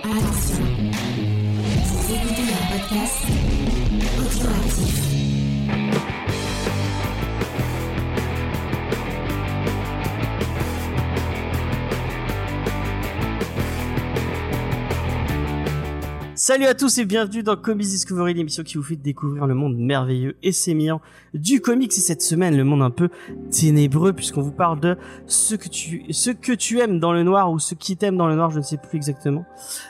Attention, vous écoutez un podcast audioactif. Salut à tous et bienvenue dans Comics Discovery, l'émission qui vous fait découvrir le monde merveilleux et sémillant du comics. Et cette semaine, le monde un peu ténébreux, puisqu'on vous parle de ce que tu aimes dans le noir, ou ce qui t'aime dans le noir, je ne sais plus exactement.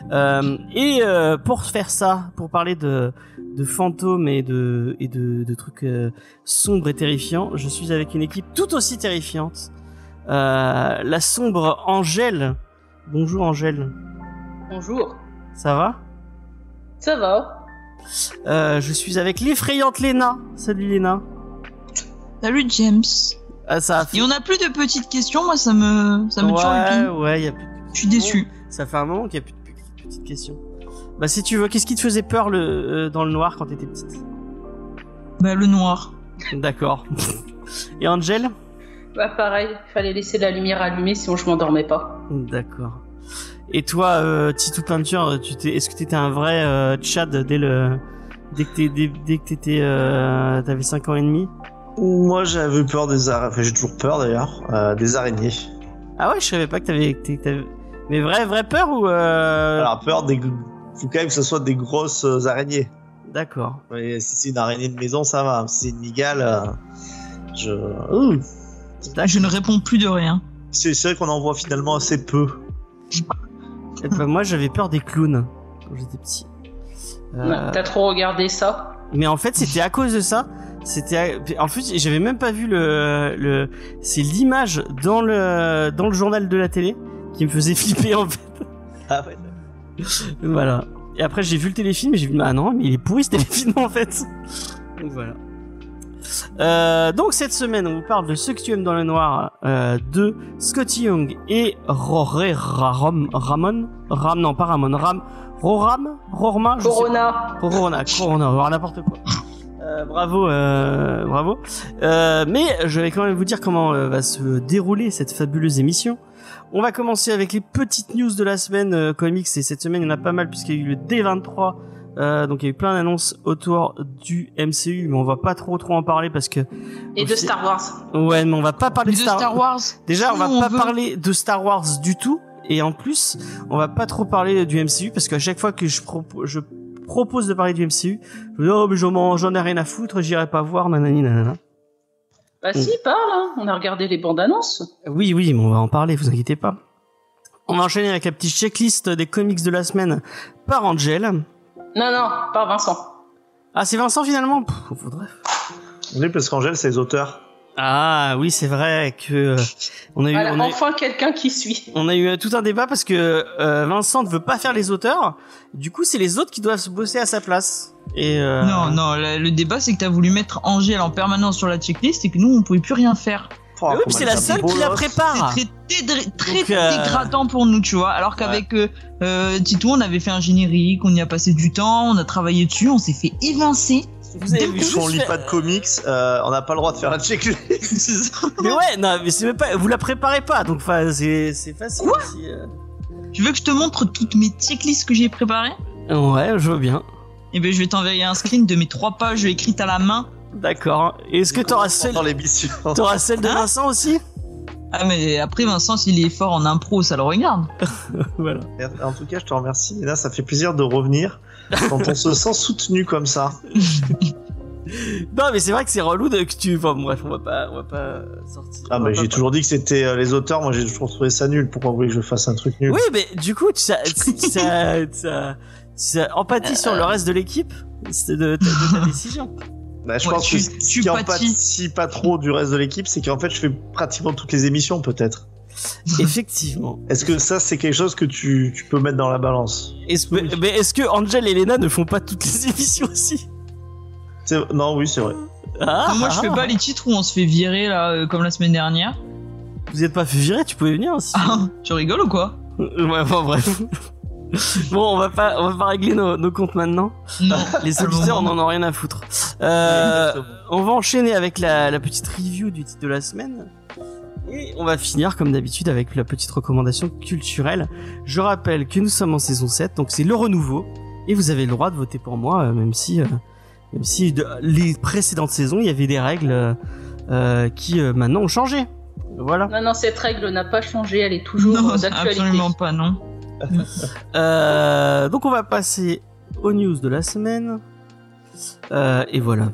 Pour faire ça, pour parler de fantômes et de trucs sombres et terrifiants, je suis avec une équipe tout aussi terrifiante. La sombre Angèle. Bonjour Angèle. Bonjour. Ça va ? Ça va. Je suis avec l'effrayante Léna. Salut Léna. Salut James. Ah, ça a fait... Et on n'a plus de petites questions, moi ça me turlupine. Ouais, y a plus de... Je suis déçu. Ça fait un moment qu'il n'y a plus de petites questions. Bah si tu veux, qu'est-ce qui te faisait peur dans le noir quand t'étais petite ? Bah le noir. D'accord. Et Angel ? Bah pareil, fallait laisser la lumière allumée sinon je m'endormais pas. D'accord. Et toi, Titou Peinture, est-ce que t'étais un vrai Tchad dès que t'avais 5 ans et demi ? Moi, j'avais peur des araignées. Enfin, j'ai toujours peur d'ailleurs des araignées. Ah ouais, je savais pas que t'avais... Mais vrai peur ou Alors peur des... Faut quand même que ce soit des grosses araignées. D'accord. Mais si c'est une araignée de maison, ça va. Si c'est une mygale, je ne réponds plus de rien. C'est vrai qu'on en voit finalement assez peu. Bah, moi, j'avais peur des clowns quand j'étais petit. T'as trop regardé ça ? Mais en fait, c'était à cause de ça. En fait, j'avais même pas vu c'est l'image dans le journal de la télé qui me faisait flipper en fait. Ah ouais. Voilà. Et après, j'ai vu le téléfilm et j'ai vu ah non, mais il est pourri ce téléfilm en fait. Donc voilà. Donc cette semaine, on vous parle de Ce que tu aimes dans le noir de Skottie Young et Rorama, n'importe quoi. Bravo. Mais je vais quand même vous dire comment va se dérouler cette fabuleuse émission. On va commencer avec les petites news de la semaine comics, et cette semaine il y en a pas mal puisqu'il y a eu le D23. Donc il y a eu plein d'annonces autour du MCU, mais on va pas trop en parler parce que... Et de Star Wars. Ouais, mais on va pas parler de Star Wars. Déjà, on va pas parler de Star Wars du tout, et en plus, on va pas trop parler du MCU parce qu'à chaque fois que je propose de parler du MCU, je me dis, oh mais j'en ai rien à foutre, j'irai pas voir, nanani nanana. Bah si, parle, hein. On a regardé les bandes annonces. Oui, mais on va en parler, vous inquiétez pas. On va enchaîner avec la petite checklist des comics de la semaine par Angel. Non, pas Vincent. Ah, c'est Vincent finalement ? Faudrait... Oui, parce qu'Angèle, c'est les auteurs. Ah oui, c'est vrai que enfin quelqu'un qui suit. On a eu tout un débat parce que Vincent ne veut pas faire les auteurs. Du coup, c'est les autres qui doivent se bosser à sa place. Et Non, le débat c'est que t'as voulu mettre Angèle en permanence sur la checklist et que nous on pouvait plus rien faire. Oui, c'est la seule qui la prépare. C'est très dégradant pour nous, tu vois. Alors qu'avec Tito, on avait fait un générique, on y a passé du temps, on a travaillé dessus, on s'est fait évincer. Vous avez vu, on lit pas de comics, on n'a pas le droit de faire la checklist. Mais ouais, non, mais c'est même pas, vous la préparez pas, donc c'est facile. Quoi aussi. Tu veux que je te montre toutes mes checklists que j'ai préparées ? Ouais, je veux bien. Eh ben, je vais t'envoyer un screen de mes 3 pages écrites à la main. D'accord. Est-ce que t'auras celle de Vincent aussi ? Ah mais après Vincent s'il est fort en impro ça le regarde. Voilà. En tout cas je te remercie et là ça fait plaisir de revenir quand on se sent soutenu comme ça. Non mais c'est vrai que c'est relou que tu... Enfin bref, on va pas sortir. Ah mais j'ai toujours dit que c'était les auteurs, moi j'ai toujours trouvé ça nul. Pourquoi vous voulez que je fasse un truc nul ? Oui mais du coup ça empathie sur le reste de l'équipe de ta décision. Bah, je pense que ce qui empathie pas trop du reste de l'équipe, c'est qu'en fait je fais pratiquement toutes les émissions peut-être. Effectivement. Est-ce que ça c'est quelque chose que tu peux mettre dans la balance ? Mais est-ce que Angel et Léna ne font pas toutes les émissions aussi ? Non, oui c'est vrai. Moi je fais pas les titres où on se fait virer là comme la semaine dernière. Vous êtes pas fait virer, tu pouvais venir aussi. Tu rigoles ou quoi ? Ouais, enfin bref. Bon, on va pas régler nos comptes maintenant. Non. Les auditeurs, on en a rien à foutre. On va enchaîner avec la petite review du titre de la semaine. Et on va finir comme d'habitude avec la petite recommandation culturelle. Je rappelle que nous sommes en saison 7, donc c'est le renouveau. Et vous avez le droit de voter pour moi, même si les précédentes saisons, il y avait des règles qui maintenant ont changé. Voilà. Non, cette règle n'a pas changé, elle est toujours d'actualité. Absolument pas, non. Donc on va passer aux news de la semaine. Et voilà,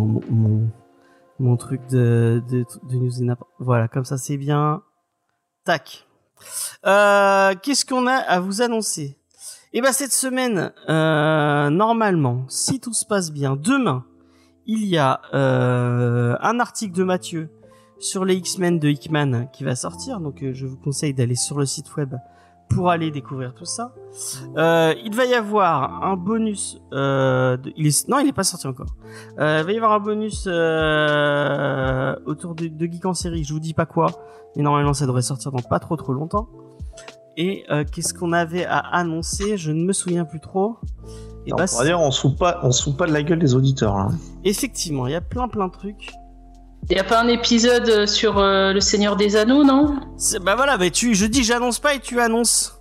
mon truc de news et n'importe. Voilà, comme ça c'est bien. Tac. Qu'est-ce qu'on a à vous annoncer? Et ben cette semaine, normalement, si tout se passe bien, demain, il y a un article de Mathieu sur les X-Men de Hickman qui va sortir. Donc je vous conseille d'aller sur le site web pour aller découvrir tout ça. Il va y avoir un bonus. Non, il est pas sorti encore. Il va y avoir un bonus autour de Geek en série. Je vous dis pas quoi, mais normalement ça devrait sortir dans pas trop longtemps. Et qu'est-ce qu'on avait à annoncer? Je ne me souviens plus trop. Et non, on va dire, on se fout pas de la gueule des auditeurs. Là. Effectivement, il y a plein de trucs. Il y a pas un épisode sur le Seigneur des Anneaux, non? Bah voilà, bah je dis que j'annonce pas et tu annonces.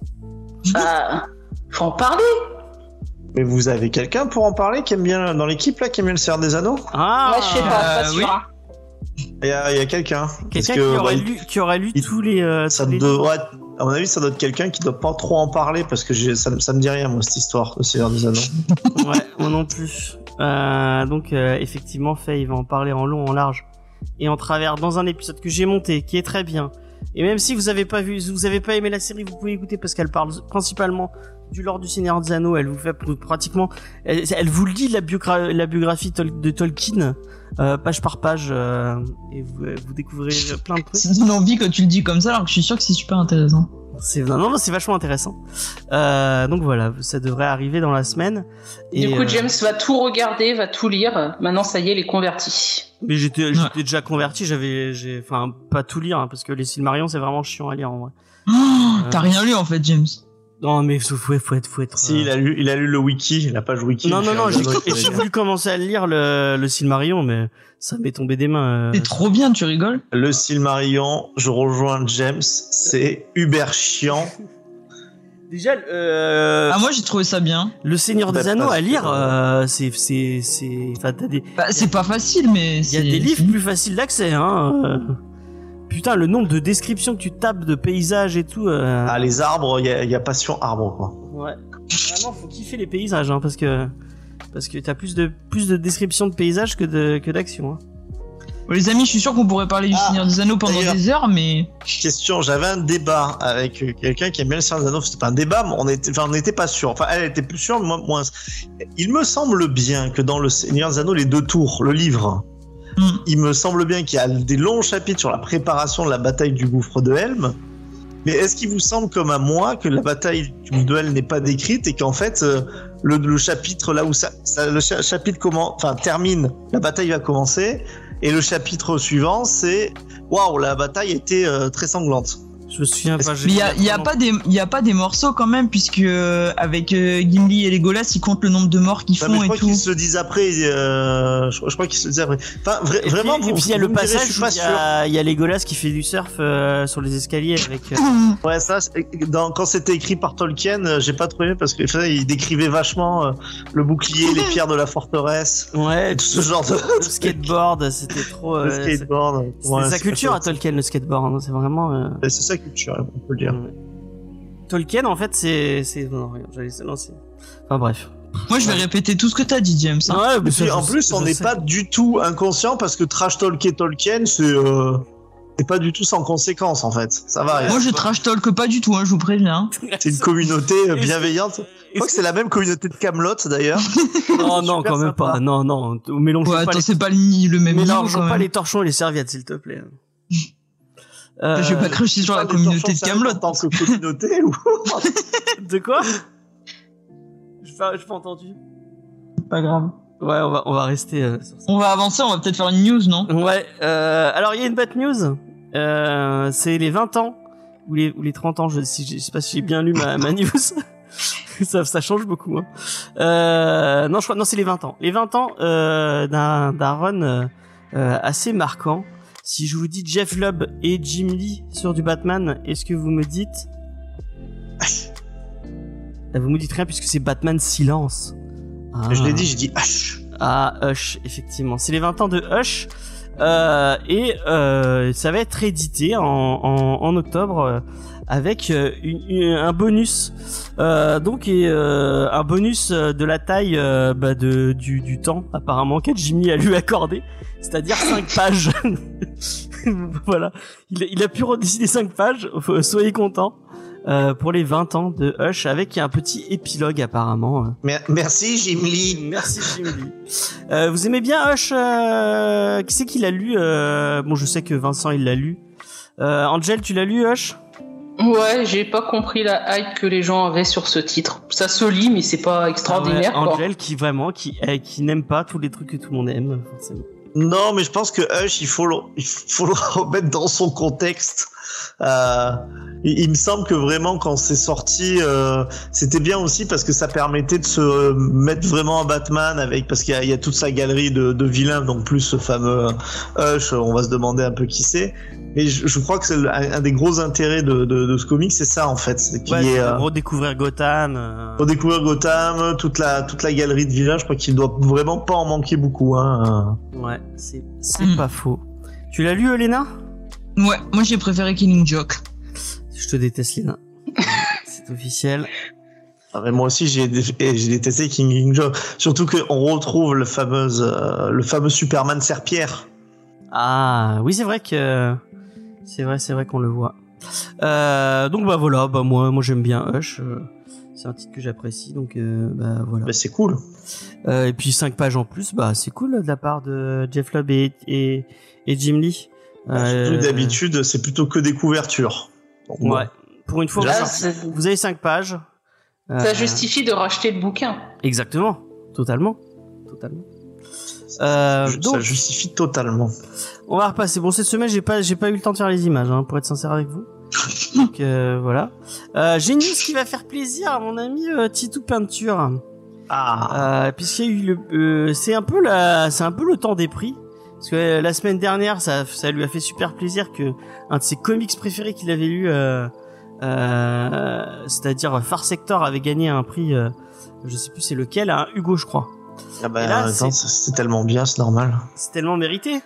Faut en parler. Mais vous avez quelqu'un pour en parler qui aime bien dans l'équipe là, qui aime bien le Seigneur des Anneaux? Ouais, je sais pas sûr. Oui. Il y a quelqu'un. Quelqu'un qui aurait lu tous les. Ça devrait. À mon avis, ça doit être quelqu'un qui doit pas trop en parler parce que ça me dit rien moi cette histoire de Seigneur des Anneaux. Ouais, moi non plus. Donc effectivement, Faye va en parler en long, en large et en travers dans un épisode que j'ai monté, qui est très bien. Et même si vous avez pas aimé la série, vous pouvez écouter parce qu'elle parle principalement du lore du Seigneur des Anneaux. Elle vous fait pratiquement, elle vous lit la biographie de Tolkien, page par page, et vous découvrez plein de trucs. Ça donne envie quand tu le dis comme ça, alors que je suis sûr que c'est super intéressant. Non, c'est vachement intéressant. Donc voilà, ça devrait arriver dans la semaine. Et du coup, James va tout regarder, va tout lire. Maintenant, ça y est, il est converti. Mais j'étais déjà converti. Enfin, pas tout lire, hein, parce que les Silmarillion, c'est vraiment chiant à lire en vrai. T'as rien lu en fait, James. Non, mais faut être. Si, il a lu le wiki, la page wiki. Non, j'ai voulu commencer à lire le Silmarillion, mais ça m'est tombé des mains. C'est trop bien, tu rigoles? Le Silmarillion, je rejoins James, c'est uber chiant. Déjà, moi j'ai trouvé ça bien. Le Seigneur des Anneaux à lire, c'est, enfin, t'as des. C'est pas facile, mais il y a des livres plus faciles d'accès, hein. Putain, le nombre de descriptions que tu tapes de paysages et tout. Ah, les arbres, il y a passion arbre, quoi. Ouais. Vraiment, faut kiffer les paysages, hein, parce que t'as plus de descriptions de paysages que d'actions, hein. Les amis, je suis sûr qu'on pourrait parler du Seigneur des Anneaux pendant des heures, mais... Question, j'avais un débat avec quelqu'un qui aime bien le Seigneur des Anneaux. C'était pas un débat, mais on n'était pas sûr. Enfin, elle était plus sûre, moi moins. Il me semble bien que dans le Seigneur des Anneaux, les 2 tours, le livre, il me semble bien qu'il y a des longs chapitres sur la préparation de la bataille du gouffre de Helm. Mais est-ce qu'il vous semble comme à moi que la bataille du gouffre de Helm n'est pas décrite et qu'en fait le chapitre là où le chapitre termine, la bataille va commencer et le chapitre suivant c'est waouh, la bataille était très sanglante. Je me souviens pas. Mais il y a pas des morceaux quand même, puisque avec Gimli et Legolas, ils comptent le nombre de morts qu'ils font et tout. Je crois qu'ils se le disent après. Je crois qu'ils se le disent après. Enfin, vraiment. Et puis il y a le passage où il y a Legolas qui fait du surf sur les escaliers avec. Ouais, ça. Quand c'était écrit par Tolkien, j'ai pas trouvé parce que il décrivait vachement le bouclier, les pierres de la forteresse. Ouais. Tout ce genre de. Le skateboard, c'était trop. Le skateboard. C'est sa culture à Tolkien, le skateboard. Hein, c'est vraiment. C'est ça. Culture, on peut le dire. Tolkien, en fait, c'est... Non, rien, j'allais se lancer. Enfin, bref. Moi, je vais répéter tout ce que t'as dit, James. Hein. Ouais, mais ça, en plus, on n'est pas du tout inconscient parce que trash talker Tolkien, c'est pas du tout sans conséquence, en fait. Ça va. Moi, je trash talk pas du tout, hein, je vous préviens. C'est une communauté bienveillante. Je crois que c'est la même communauté de Camelot, d'ailleurs. Non, quand même pas. Non. Mélangeons pas. C'est pas le même niveau. Mélangeons pas les torchons et les serviettes, s'il te plaît. Je vais pas cracher sur la communauté de Camelot. En tant que communauté ou... De quoi? Je pas entendu. Pas grave. Ouais, on va rester sur ça. On va avancer, on va peut-être faire une news, non? Ouais, alors il y a une bad news. C'est les 20 ans ou les 30 ans, je sais pas si j'ai bien lu ma news. ça change beaucoup, hein. Non, c'est les 20 ans. Les 20 ans d'un run assez marquant. Si je vous dis Jeff Lubb et Jim Lee sur du Batman, est-ce que vous me dites... Vous me dites rien puisque c'est Batman Silence. Ah. Je l'ai dit, j'ai dit Hush. Ah, Hush, effectivement. C'est les 20 ans de Hush. Et ça va être édité en octobre avec un bonus. Donc un bonus de la taille du temps apparemment que Jimmy a lui accordé. C'est-à-dire 5 pages. Voilà. Il a pu redessiner 5 pages. Soyez contents. Pour les 20 ans de Hush avec un petit épilogue apparemment. Merci Jim Lee. Merci Jim Lee. Vous aimez bien Hush qui c'est qui l'a lu Bon, je sais que Vincent il l'a lu. Angel, tu l'as lu Hush? Ouais, j'ai pas compris la hype que les gens avaient sur ce titre. Ça se lit, mais c'est pas extraordinaire. Ah ouais, Angel qui n'aime pas tous les trucs que tout le monde aime forcément. Non, mais je pense que Hush, il faut le remettre dans son contexte. Il me semble que vraiment quand c'est sorti, c'était bien aussi parce que ça permettait de se mettre vraiment en Batman parce qu'il y a toute sa galerie de vilains, donc plus ce fameux Hush, on va se demander un peu qui c'est. Mais je crois que c'est un des gros intérêts de ce comic, c'est ça en fait, c'est qu'il y ait redécouvrir Gotham. Redécouvrir Gotham, toute la galerie de vilains. Je crois qu'il doit vraiment pas en manquer beaucoup. Hein. Ouais, c'est pas faux. Tu l'as lu, Léna? Ouais, moi j'ai préféré Killing Joke. Je te déteste, Léna. C'est officiel. Ah, mais moi aussi j'ai détesté Killing Joke. Surtout qu'on retrouve le fameux Superman Serpillère. Ah oui, c'est vrai qu'on le voit. Donc voilà, moi j'aime bien Hush. C'est un titre que j'apprécie, donc voilà. Bah c'est cool. Et puis 5 pages en plus, c'est cool de la part de Jeff Lubb et Jim Lee. D'habitude, c'est plutôt que des couvertures. Donc, ouais. bon. Pour une fois, vous avez 5 pages. Ça justifie de racheter le bouquin. Exactement. Totalement. Ça Donc, justifie totalement. On va repasser. Bon, cette semaine, j'ai pas eu le temps de faire les images, pour être sincère avec vous. Donc voilà. J'ai une news qui va faire plaisir à mon ami Titou Peinture. Puisqu'il y a eu c'est un peu le temps des prix. Parce que la semaine dernière, ça lui a fait super plaisir que un de ses comics préférés qu'il avait lu, c'est-à-dire Far Sector, avait gagné un prix, je sais plus c'est lequel, un Hugo, je crois. Ah bah, là, c'est tellement bien, c'est normal. C'est tellement mérité.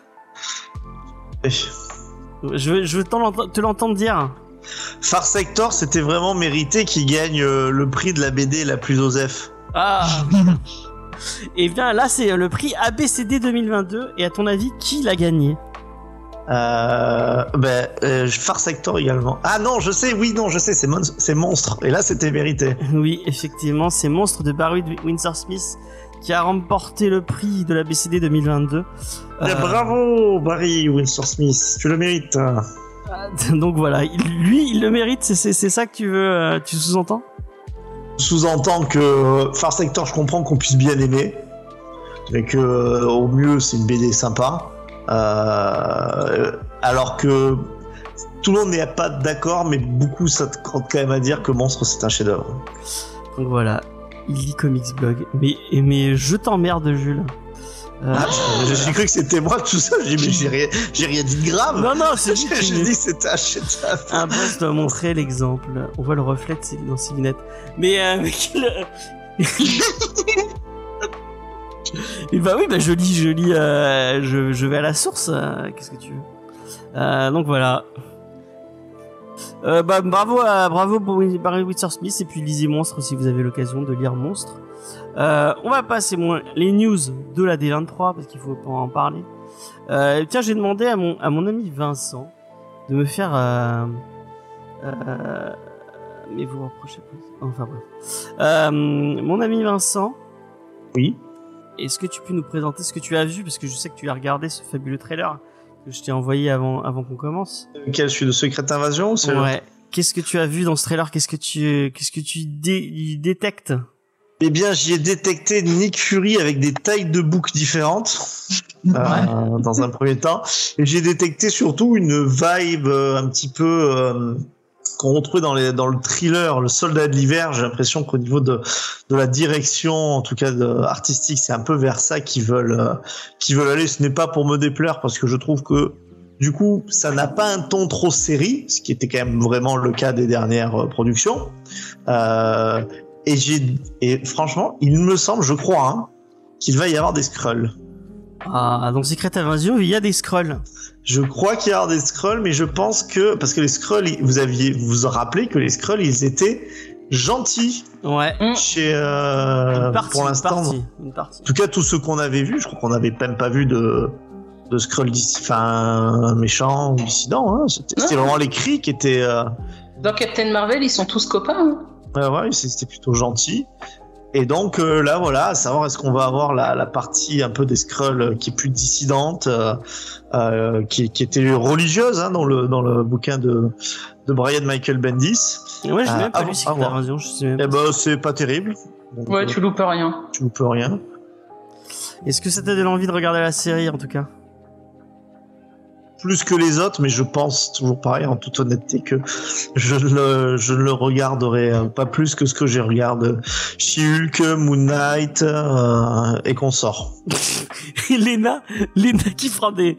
Je veux te l'entendre dire. Far Sector, c'était vraiment mérité qu'il gagne le prix de la BD la plus osef. Ah. Et bien là, c'est le prix ABCD 2022. Et à ton avis, qui l'a gagné? Far Sector également. Ah non, je sais, c'est Monstre. Et là, c'était mérité. Oui, effectivement, c'est Monstre de Barry Windsor Smith qui a remporté le prix de la BCD 2022. Bravo, Barry Windsor Smith, tu le mérites. Donc voilà, lui, il le mérite. C'est ça que tu veux, tu sous-entends? Sous-entend que Far Sector, je comprends qu'on puisse bien aimer, mais que au mieux, c'est une BD sympa. Alors que tout le monde n'est pas d'accord, mais beaucoup s'accordent quand même à dire que Monstre, c'est un chef-d'œuvre. Donc voilà. Il lit Comics Blog. Mais je t'emmerde, Jules. J'ai cru que c'était moi tout ça. J'ai rien dit de grave. Non, c'est juste. J'ai dit que c'était un chef-d'œuvre. Un boss doit montrer l'exemple. On voit le reflet dans ses lunettes. Mais Et je lis. Je vais à la source. Qu'est-ce que tu veux? Donc voilà. Bravo Barry Windsor Smith, et puis lisez Monstre si vous avez l'occasion de lire Monstre. On va passer les news de la D23 parce qu'il faut pas en parler. Tiens, j'ai demandé à mon ami Vincent de me faire mais vous reprochez pas. Enfin bref. Mon ami Vincent. Oui. Est-ce que tu peux nous présenter ce que tu as vu, parce que je sais que tu as regardé ce fabuleux trailer que je t'ai envoyé avant qu'on commence. Quel, celui de Secret Invasion ou Ouais. Qu'est-ce que tu as vu dans ce trailer? Qu'est-ce que tu détectes? Eh bien, j'y ai détecté Nick Fury avec des tailles de boucs différentes, dans un premier temps. Et j'ai détecté surtout une vibe un petit peu qu'on retrouvait dans le thriller Le Soldat de l'hiver. J'ai l'impression qu'au niveau de la direction, en tout cas artistique, c'est un peu vers ça qu'ils veulent aller. Ce n'est pas pour me déplaire, parce que je trouve que Du coup, ça n'a pas un ton trop série, ce qui était quand même vraiment le cas des dernières productions. Et franchement, il me semble, je crois, hein, qu'il va y avoir des Skrulls. Ah, dans Secret Invasion, il y a des Skrulls. Je crois qu'il y aura des Skrulls, mais je pense que parce que les Skrulls, vous vous rappelez que les Skrulls, ils étaient gentils. Ouais. Chez pour l'instant. Une partie. En tout cas, tous ceux qu'on avait vus, je crois qu'on n'avait même pas vu de Skrull méchant ou dissident. Hein. C'était vraiment les Kree qui étaient. Dans Captain Marvel, ils sont tous copains. Hein. Ouais, c'était plutôt gentil. Et donc là, voilà, à savoir est-ce qu'on va avoir la partie un peu des Skrulls qui est plus dissidente, qui était religieuse hein, dans le bouquin de Brian Michael Bendis. Ouais, j'ai même pas lu Secret Invasion, je sais même. Eh ben, c'est pas terrible. Donc, ouais, tu loupes rien. Tu loupes rien. Est-ce que ça t'a donné envie de regarder la série en tout cas? Plus que les autres, mais je pense toujours pareil, en toute honnêteté, que je ne le regarderai pas plus que ce que je regarde She-Hulk, Moon Knight et consorts. Lena qui fera des...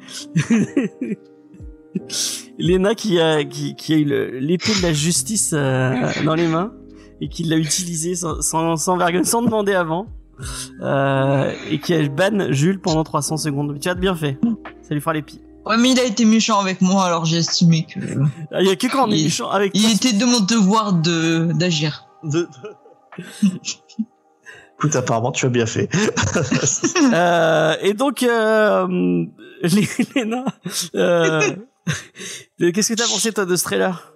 Lena qui a eu l'épée de la justice dans les mains et qui l'a utilisée sans vergogne, sans demander avant. Et qui a ban Jules pendant 300 secondes. Tu as bien fait. Ça lui fera les pieds. Ouais, mais il a été méchant avec moi, alors j'ai estimé que... Il y a que quand on est méchant avec toi. Il était de mon devoir d'agir. Écoute, apparemment, tu as bien fait. Et donc, Léna, qu'est-ce que t'as pensé, toi, de ce trailer?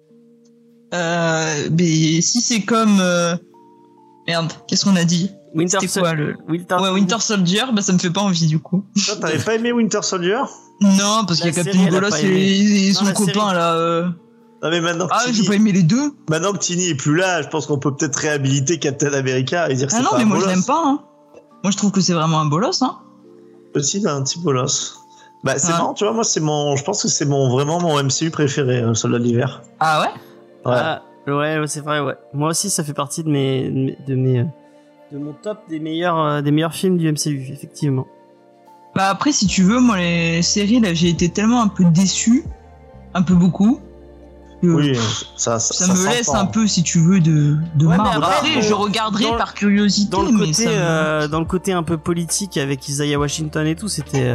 Mais si c'est comme... Merde, qu'est-ce qu'on a dit? Winter Soldier, bah ça me fait pas envie du coup. Toi, t'avais pas aimé Winter Soldier? Non, parce qu'il y a Captain Golos et son copain là. Non, mais maintenant j'ai pas aimé les deux. Maintenant que Tini est plus là, je pense qu'on peut peut-être réhabiliter Captain America et dire que c'est pas un bolos. Ah non, mais moi je l'aime pas. Hein. Moi je trouve que c'est vraiment un bolos. Hein. Aussi, c'est un petit bolos. Bah c'est marrant, tu vois, moi je pense que c'est vraiment mon MCU préféré, le Soldat de l'hiver. Ah ouais? Ouais, c'est vrai, ouais. Moi aussi, ça fait partie de mon top des meilleurs films du MCU, effectivement. Bah après, si tu veux, moi les séries là, j'ai été tellement un peu déçu, un peu beaucoup. Oui, ça me laisse un peu, si tu veux, de marbre. Après, je regarderai par curiosité. Dans le côté un peu politique avec Isaiah Washington et tout, c'était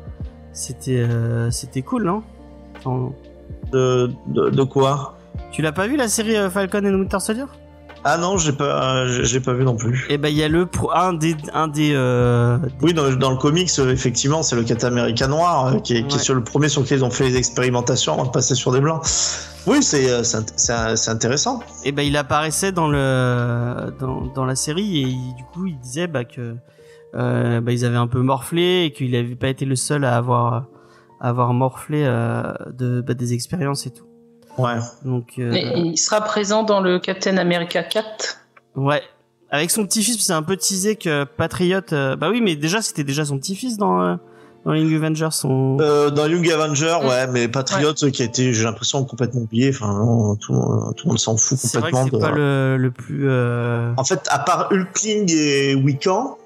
cool, non? De quoi? Tu l'as pas vu la série Falcon and Winter Soldier? Ah non, j'ai pas vu non plus. Et ben il y a un des Oui, dans le comics, effectivement, c'est le Captain America noir qui est sur le premier sur lequel ils ont fait les expérimentations avant de passer sur des blancs. Oui, c'est intéressant. Et ben il apparaissait dans la série et du coup il disait que ils avaient un peu morflé et qu'il avait pas été le seul à avoir morflé des expériences et tout. Ouais. Donc, et il sera présent dans le Captain America 4. Ouais. Avec son petit-fils, c'est un peu teasé que Patriot... bah oui, mais c'était déjà son petit-fils dans Young Avengers. Dans Young Avengers, ouais, mais Patriot qui a été, j'ai l'impression, complètement oublié. Enfin, non, tout le monde s'en fout complètement. C'est vrai que c'est pas le plus... En fait, à part Hulkling et Wiccan...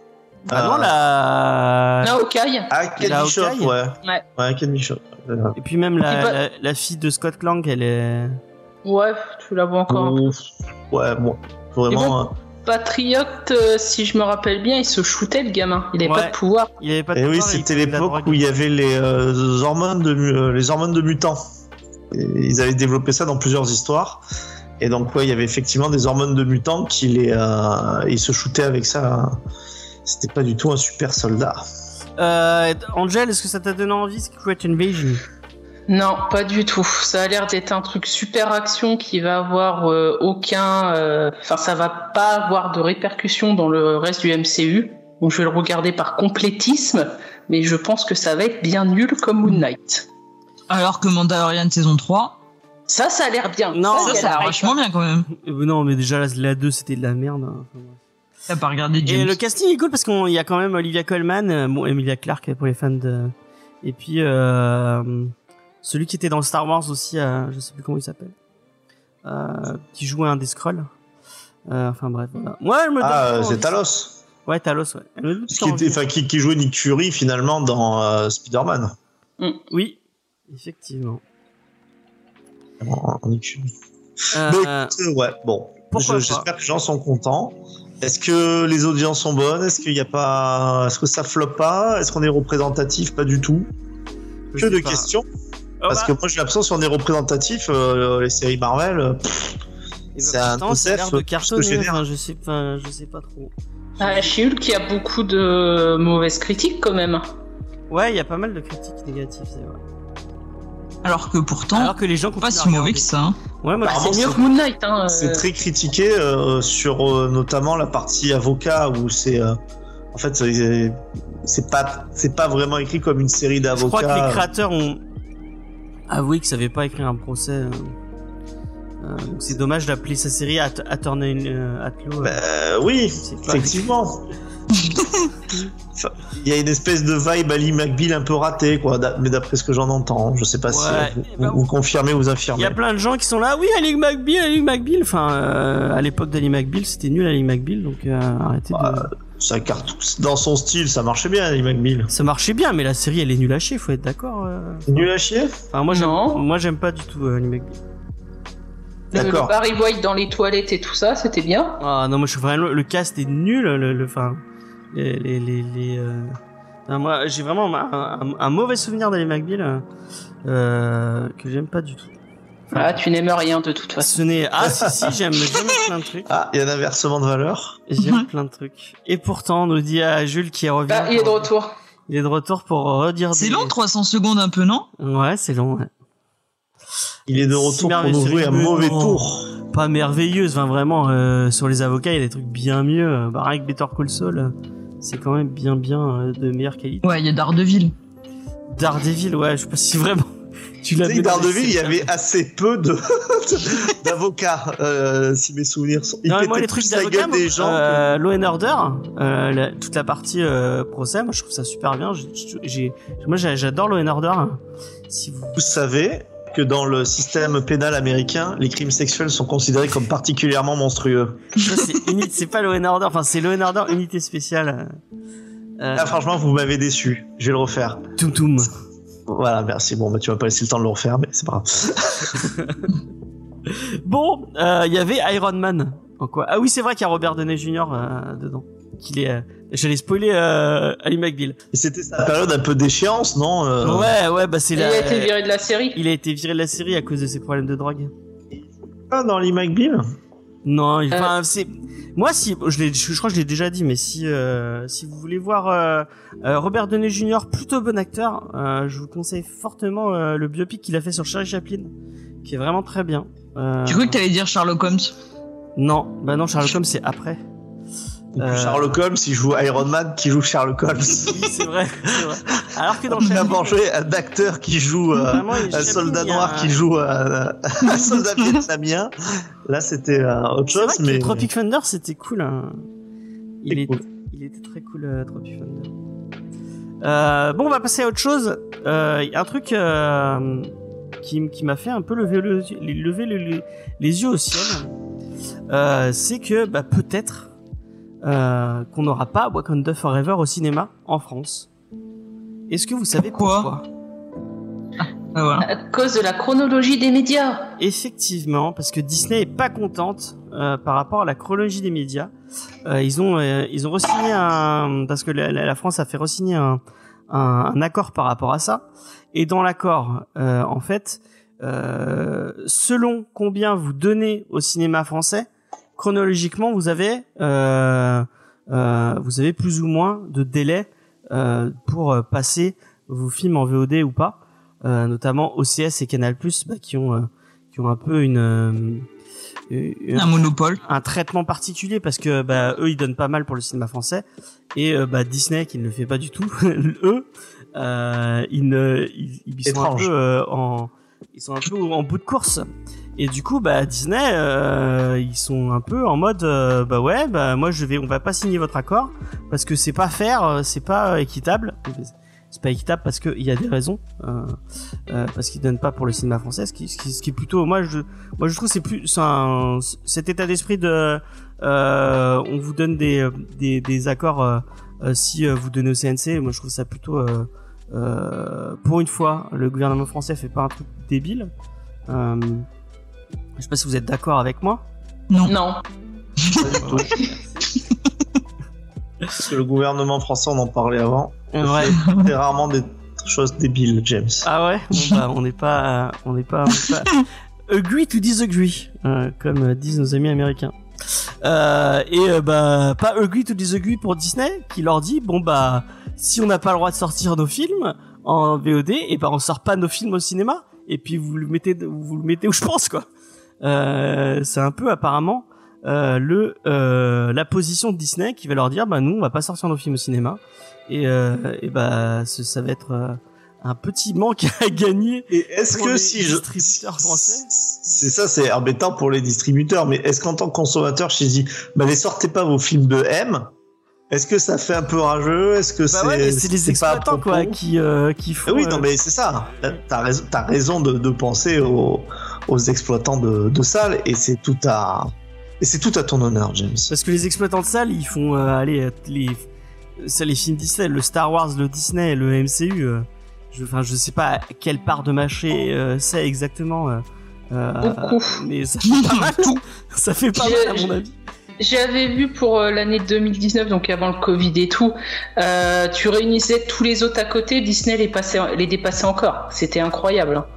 Hawkeye. Kate Bishop, ouais, Kate Bishop. Et puis même la fille de Scott Lang, elle est... Ouais, tu la vois encore. Ouais, bon, vraiment... Patriot, si je me rappelle bien, il se shootait le gamin. Il avait pas de pouvoir. Et oui, c'était l'époque où il y avait les hormones de mutants. Et ils avaient développé ça dans plusieurs histoires. Et donc, il y avait effectivement des hormones de mutants ils se shootaient avec ça. C'était pas du tout un super soldat. Angel, est-ce que ça t'a donné envie, Secret Invasion? Non, pas du tout. Ça a l'air d'être un truc super action qui va avoir ça va pas avoir de répercussions dans le reste du MCU. Donc je vais le regarder par complétisme, mais je pense que ça va être bien nul comme Moon Knight. Alors que Mandalorian saison 3... Ça a l'air bien. Non, ça a l'air vachement bien quand même. Non, mais déjà la 2 c'était de la merde. T'as pas regardé James. Et le casting est cool parce qu'il y a quand même Olivia Colman, Emilia Clarke pour les fans de... Et puis celui qui était dans Star Wars aussi, je sais plus comment il s'appelle, qui jouait un des Skrulls. Enfin bref, voilà. Moi, c'est Talos. Ouais, Talos, ouais. Qui jouait Nick Fury finalement dans Spider-Man. Oui. Effectivement. On est cul. Euh, Mais écoute, ouais, bon. Pourquoi pas. J'espère que les gens sont contents. Est-ce que les audiences sont bonnes? Est-ce que ça floppe pas? Est-ce qu'on est représentatif? Pas du tout. je Que sais de pas. questions. Oh, Parce que moi j'ai l'impression si on est représentatif, les séries Marvel, c'est un pourtant, ça a l'air concept de plus que cartonner. génial. Enfin, je sais pas trop. Chez Hulk, il y a beaucoup de mauvaises critiques quand même. Ouais, il y a pas mal de critiques négatives, c'est vrai. Alors que pourtant, Alors que les gens pas continuent si à mauvais regarder. que ça. Hein. Ouais, moi, Apparemment, C'est mieux que Moon Knight. Hein, C'est très critiqué sur notamment la partie avocat où c'est en fait c'est pas vraiment écrit comme une série je d'avocats. crois que les créateurs ont avoué qu'ils savaient pas écrire un procès. Donc c'est dommage d'appeler sa série Attorney Atlo. Oui, C'est pas- effectivement. Enfin, il y a une espèce de vibe Ali McBeal un peu ratée, quoi. Mais d'après ce que j'en entends, je sais pas si Ouais, vous confirmez ou vous Il infirmez. y a plein de gens qui sont là, oui, Ali McBeal. Enfin, à l'époque d'Ali McBeal, c'était nul Ali McBeal, donc arrêtez de... Ça dans son style, ça marchait bien, Ali McBeal. Ça marchait bien, mais la série, elle est nulle à chier, faut être d'accord. Nul à chier. Enfin, Non. moi, j'aime pas du tout Ali McBeal. D'accord. Barry White dans les toilettes et tout ça, c'était bien. Ah non, moi, je suis vraiment... Le cast est nul, enfin... moi, j'ai vraiment un mauvais souvenir d'Ali McBeal que j'aime pas du tout. Ah, tu n'aimes rien de toute façon. Ce n'est... Ah si, j'aime plein de trucs. Ah, il y a un inversement de valeur. J'aime plein de trucs. Et pourtant, on nous dit à Jules qui revient. Ah, il est de retour. Il est de retour pour redire C'est des- long, 300 secondes un peu, non? Ouais, c'est long, ouais. Il est de retour pour nous jouer un mauvais tour. Pas merveilleuse, enfin vraiment, sur les avocats, il y a des trucs bien mieux. Bah, rien que Better Call Saul, c'est quand même bien de meilleure qualité. Ouais, il y a Daredevil. Daredevil, ouais, je sais pas si vraiment tu l'as Tu sais, Daredevil, il y avait assez peu d'avocats, si mes souvenirs sont. Il Non, mais moi, pétait les trucs plus la d'avocats, gueule des gens. Law and Order, toute la partie procès, moi je trouve ça super bien. Moi j'adore Law and Order. Si vous... Vous savez que dans le système pénal américain, les crimes sexuels sont considérés comme particulièrement monstrueux. Ça, c'est pas Law and Order, enfin c'est Law and Order unité spéciale. Ah, franchement, vous m'avez déçu. Je vais le refaire. Toum toum. Voilà, merci. Bon, bah, tu vas pas laisser le temps de le refaire, mais c'est pas grave. Bon, il y avait Iron Man. En quoi? Ah oui, c'est vrai qu'il y a Robert Downey Jr. Dedans. Qu'il est. J'allais spoiler Ali McBeal. Et c'était sa période un peu d'échéance, non Ouais, bah c'est Il la. a été viré de la série. Il a été viré de la série à cause de ses problèmes de drogue. Ah, dans Ali McBeal. Non, enfin c'est. Moi, si je crois que je l'ai déjà dit, mais si vous voulez voir Robert Downey Jr. plutôt bon acteur, je vous conseille fortement le biopic qu'il a fait sur Charlie Chaplin, qui est vraiment très bien. Tu crois que t'allais dire Sherlock Holmes? Non, bah non, Sherlock Holmes c'est après. Sherlock Holmes, il joue Iron Man qui joue Sherlock Holmes. Oui, c'est vrai. Alors que dans On a Chaplin, mangé un acteur qui joue Vraiment, un Chaplin, soldat il y a noir qui joue un soldat vietnamien. Là, c'était autre c'est vrai chose, que mais Tropic Thunder c'était cool. Hein. C'est cool. Il était très cool, Tropic Thunder. Bon, on va passer à autre chose. Il y a un truc qui m'a fait un peu lever les yeux au ciel. C'est que peut-être qu'on n'aura pas Wakanda Forever au cinéma en France. Est-ce que vous savez pourquoi? Ah, voilà. À cause de la chronologie des médias. Effectivement, parce que Disney est pas contente par rapport à la chronologie des médias. Ils ont re-signé parce que la France a fait re-signer un accord par rapport à ça. Et dans l'accord, en fait, selon combien vous donnez au cinéma français, chronologiquement, vous avez plus ou moins de délai pour passer vos films en VOD ou pas, notamment OCS et Canal+, qui ont un peu Un monopole. un traitement particulier parce que eux ils donnent pas mal pour le cinéma français et Disney qui ne le fait pas du tout eux ils sont un Étrange. peu en bout de course et du coup Disney ils sont un peu en mode moi on va pas signer votre accord parce que c'est pas fair, c'est pas équitable. C'est pas équitable parce que il y a des raisons, parce qu'ils donnent pas pour le cinéma français, ce qui est plutôt, moi je trouve c'est plus cet état d'esprit de on vous donne des accords si vous donnez au CNC. Moi je trouve ça plutôt pour une fois, le gouvernement français fait pas un truc débile. Je sais pas si vous êtes d'accord avec moi. Non. Parce que le gouvernement français, on en parlait avant. Ouais. C'est rarement des choses débiles, James. Ah ouais. Bon, bah, on n'est pas agree to disagree, comme disent nos amis américains. Bah pas agree to disagree pour Disney, qui leur dit bon bah si on n'a pas le droit de sortir nos films en VOD, et bah on sort pas nos films au cinéma, et puis vous le mettez où je pense quoi. C'est un peu apparemment la position de Disney qui va leur dire bah nous on va pas sortir nos films au cinéma, et bah ça va être un petit manque à gagner. Et est-ce que si distributeurs français, c'est ça, c'est embêtant pour les distributeurs, mais est-ce qu'en tant que consommateur, je dis bah ne sortez pas vos films de M, est-ce que ça fait un peu rageux? Est-ce que c'est les exploitants quoi qui font. Oui, non mais c'est ça. T'as raison de penser aux exploitants de salles, et c'est tout à ton honneur, James. Parce que les exploitants de salles, ils font les films Disney, le Star Wars, le Disney, le MCU. Je sais pas quelle part de marché c'est exactement. Beaucoup. Mais ça fait pas mal. Ça fait pas mal à mon avis. J'avais vu pour l'année 2019, donc avant le Covid et tout, tu réunissais tous les autres à côté, Disney les dépassait encore. C'était incroyable. Hein.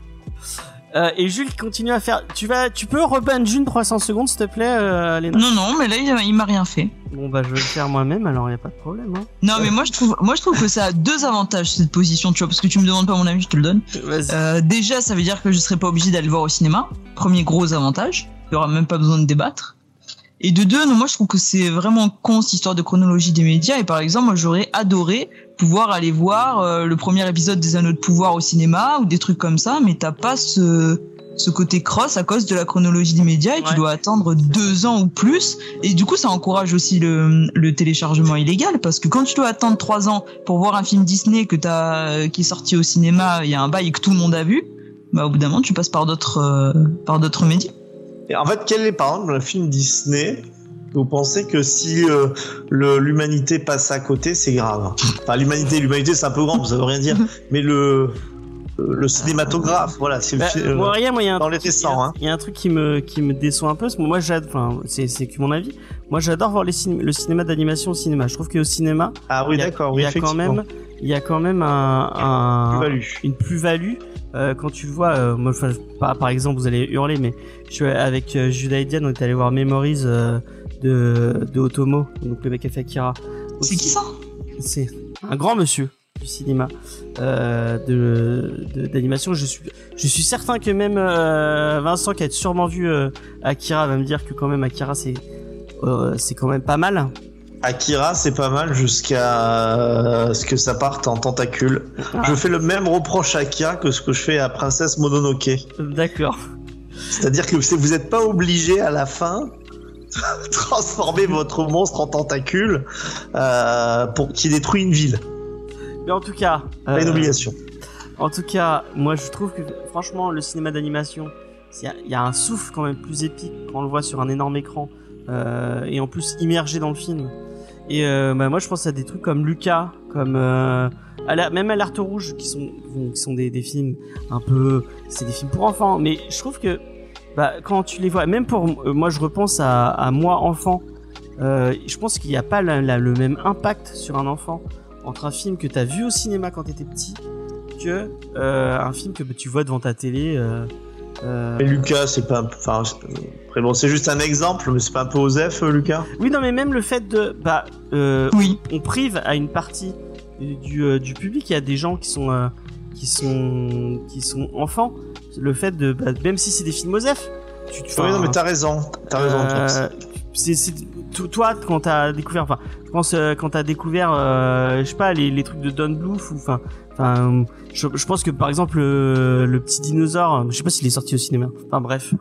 Et Jules continue à faire. Tu peux reban June 300 secondes, s'il te plaît, Léna? Non, mais là il m'a rien fait. Bon bah je vais le faire moi-même, alors y a pas de problème. Hein. Non mais moi je trouve que ça a deux avantages cette position, tu vois, parce que tu me demandes pas mon avis, je te le donne. Déjà ça veut dire que je serai pas obligé d'aller le voir au cinéma. Premier gros avantage, il y aura même pas besoin de débattre. Et de deux, non, moi je trouve que c'est vraiment con cette histoire de chronologie des médias. Et par exemple, moi j'aurais adoré pouvoir aller voir le premier épisode des Anneaux de Pouvoir au cinéma ou des trucs comme ça, mais t'as pas ce côté cross à cause de la chronologie des médias, et tu dois attendre 2 ans ou plus. Et du coup, ça encourage aussi le téléchargement illégal, parce que quand tu dois attendre 3 ans pour voir un film Disney qui est sorti au cinéma, il y a un bail que tout le monde a vu, bah au bout d'un moment, tu passes par d'autres médias. Et en fait, quel est par exemple un film Disney? Vous pensez que si l'humanité passe à côté, c'est grave? Enfin, l'humanité, c'est un peu grand, ça veut rien dire. Mais le cinématographe, voilà, c'est moi, il y a dans les récents. Il y a un truc qui me déçoit un peu, parce que moi, c'est que mon avis. Moi, j'adore voir le cinéma d'animation au cinéma. Je trouve qu'au cinéma, ah oui, d'accord, oui, effectivement. Il y a quand même une plus-value. Quand tu le vois, moi, par exemple, vous allez hurler, mais je suis avec Judah et Diane, on est allé voir Memories de Otomo, donc le mec qui a fait Akira. C'est qui ça? C'est un grand monsieur du cinéma d'animation. Je suis certain que même Vincent, qui a sûrement vu Akira, va me dire que quand même Akira c'est quand même pas mal. Akira, c'est pas mal jusqu'à ce que ça parte en tentacule. Je fais le même reproche à Akira que ce que je fais à Princesse Mononoke. D'accord. C'est-à-dire que vous n'êtes pas obligé à la fin de transformer votre monstre en tentacule qui détruit une ville. Mais en tout cas, pas une obligation. En tout cas, moi je trouve que franchement le cinéma d'animation, il y a un souffle quand même plus épique quand on le voit sur un énorme écran, et en plus immergé dans le film. Et moi je pense à des trucs comme Lucas, comme même Alerte Rouge, qui sont des films un peu, c'est des films pour enfants, mais je trouve que quand tu les vois, même pour moi je repense à moi enfant, je pense qu'il n'y a pas le même impact sur un enfant entre un film que t'as vu au cinéma quand t'étais petit que un film que tu vois devant ta télé. Mais Lucas, c'est pas, enfin, après bon, c'est juste un exemple, mais c'est pas un peu osef, Lucas? Oui, non, mais même le fait de, oui, on prive à une partie du public. Il y a des gens qui sont enfants. Le fait de, même si c'est des films osef, oui, non, mais t'as raison. Toi, quand t'as découvert, enfin, je pense quand t'as découvert, je sais pas, les trucs de Don Bluth, ou enfin, je pense que par exemple le petit dinosaure, je sais pas s'il est sorti au cinéma. Enfin bref,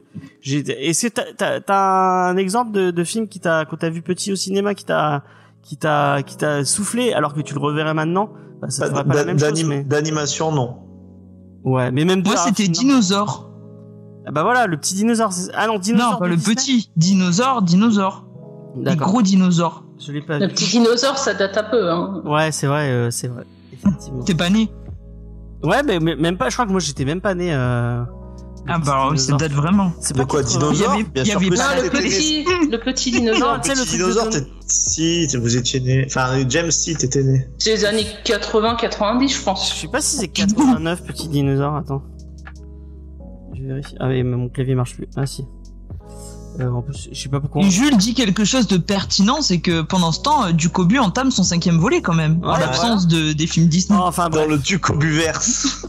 t'as un exemple de film quand t'as vu petit au cinéma, qui t'a soufflé, alors que tu le reverrais maintenant, ça ferait pas la même chose. Mais... D'animation, non. Ouais, mais même moi c'était Dinosaure. Ah voilà, le petit dinosaure. Ah non, dinosaure. Non, pas le petit dinosaure. Les gros dinosaures. Je l'ai pas vu. Le petit dinosaure, ça date un peu, hein. Ouais, c'est vrai, c'est vrai. Effectivement. T'es pas né. Ouais, mais même pas. Je crois que moi j'étais même pas né. Ah bah oui, ça date vraiment. C'est De pas quoi, dinosaure? Bien sûr que Le petit dinosaure. Non, tu sais, le truc dinosaure, de- si, vous étiez né. Enfin, James, si, t'étais né. C'est les années 80-90, je Je pense. sais pas si c'est 89 petit dinosaure. Attends. Je vérifie. Ah mais mon clavier marche plus. Ah si. En plus, je sais pas pourquoi. Jules dit quelque chose de pertinent, c'est que pendant ce temps, Ducobu entame son 5e volet quand même, en Ouais, l'absence des films Disney. Oh, enfin Dans bref. le Ducobuverse.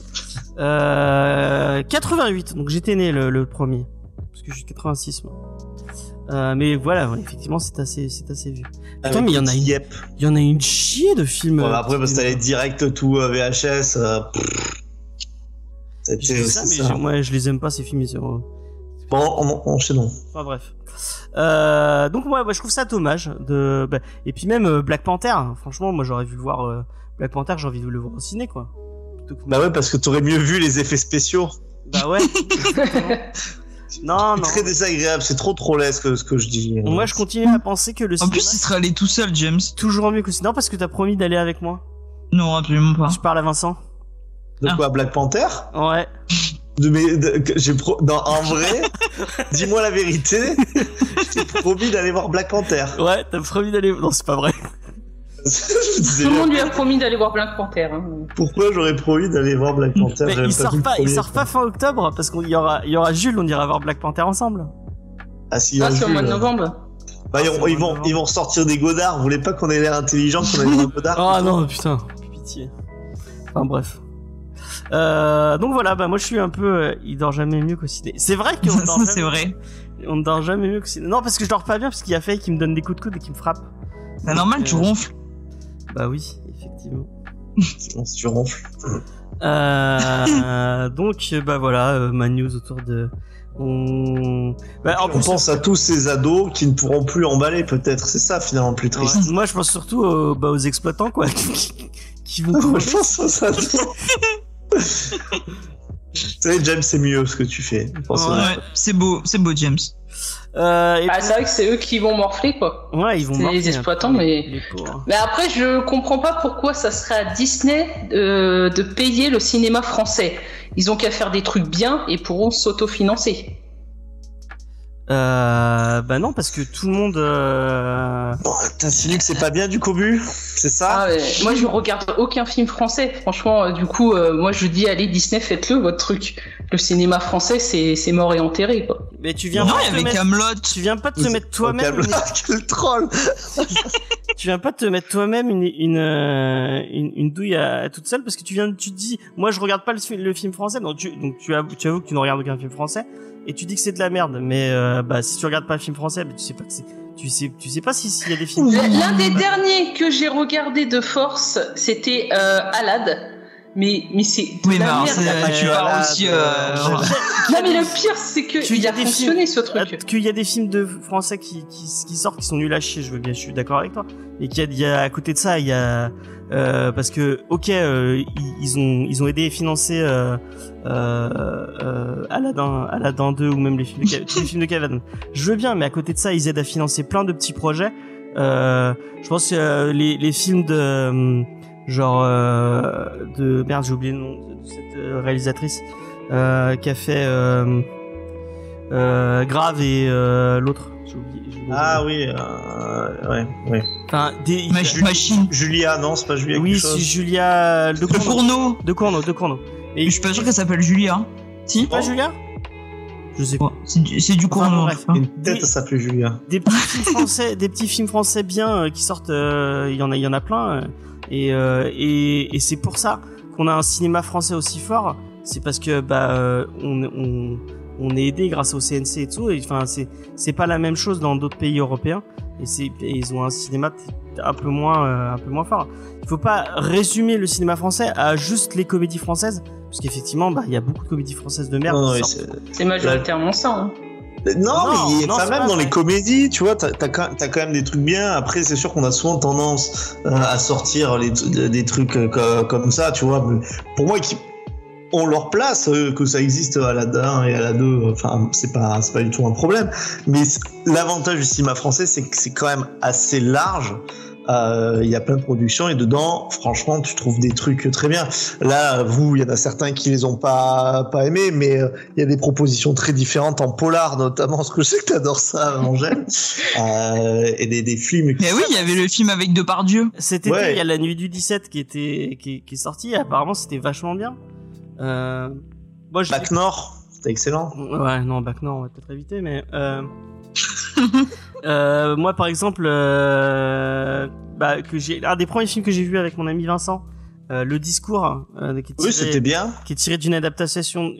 88. Donc j'étais né le premier. Parce que je suis 86 moi. Mais voilà, ouais, effectivement, c'est assez vu. Putain, mais il y en a une. Yep. Il y en a une chier de films. Ouais, après, parce que t'allais direct tout VHS. Je dis ça, mais moi je les aime pas ces films. Bon, enchaînons. Enfin bref. Donc moi je trouve ça dommage et puis même Black Panther. Franchement, moi j'aurais vu le voir Black Panther, j'ai envie de le voir au ciné quoi. Bah ouais, parce que t'aurais mieux vu les effets spéciaux. Bah ouais. non. C'est très désagréable, c'est trop laid ce que je dis. Moi je continue à penser que le En cinéma plus, il serait allé tout seul, James. c'est toujours mieux que le cinéma. Non, parce que t'as promis d'aller avec moi. Non, absolument pas. Je parle à Vincent. De quoi, Black Panther? Ouais. En vrai, dis-moi la vérité, j'ai promis d'aller voir Black Panther. Ouais, t'as promis d'aller. Non, c'est pas vrai. Tout le monde lui a promis d'aller voir Black Panther. Hein. Pourquoi j'aurais promis d'aller voir Black Panther? Mais J'avais il sort vu le pas premier. fin octobre parce qu'il y aura Jules, on ira voir Black Panther ensemble. Ah si, il y a C'est au Jules. mois de novembre. Bah, ils vont ressortir des godards. Vous voulez pas qu'on ait l'air intelligent qu'on ait un godard? Ah non, putain, pitié. Enfin bref. Donc voilà, bah moi je suis un peu, il dort jamais mieux qu'au ciné. C'est vrai qu'on dort Ça, jamais. c'est vrai. On ne dort jamais mieux qu'au ciné. Non, parce que je dors pas bien parce qu'il y a Faye qui me donne des coups de coude et qui me frappe. C'est normal, tu ronfles. Bah oui, effectivement. On se ronfle. Donc bah voilà, ma news autour de. Bah, en On plus, pense à tous ces ados qui ne pourront plus emballer, peut-être. C'est ça, finalement, le plus triste. ouais, moi je pense surtout aux exploitants quoi, qui vont Moi, crever. je pense aux ados. Tu sais, James, c'est mieux ce que tu fais. Je pense Ouais. Ouais, c'est beau, James. Et Ah, puis- c'est vrai que c'est eux qui vont morfler, quoi. ouais, ils vont c'est marquer, les exploitants, hein, mais- les pauvres. Mais après, je comprends pas pourquoi ça serait à Disney de payer le cinéma français. Ils ont qu'à faire des trucs bien et pourront s'autofinancer. Bah non, parce que tout le monde. Bon, t'as fini que c'est pas bien du cobu? C'est ça? Ah, ouais. Moi, je regarde aucun film français. Franchement, du coup, moi, je dis, allez, Disney, faites-le, votre truc. Le cinéma français, c'est mort et enterré, quoi. Mais tu viens Non, pas il y de te avait mettre. Camelot. Tu viens pas de te mettre toi-même. Quel troll! Tu viens pas de te mettre toi-même une douille à toute seule parce que tu te dis, moi je regarde pas le film français, donc tu avoues que tu ne regardes aucun film français et tu dis que c'est de la merde. Mais bah si tu regardes pas le film français, bah, tu sais pas que c'est, tu sais pas s'il y a des films. L'un des derniers que j'ai regardé de force, c'était Alad. Mais c'est de Oui, mais la alors, merde. tu parles aussi. Non, mais le pire, c'est que Tu il y a a des fonctionné, ce truc. Qu'il y a des films de français qui sortent qui sont nuls à chier, je suis d'accord avec toi. Et qu'il y a à côté de ça, il y a parce que ils ont aidé et financé Aladdin 2 ou même les films tous les films de Kevin. Je veux bien, mais à côté de ça, ils aident à financer plein de petits projets. Je pense que les films de de merde, j'ai oublié le nom de cette réalisatrice qui a fait Grave et l'autre. J'ai oublié. Ah oui, ouais. Enfin, Machine. Julia, non, c'est pas Julia. oui, quelque chose. c'est Julia De Cournot. De Cournot. Et Je suis pas sûr qu'elle s'appelle Julia. Hein. Si? pas Julia. Je sais pas. Ouais, c'est du Enfin, Cournot. bref. hein. Une tête, ça s'appelle Julia. Des petits films français bien qui sortent. Il y en a plein. Et c'est pour ça qu'on a un cinéma français aussi fort. C'est parce que on est aidé grâce au CNC et tout. Enfin, c'est pas la même chose dans d'autres pays européens. Et ils ont un cinéma un peu moins fort. Il faut pas résumer le cinéma français à juste les comédies françaises, parce qu'effectivement, il y a beaucoup de comédies françaises de merde. Non, qui oui, sortent. C'est majoritairement ça. Hein. Non, mais non, enfin, c'est même pas dans vrai. les comédies, tu vois, t'as quand même des trucs bien. Après, c'est sûr qu'on a souvent tendance à sortir des trucs comme ça, tu vois. Mais pour moi, qui ont leur place, que ça existe à la 1 et à la 2, enfin, c'est pas du tout un problème. Mais l'avantage du cinéma français, c'est que c'est quand même assez large. Il y a plein de productions et dedans, franchement, tu trouves des trucs très bien. Là, il y en a certains qui les ont pas aimés, mais il y a des propositions très différentes en polar, notamment, parce que je sais que t'adores ça, Angèle. Et des films. Mais oui, il y avait le film avec Depardieu. Cet été, il y a La Nuit du 17 qui est sorti. Et apparemment, c'était vachement bien. Moi, Bac Nord, c'était excellent. Ouais, non, Bac Nord, on va peut-être éviter, mais moi, par exemple, un des premiers films que j'ai vu avec mon ami Vincent, Le Discours, c'était bien, qui est tiré d'une adaptation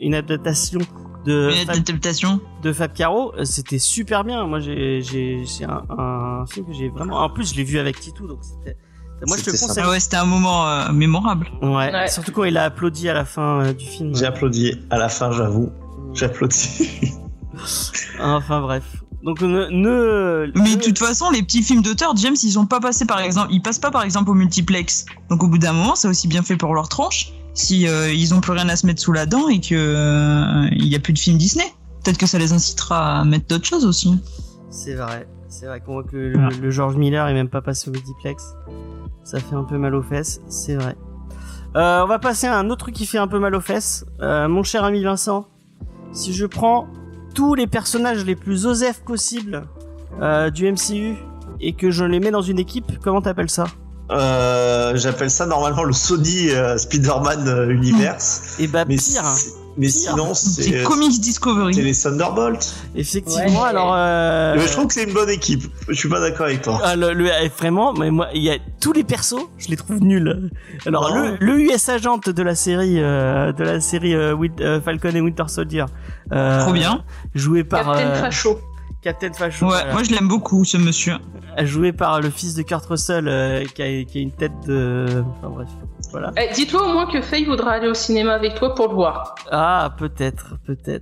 de Fab Caro, c'était super bien. Moi, c'est un film que j'ai vraiment. En plus, je l'ai vu avec Titou, donc c'était. Moi, je te conseille. Ah ouais, c'était un moment mémorable. Ouais. Surtout quand il a applaudi à la fin du film. J'ai applaudi à la fin, j'avoue. J'ai applaudi. Enfin bref. Donc mais de toute façon, les petits films d'auteur, James, ils passent pas par exemple au multiplex. Donc au bout d'un moment, c'est aussi bien fait pour leur tronche. Si ils ont plus rien à se mettre sous la dent et que il y a plus de films Disney, peut-être que ça les incitera à mettre d'autres choses aussi. C'est vrai qu'on voit que le George Miller est même pas passé au multiplex. Ça fait un peu mal aux fesses, c'est vrai. On va passer à un autre truc qui fait un peu mal aux fesses. Mon cher ami Vincent, si je prends tous les personnages les plus OSEF possibles du MCU et que je les mets dans une équipe, comment t'appelles ça? J'appelle ça normalement le Sony Spider-Man Universe. Et bah pire. Mais sinon, c'est Comics Discovery. C'est les Thunderbolts. Effectivement, ouais. Alors. Mais je trouve que c'est une bonne équipe. Je suis pas d'accord avec toi. Vraiment, mais moi, il y a tous les persos, je les trouve nuls. Alors le US Agent de la série, Falcon et Winter Soldier. Trop bien. Joué par Captain Facho. Ouais, moi je l'aime beaucoup ce monsieur. Joué par le fils de Kurt Russell, qui a une tête de. Enfin bref. Voilà. Dis-toi au moins que Faye voudra aller au cinéma avec toi pour le voir. Ah, peut-être.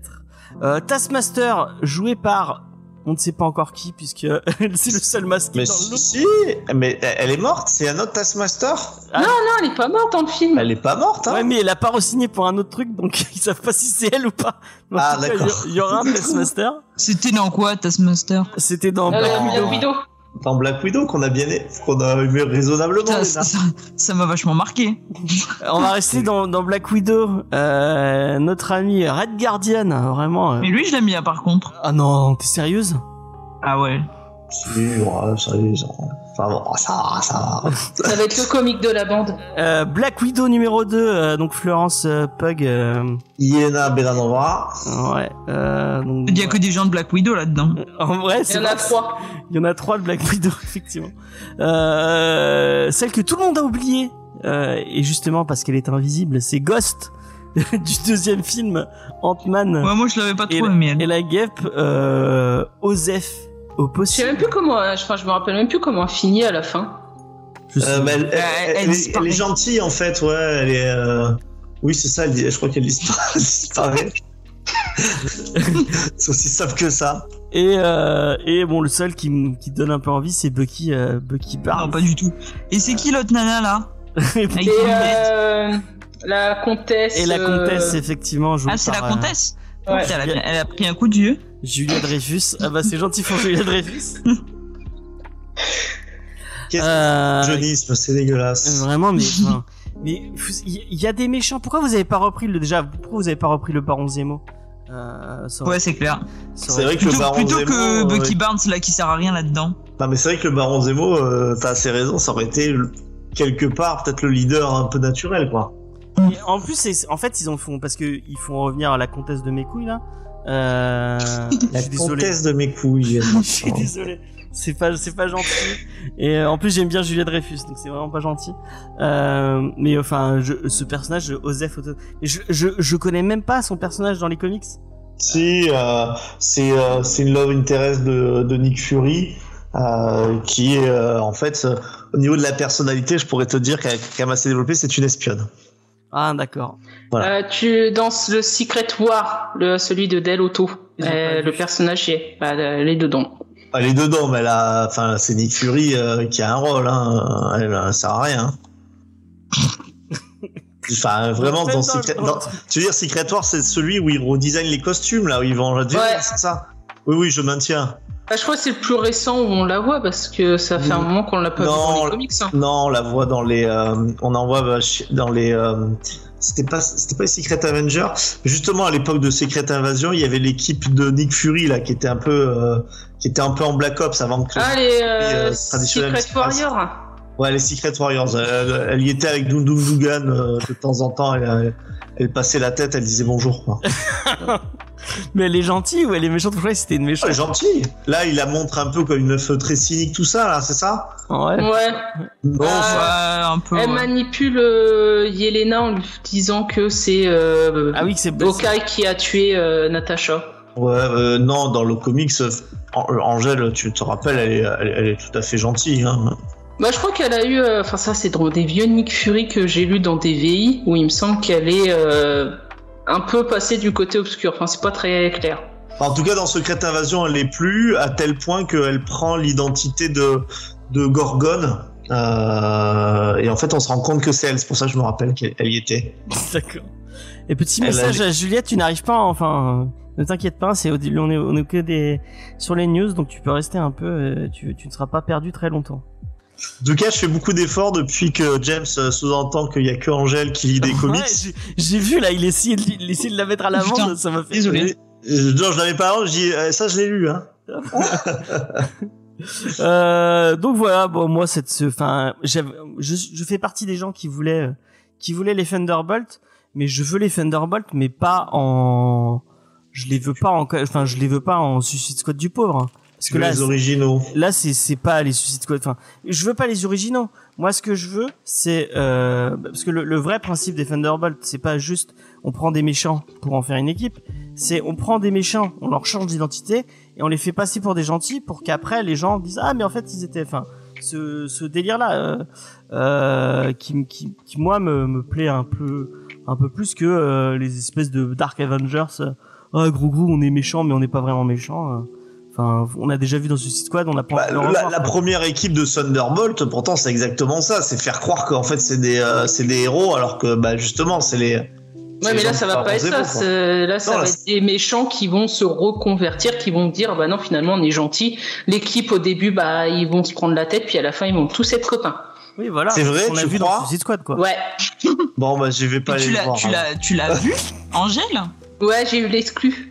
Taskmaster, joué par on ne sait pas encore qui, puisque c'est le seul masqué dans le lot. Si, mais elle est morte, c'est un autre Taskmaster. Non, elle est pas morte dans le film. Elle est pas morte, hein. Ouais, mais elle a pas re-signé pour un autre truc, donc ils savent pas si c'est elle ou pas. Donc, d'accord. Il y aura un Taskmaster. C'était dans quoi, Taskmaster? C'était dans Black Widow. Dans Black Widow qu'on a aimé raisonnablement. Ça m'a vachement marqué. On va rester dans Black Widow. Notre ami Red Guardian, vraiment. Mais lui, je l'aime bien par contre. Ah non, t'es sérieuse? Ah ouais. Si, ouais, sérieuse. Ça va. Ça va être le comique de la bande. Black Widow numéro 2, donc Florence Pugh. Yelena Belanova. Ouais. Il y a que des gens de Black Widow là-dedans. En vrai, c'est Il y en a 3. Il y en a 3 de Black Widow, effectivement. Celle que tout le monde a oubliée, et justement parce qu'elle est invisible, c'est Ghost du deuxième film Ant-Man. Ouais, moi je l'avais pas trop aimé. Et la guêpe Osef au possible. Je sais même plus comment. Je me rappelle même plus comment elle finit à la fin. Elle est gentille en fait, ouais. Elle est. Oui, c'est ça. Je crois qu'elle disparaît. C'est aussi simple que ça. Et bon, le seul qui donne un peu envie, c'est Bucky Barnes. Non, pas du tout. Et c'est qui l'autre nana là? La comtesse. Et la comtesse, effectivement. Ah, c'est la comtesse. Ouais. Elle a pris un coup de vieux. Julia Dreyfus. Ah bah c'est gentil pour Julia Dreyfus. Qu'est-ce que c'est jeunisme, c'est dégueulasse. Vraiment, mais il y a des méchants. Pourquoi vous avez pas repris le Baron Zemo? Ouais, c'est clair. C'est vrai que le Baron plutôt Zemo, que Bucky Barnes là qui sert à rien là-dedans. Non, mais c'est vrai que le Baron Zemo, t'as assez raison, ça aurait été quelque part peut-être le leader un peu naturel, quoi. Et en plus, en fait, ils font revenir la comtesse de mes couilles là. La comtesse de mes couilles. Je suis désolé. C'est pas gentil. Et en plus, j'aime bien Julia Dreyfus, donc c'est vraiment pas gentil. Mais enfin, ce personnage, Osef, je connais même pas son personnage dans les comics. Si, c'est une love interest de Nick Fury. Qui est en fait au niveau de la personnalité, je pourrais te dire qu'elle a quand même assez développé, c'est une espionne. Ah d'accord. Voilà. Tu danses le Secret War, celui de Del Otto. Le personnage elle est dedans. Elle est dedans, mais c'est Nick Fury qui a un rôle, hein. Elle sert à rien. Enfin, vraiment, tu veux dire Secret War, c'est celui où ils redesignent les costumes, là, où ils vont, c'est ça? Oui, je maintiens. Je crois que c'est le plus récent où on la voit parce que ça fait un moment qu'on l'a pas vu dans les comics. Non, on la voit dans les. On en voit dans les. C'était pas les Secret Avengers. Justement, à l'époque de Secret Invasion, il y avait l'équipe de Nick Fury là qui était un peu en Black Ops avant que. Les Secret Warriors. Ouais, les Secret Warriors. Elle y était avec Doom Dugan de temps en temps. Elle passait la tête, elle disait bonjour. Quoi. Mais elle est gentille ou elle est méchante? Je crois que c'était une méchante. Elle est gentille. Là, il la montre un peu comme une meuf très cynique, tout ça, là, c'est ça? Ouais. Bon, un peu. Elle manipule Yelena en lui disant que c'est que c'est Hawkeye qui a tué Natasha. Ouais, non, dans le comics, Angèle, tu te rappelles, elle est tout à fait gentille. Hein. Je crois qu'elle a eu... ça, c'est dans des vieux Nick Fury que j'ai lu dans des VI, où il me semble qu'elle est un peu passée du côté obscur. Enfin, c'est pas très clair. En tout cas, dans Secret Invasion, elle l'est plus, à tel point qu'elle prend l'identité de Gorgone. Et en fait, on se rend compte que c'est elle. C'est pour ça que je me rappelle qu'elle y était. D'accord. Et petit message à Juliette, tu n'arrives pas, ne t'inquiète pas, on est que sur les news, donc tu peux rester un peu, tu ne seras pas perdu très longtemps. En tout cas, je fais beaucoup d'efforts depuis que James sous-entend qu'il y a que Angèle qui lit des comics. Ouais, j'ai vu là, il essayait de la mettre à l'avant, ça m'a fait. Désolé. Non, je l'avais pas avant, je dis ça, je l'ai lu, hein. Donc voilà, bon, moi je fais partie des gens qui voulaient les Thunderbolts, mais je veux les Thunderbolts, mais pas je les veux pas en Suicide Squad du pauvre. Parce que là, les originaux. Là, c'est pas les Suicide Squad. Je veux pas les originaux. Moi, ce que je veux, c'est parce que le vrai principe des Thunderbolts, c'est pas juste on prend des méchants pour en faire une équipe. C'est on prend des méchants, on leur change d'identité et on les fait passer pour des gentils pour qu'après les gens disent mais en fait ils étaient. Ce délire là qui moi me plaît un peu plus que les espèces de Dark Avengers. Gros, on est méchant mais on n'est pas vraiment méchant. On a déjà vu dans Suicide Squad, on a pas la première équipe de Thunderbolt, pourtant c'est exactement ça, c'est faire croire qu'en fait c'est des héros alors que justement c'est les. Ouais, mais là ça va pas être ça. Ça va être des méchants qui vont se reconvertir, qui vont dire non, finalement on est gentil. L'équipe au début ils vont se prendre la tête, puis à la fin ils vont tous être copains. Oui, voilà. C'est vrai, on a vu dans Suicide Squad quoi. Ouais. Bon je vais pas aller voir. Tu l'as vu, Angèle? Ouais, j'ai eu l'exclu.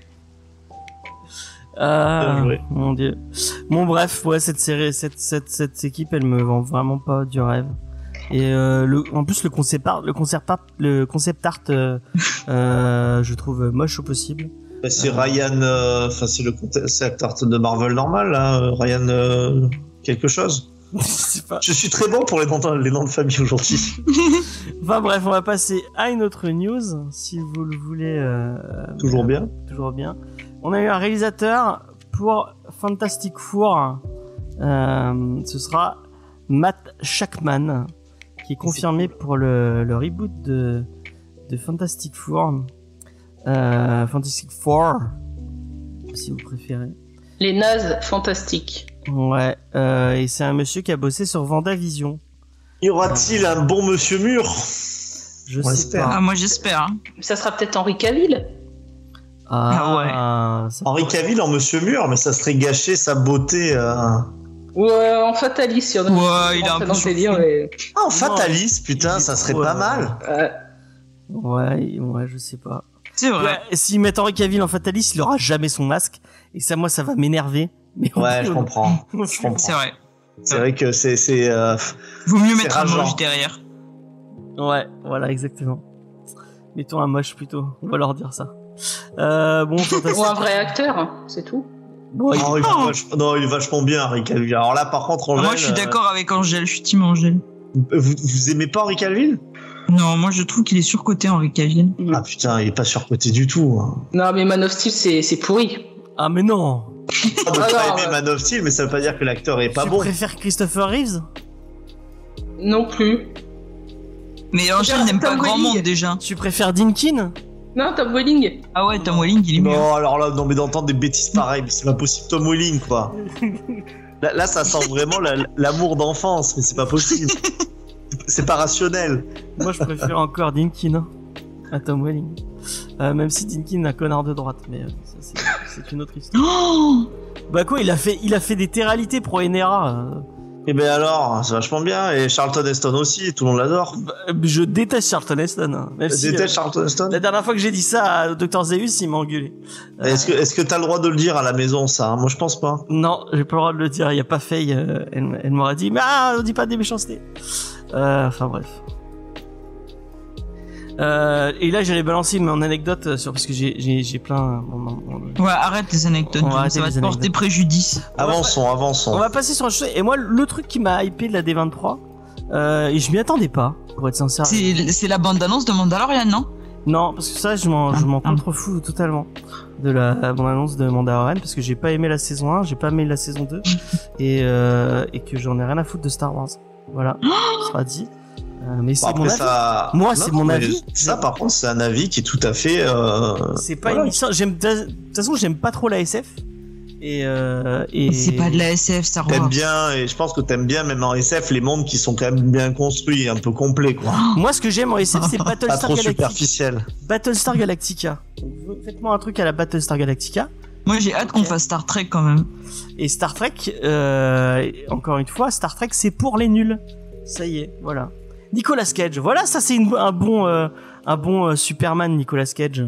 Mon dieu. Bon bref, ouais, cette série, cette équipe, elle me vend vraiment pas du rêve. Et en plus le concept art, je trouve moche au possible. C'est Ryan, c'est le concept art de Marvel normal, là, Ryan quelque chose. Je suis très bon pour les noms de famille aujourd'hui. Bref, on va passer à une autre news, si vous le voulez. Toujours bien. On a eu un réalisateur pour Fantastic Four. Ce sera Matt Shakman, qui est confirmé pour le reboot de Fantastic Four. Fantastic Four, si vous préférez. Les nazes fantastiques. Ouais, et c'est un monsieur qui a bossé sur WandaVision. Y aura-t-il un bon Monsieur Mur? Je sais pas. Moi j'espère. Ça sera peut-être Henry Cavill. Henry Cavill en Monsieur Mur, mais ça serait gâcher sa beauté. Ouais, en Fatalis, il y en a. Ouais, il a un peu délire. En Fatalis, putain, ça serait pas mal. Ouais, je sais pas. C'est vrai. Ouais, s'ils mettent Henry Cavill en Fatalis, il aura jamais son masque. Et ça, moi, ça va m'énerver. Mais ouais, je comprends. C'est vrai. C'est vrai que c'est. Vaut mieux mettre un moche derrière. Ouais, voilà, exactement. Mettons un moche plutôt. On va leur dire ça. Ou un vrai acteur, c'est tout. Bon, il est vachement bien, Henry Cavill. Alors là, par contre, Angèle. Moi, je suis d'accord avec Angèle. Je suis team Angèle. Vous aimez pas Henry Cavill? Non, moi je trouve qu'il est surcoté, Henry Cavill. Ah putain, il est pas surcoté du tout. Hein. Non, mais Man of Steel, c'est pourri. Ah, mais non. On peut pas aimer Man of Steel, mais ça veut pas dire que l'acteur est pas bon. Tu préfères Christopher Reeves? Non plus. Mais Angèle n'aime pas grand monde déjà. Tu préfères Dinkin? Non, Tom Welling. Ah ouais, Tom Welling, il est mieux. Non, alors là, non, mais d'entendre des bêtises pareilles, mais c'est pas possible. Tom Welling, quoi. Là, ça sent vraiment l'amour d'enfance, mais c'est pas possible. C'est pas rationnel. Moi, je préfère encore Dinkin à Tom Welling. Même si Dinkin est un connard de droite, mais ça, c'est une autre histoire. Oh Bah quoi, il a fait des télé-réalités pour Enera. Et ben alors, c'est vachement bien. Et Charlton Heston aussi, tout le monde l'adore. Je déteste Charlton Heston. Hein. Même si, Charlton Heston. La dernière fois que j'ai dit ça à Dr Zeus, il m'a engueulé. Est-ce que t'as le droit de le dire à la maison, ça? Moi, je pense pas. Non, j'ai pas le droit de le dire. Il y a pas Faye. Elle m'aura dit, mais on dit pas des méchancetés. Enfin bref. Et là, j'allais balancer mon anecdote sur parce que j'ai plein. Ouais, arrête les anecdotes. Ça va te porter préjudice. Avançons. On va passer sur un chose. Et moi, le truc qui m'a hypé de la D23, et je m'y attendais pas, pour être sincère. C'est la bande d'annonce de Mandalorian, non? Non, parce que ça, je m'en contrefous totalement de la bande annonce de Mandalorian parce que j'ai pas aimé la saison 1, j'ai pas aimé la saison 2 et que j'en ai rien à foutre de Star Wars. Voilà, ce sera dit. Mais c'est mon avis. Ça... Moi, c'est mon avis. Ça, par contre, c'est un avis qui est tout à fait. C'est pas une mission. De toute façon, j'aime pas trop la SF. Et c'est pas de la SF, ça t'aimes bien, et je pense que t'aimes bien même en SF les mondes qui sont quand même bien construits, un peu complets, quoi. Moi, ce que j'aime en SF, c'est Battlestar Galactica. Pas trop superficiel. Battlestar Galactica. Faites-moi un truc à la Battlestar Galactica. Moi, j'ai hâte qu'on fasse Star Trek quand même. Et Star Trek, encore une fois, Star Trek, c'est pour les nuls. Ça y est, voilà. Nicolas Cage, voilà, ça c'est un bon Superman, Nicolas Cage.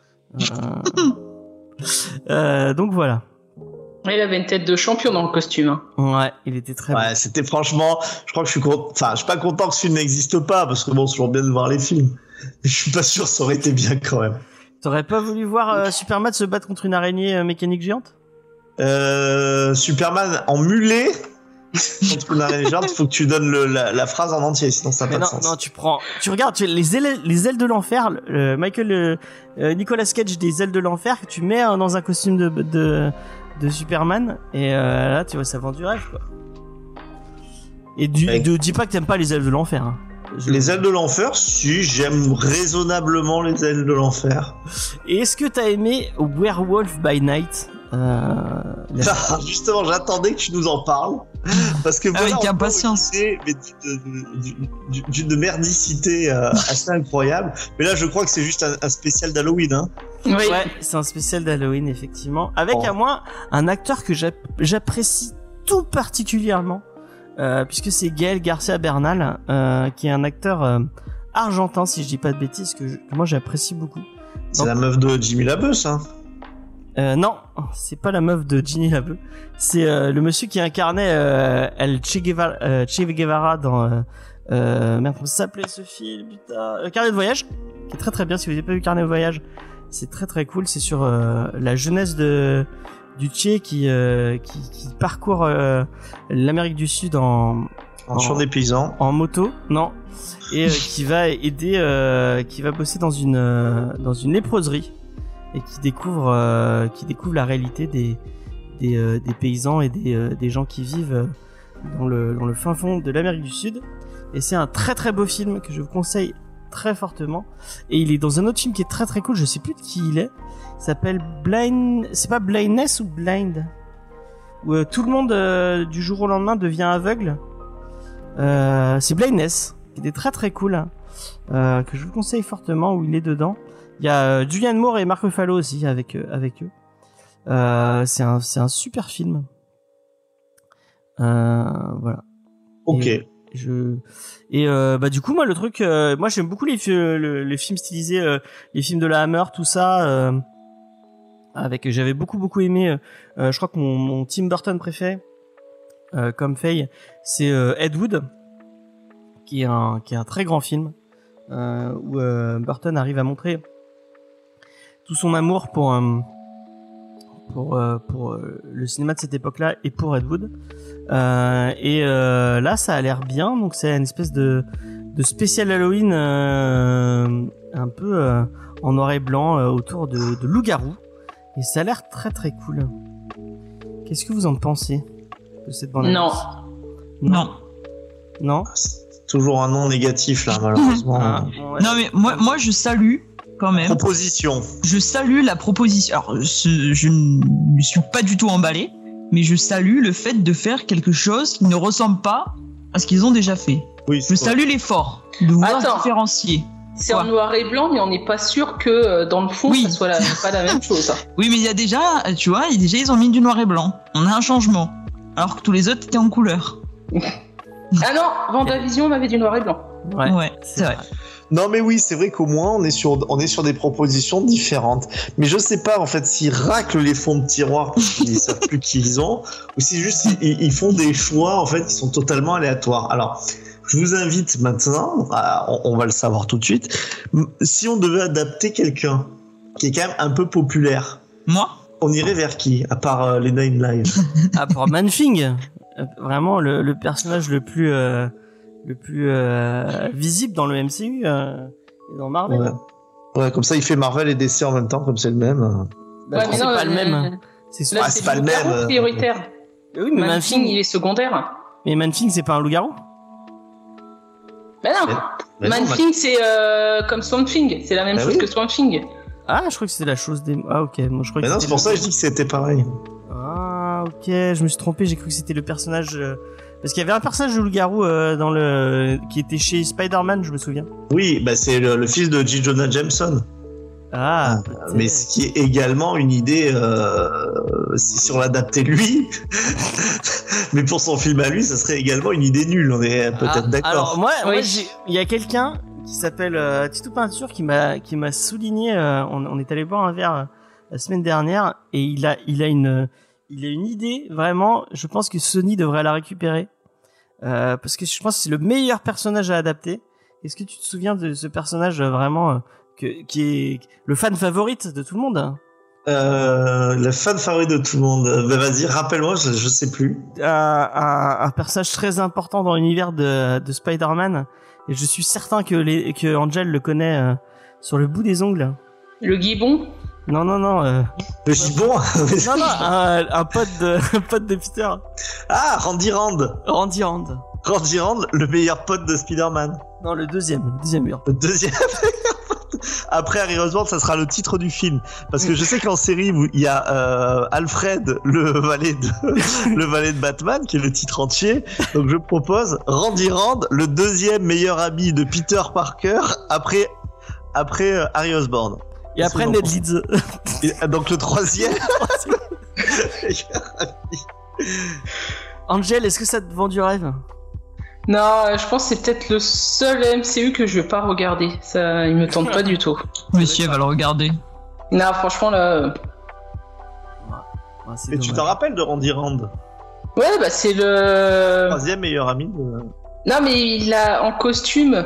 Donc voilà. Il avait une tête de champion dans le costume. Hein. Ouais, il était très bon. Ouais, c'était franchement, je crois que je suis content, enfin, je suis pas content que ce film n'existe pas, parce que bon, c'est toujours bien de voir les films. Mais je suis pas sûr que ça aurait été bien quand même. T'aurais pas voulu voir Superman se battre contre une araignée mécanique géante? Superman en mulet contre une araignée géante, il faut que tu donnes la phrase en entier, sinon ça n'a pas de sens. Non, tu regardes les ailes de l'enfer, Nicolas Cage des ailes de l'enfer que tu mets dans un costume de Superman, et là tu vois, ça vend du rêve, quoi. Et dis pas que t'aimes pas les ailes de l'enfer. Hein. Les ailes de l'enfer, si, j'aime raisonnablement les ailes de l'enfer. Et est-ce que t'as aimé Werewolf by Night? Justement, j'attendais que tu nous en parles, parce que avec impatience, d'une merdicité assez incroyable. Mais là, je crois que c'est juste un spécial d'Halloween, hein. Oui. Ouais, c'est un spécial d'Halloween, effectivement, avec à moi un acteur que j'apprécie tout particulièrement, puisque c'est Gaël Garcia Bernal, qui est un acteur argentin, si je dis pas de bêtises, que moi j'apprécie beaucoup. C'est la meuf de Jimmy LaBeouf, ça. Non, c'est pas la meuf de Ginny Labeu. C'est le monsieur qui incarnait El Che Guevara dans merde, comment ça s'appelait ce film, putain, Carnet de voyage, qui est très très bien. Si vous n'avez pas vu Carnet de voyage, c'est très très cool. C'est sur la jeunesse du Che qui parcourt l'Amérique du Sud en champ des paysans, en moto, non, et qui va aider, qui va bosser dans une léproserie. Et qui découvre la réalité des paysans et des gens qui vivent dans le fin fond de l'Amérique du Sud. Et c'est un très très beau film que je vous conseille très fortement. Et il est dans un autre film qui est très très cool, je sais plus de qui il est. Il s'appelle Blind, c'est pas Blindness ou Blind, où tout le monde du jour au lendemain devient aveugle. C'est Blindness, qui était très très cool, que je vous conseille fortement, où il est dedans. Il y a Julianne Moore et Mark Ruffalo aussi avec eux. C'est un super film. Voilà. Ok. Et du coup, moi, le truc, moi, j'aime beaucoup les films stylisés, les films de la Hammer, tout ça. J'avais beaucoup aimé. Je crois que mon Tim Burton préféré, comme Faye, c'est Ed Wood, qui est un très grand film où Burton arrive à montrer tout son amour pour le cinéma de cette époque-là et pour Ed Wood. Là, ça a l'air bien. Donc, c'est une espèce de spécial Halloween un peu en noir et blanc autour de loups-garous. Et ça a l'air très très cool. Qu'est-ce que vous en pensez de cette bande? Non. C'est toujours un nom négatif là, malheureusement. Ouais. Non mais moi je salue quand même. Proposition. Je salue la proposition. Alors je ne suis pas du tout emballé, mais je salue le fait de faire quelque chose qui ne ressemble pas à ce qu'ils ont déjà fait. Oui, je salue l'effort de vouloir différencier. C'est en noir et blanc, mais on n'est pas sûr que dans le fond, ça soit pas la même chose. Oui, mais il y a déjà, tu vois, ils ont mis du noir et blanc. On a un changement. Alors que tous les autres étaient en couleur. Ah non, Vendavision, on avait du noir et blanc. Ouais, c'est vrai. Non mais oui, c'est vrai qu'au moins on est sur des propositions différentes. Mais je sais pas en fait s'ils raclent les fonds de tiroir parce qu'ils savent plus qui ils ont, ou si juste ils font des choix en fait qui sont totalement aléatoires. Alors, je vous invite maintenant, on va le savoir tout de suite, si on devait adapter quelqu'un qui est quand même un peu populaire, moi, on irait vers qui à part les Nine Lives? Ah, pour Man-Thing, vraiment le personnage le plus visible dans le MCU et dans Marvel. Ouais, comme ça il fait Marvel et DC en même temps, comme c'est le même. Bah, c'est pas le même. C'est pas le même. Prioritaire. Oui, mais Man-Thing, il est secondaire. Mais Man-Thing, c'est pas un loup-garou? Ben non. Man-Thing, c'est comme Swamp Thing. C'est la même chose que Swamp Thing. Ah, je crois que c'était la chose des... Ah, ok. Moi, je crois que non, c'est pour ça que je dis que c'était pareil. Ah, ok. Je me suis trompé. J'ai cru que c'était le personnage... Parce qu'il y avait un personnage de loup-garou qui était chez Spider-Man, je me souviens. Oui, bah c'est le fils de J. Jonah Jameson. Ah, mais ce qui est également une idée, si on l'adaptait lui, mais pour son film à lui, ça serait également une idée nulle, on est peut-être d'accord. Alors moi il y a quelqu'un qui s'appelle Tito Peinture qui m'a souligné, on est allé boire un verre la semaine dernière, et il a une idée, vraiment, je pense que Sony devrait la récupérer, parce que je pense que c'est le meilleur personnage à adapter. Est-ce que tu te souviens de ce personnage vraiment qui est le fan favorite de tout le monde? Le fan favori de tout le monde. Bah vas-y, rappelle-moi, je sais plus. Un personnage très important dans l'univers de Spider-Man, et je suis certain que Angel le connaît sur le bout des ongles. Le Gibbon? Non. Le Gibbon? Non, un pote de Peter. Ah, Randy Rand, le meilleur pote de Spider-Man. Non, le deuxième meilleur. Le deuxième. Après Harry Osborn, ça sera le titre du film, parce que je sais qu'en série il y a Alfred, le valet de Batman, qui est le titre entier. Donc je propose Randy Rand, le deuxième meilleur ami de Peter Parker après Harry Osborn. Et après Ned Leeds. Donc le troisième. Angel, est-ce que ça te vend du rêve? Non, je pense que c'est peut-être le seul MCU que je vais pas regarder. Ça, il me tente pas du tout. Mais si, elle va le regarder. Non, franchement, là... Mais tu t'en rappelles de Randy Rand? Ouais, bah c'est le... troisième meilleur ami de... Non, mais il a en costume...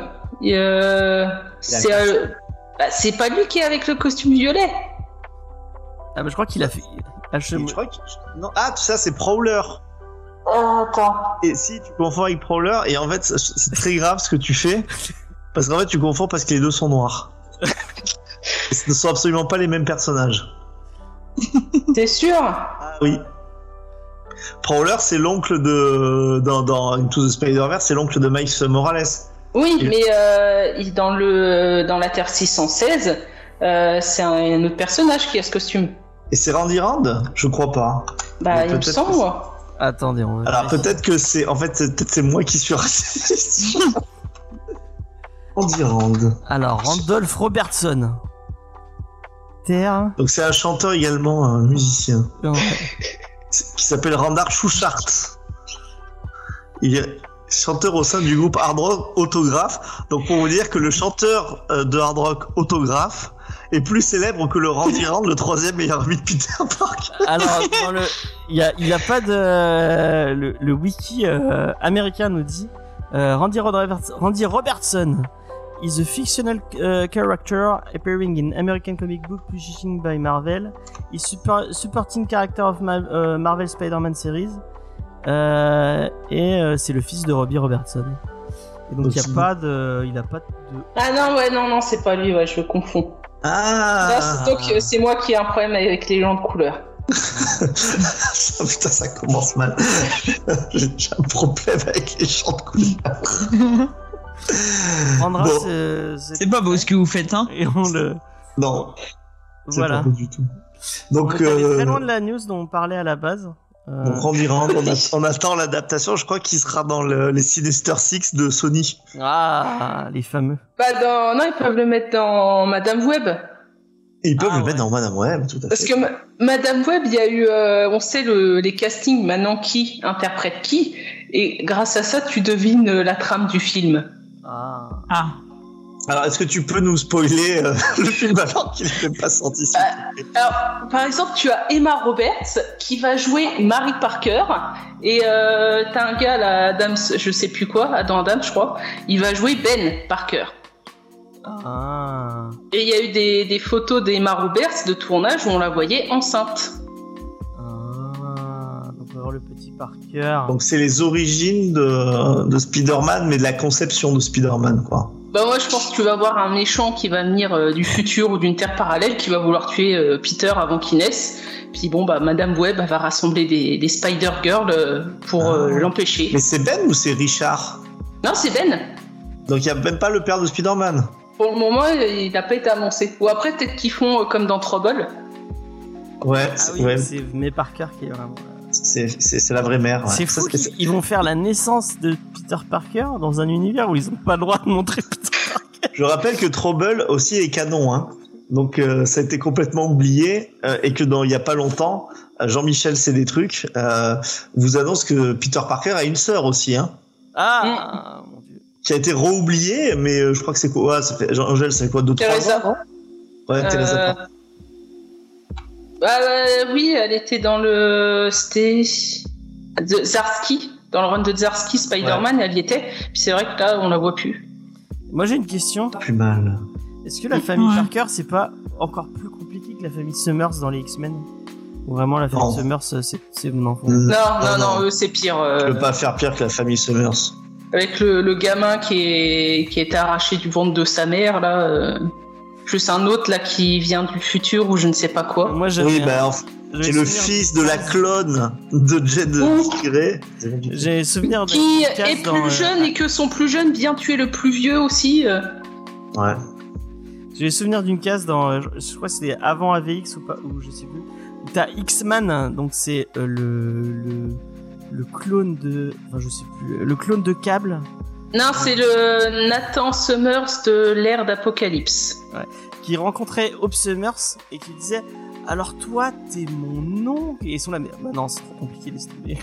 c'est pas lui qui est avec le costume violet. Ah, mais je crois qu'il a fait... Non, tout ça, c'est Prowler. Attends. Et si tu confonds avec Prowler, et en fait c'est très grave ce que tu fais, parce qu'en fait tu confonds parce que les deux sont noirs. Et ce ne sont absolument pas les mêmes personnages. T'es sûr? Ah oui. Prowler, c'est l'oncle dans Into the Spider-Verse, c'est l'oncle de Miles Morales. Oui, mais dans la Terre 616, c'est un autre personnage qui a ce costume. Et c'est Randy Rand? Je crois pas. Bah, il me semble, moi. Attendez, on va... Alors peut-être que c'est... En fait, peut-être c'est moi qui suis raciste. Randy Rand. Alors, Randolph Robertson. Terre... Donc c'est un chanteur également, un musicien. Ouais. Qui s'appelle Randar Schubert. Il est chanteur au sein du groupe Hard Rock Autograph. Donc pour vous dire que le chanteur de Hard Rock Autograph est plus célèbre que le Randy Rand, le troisième meilleur ami de Peter Parker. Alors, il y a pas de... Le wiki américain nous dit Randy Robertson is a fictional character appearing in American comic book publishing by Marvel. Is supporting character of Marvel Spider-Man series. Et c'est le fils de Robbie Robertson. Et donc il a pas de... Ah non, c'est pas lui, je confonds. Ah. Donc c'est moi qui ai un problème avec les gens de couleur. Putain, ça commence mal. J'ai un problème avec les gens de couleur. C'est pas beau ce que vous faites, hein. Et on le... Non. Voilà. C'est pas beau du tout. Donc on est très loin de la news dont on parlait à la base. Donc Randy Rand, on attend l'adaptation, je crois qu'il sera dans les Sinister Six de Sony. Ah, les fameux. Non, ils peuvent le mettre dans Madame Web. Ils peuvent le mettre dans Madame Web, tout à fait. Parce que Madame Web, il y a eu, on sait les castings, maintenant qui interprète qui, et grâce à ça, tu devines la trame du film. Ah. Alors, est-ce que tu peux nous spoiler le film alors qu'il n'est même pas sorti Alors, par exemple, tu as Emma Roberts qui va jouer Mary Parker, et t'as un gars, là, Adams, je sais plus quoi, dans Adams, je crois, il va jouer Ben Parker. Ah. Et il y a eu des photos d'Emma Roberts de tournage où on la voyait enceinte. Donc on va voir le petit Parker. Donc c'est les origines de Spider-Man, mais de la conception de Spider-Man, quoi. Bah moi je pense que tu vas voir un méchant qui va venir du futur ou d'une terre parallèle qui va vouloir tuer Peter avant qu'il naisse. Puis bon bah Madame Web elle va rassembler des Spider-Girls pour l'empêcher. Mais c'est Ben ou c'est Richard ? Non c'est Ben. Donc il n'y a même pas le père de Spider-Man. Pour le moment il n'a pas été annoncé. Ou après peut-être qu'ils font comme dans Trouble. Ouais, c'est May Parker qui est vraiment... C'est la vraie mère. Ouais. C'est fou qu'ils vont faire la naissance de Peter Parker dans un univers où ils n'ont pas le droit de montrer Peter Parker. Je rappelle que Trouble aussi est canon, hein. Donc ça a été complètement oublié et que il y a pas longtemps, Jean-Michel sait des trucs, vous annonce que Peter Parker a une sœur aussi, hein. Ah mon Dieu. Qui a été re-oubliée, mais je crois que c'est quoi, Angèle, ça fait quoi, 2-3 ans, non ? Ouais, Teresa. Oui, elle était dans c'était Zdarsky, dans le run de Zdarsky, Spider-Man, elle y était. Puis c'est vrai que là, on la voit plus. Moi, j'ai une question. Plus mal. Est-ce que la famille Parker, c'est pas encore plus compliqué que la famille Summers dans les X-Men ? Ou vraiment la famille Summers, c'est non. Non, eux, c'est pire. Je peux pas faire pire que la famille Summers. Avec le gamin qui est arraché du ventre de sa mère, là. Plus un autre là qui vient du futur ou je ne sais pas quoi. Moi, c'est le fils de la clone de Jed Grey. J'ai souvenir qui est plus jeune et que son plus jeune vient tuer le plus vieux aussi. Ouais. J'ai souvenir d'une case dans, je crois que c'était avant AVX ou pas, ou je sais plus. Où t'as X-Man, donc c'est le clone de, enfin je sais plus, le clone de Cable. Non, c'est le Nathan Summers de l'ère d'Apocalypse. Ouais. Qui rencontrait Hope Summers et qui disait alors toi t'es mon oncle et ils sont la mère. Bah non, c'est trop compliqué laisse tomber.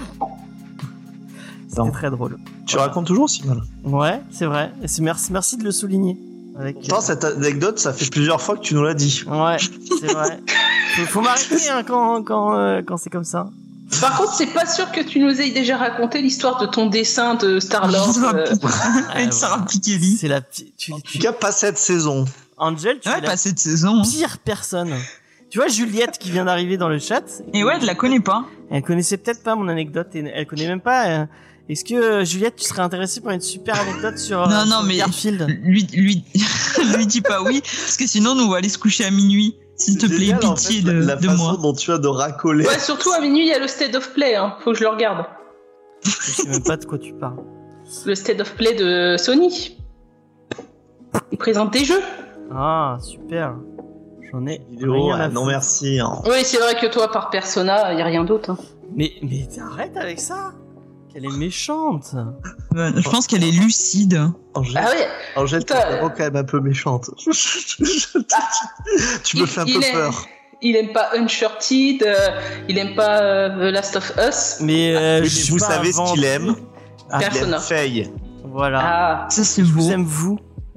C'était très drôle. Tu racontes toujours Simon ? Ouais, c'est vrai. Et merci de le souligner. Cette anecdote, ça fait plusieurs fois que tu nous l'as dit. Ouais, c'est vrai. Faut m'arrêter hein, quand c'est comme ça. Par contre, c'est pas sûr que tu nous aies déjà raconté l'histoire de ton dessin de Star-Lord. Et Sarah Pikeli. C'est la en tout cas, pas cette saison. Angel, tu es pas cette saison. Pire personne. Tu vois Juliette qui vient d'arriver dans le chat. Et ouais, elle la connaît pas. Elle connaissait peut-être pas mon anecdote et elle connaît même pas. Est-ce que Juliette, tu serais intéressée par une super anecdote sur mais Garfield ? Lui dis pas oui, parce que sinon nous on va aller se coucher à minuit. S'il te plaît, pitié de moi. La façon dont tu as de racoler. Ouais, surtout à minuit, il y a le State of Play, hein. Faut que je le regarde. Je sais même pas de quoi tu parles. Le State of Play de Sony. Il présente des jeux. Ah, super. J'en ai rien à non merci. Hein. Oui, c'est vrai que toi, par Persona, y a rien d'autre. Hein. Mais arrête avec ça. Qu'elle est méchante. Je pense qu'elle est lucide. Angèle, Angèle, t'es vraiment quand même un peu méchante. Tu me fais un peu peur. Il aime pas Uncharted, il aime pas The Last of Us. Mais vous savez ce qu'il aime. Persona. Faye. Voilà. Ah, ça c'est beau. Je vous aime vous.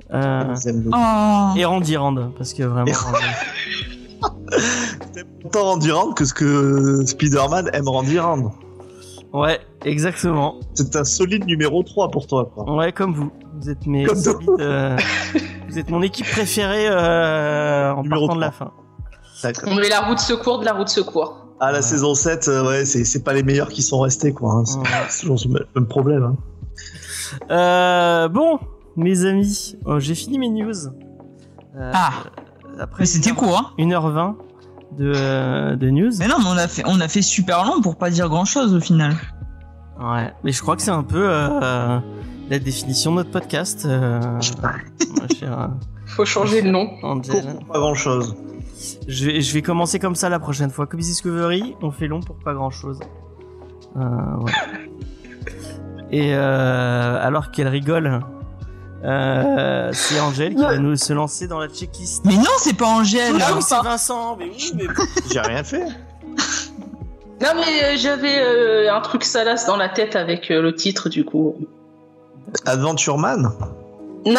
Et Randy Rand, parce que vraiment. T'aimes autant Randy Rand que ce que Spider-Man aime Randy Rand. Ouais, exactement. C'est un solide numéro 3 pour toi, quoi. Ouais, comme vous. Vous êtes mes solides, vous êtes mon équipe préférée en numéro partant 3. de la fin. D'accord. On met la roue de secours de la roue de secours. Ah, la saison 7, ouais, c'est pas les meilleurs qui sont restés, quoi. Hein. C'est toujours le même problème. Hein. Bon, mes amis, j'ai fini mes news. Après, mais c'était quoi 1h20 de news. Mais non, mais on a fait super long pour pas dire grand chose au final. Ouais, mais je crois que c'est un peu la définition de notre podcast. Ma chère, faut changer le nom. Pas grand chose. Je vais commencer comme ça la prochaine fois. Comics Discovery, on fait long pour pas grand chose. Voilà. Et alors qu'elle rigole, c'est Angèle qui va nous se lancer dans la checklist. Mais non, c'est pas Angèle. Ah oui, c'est Vincent. Mais oui, mais j'ai rien fait. Non, mais j'avais un truc salace dans la tête avec le titre, du coup. Adventure Man. Non,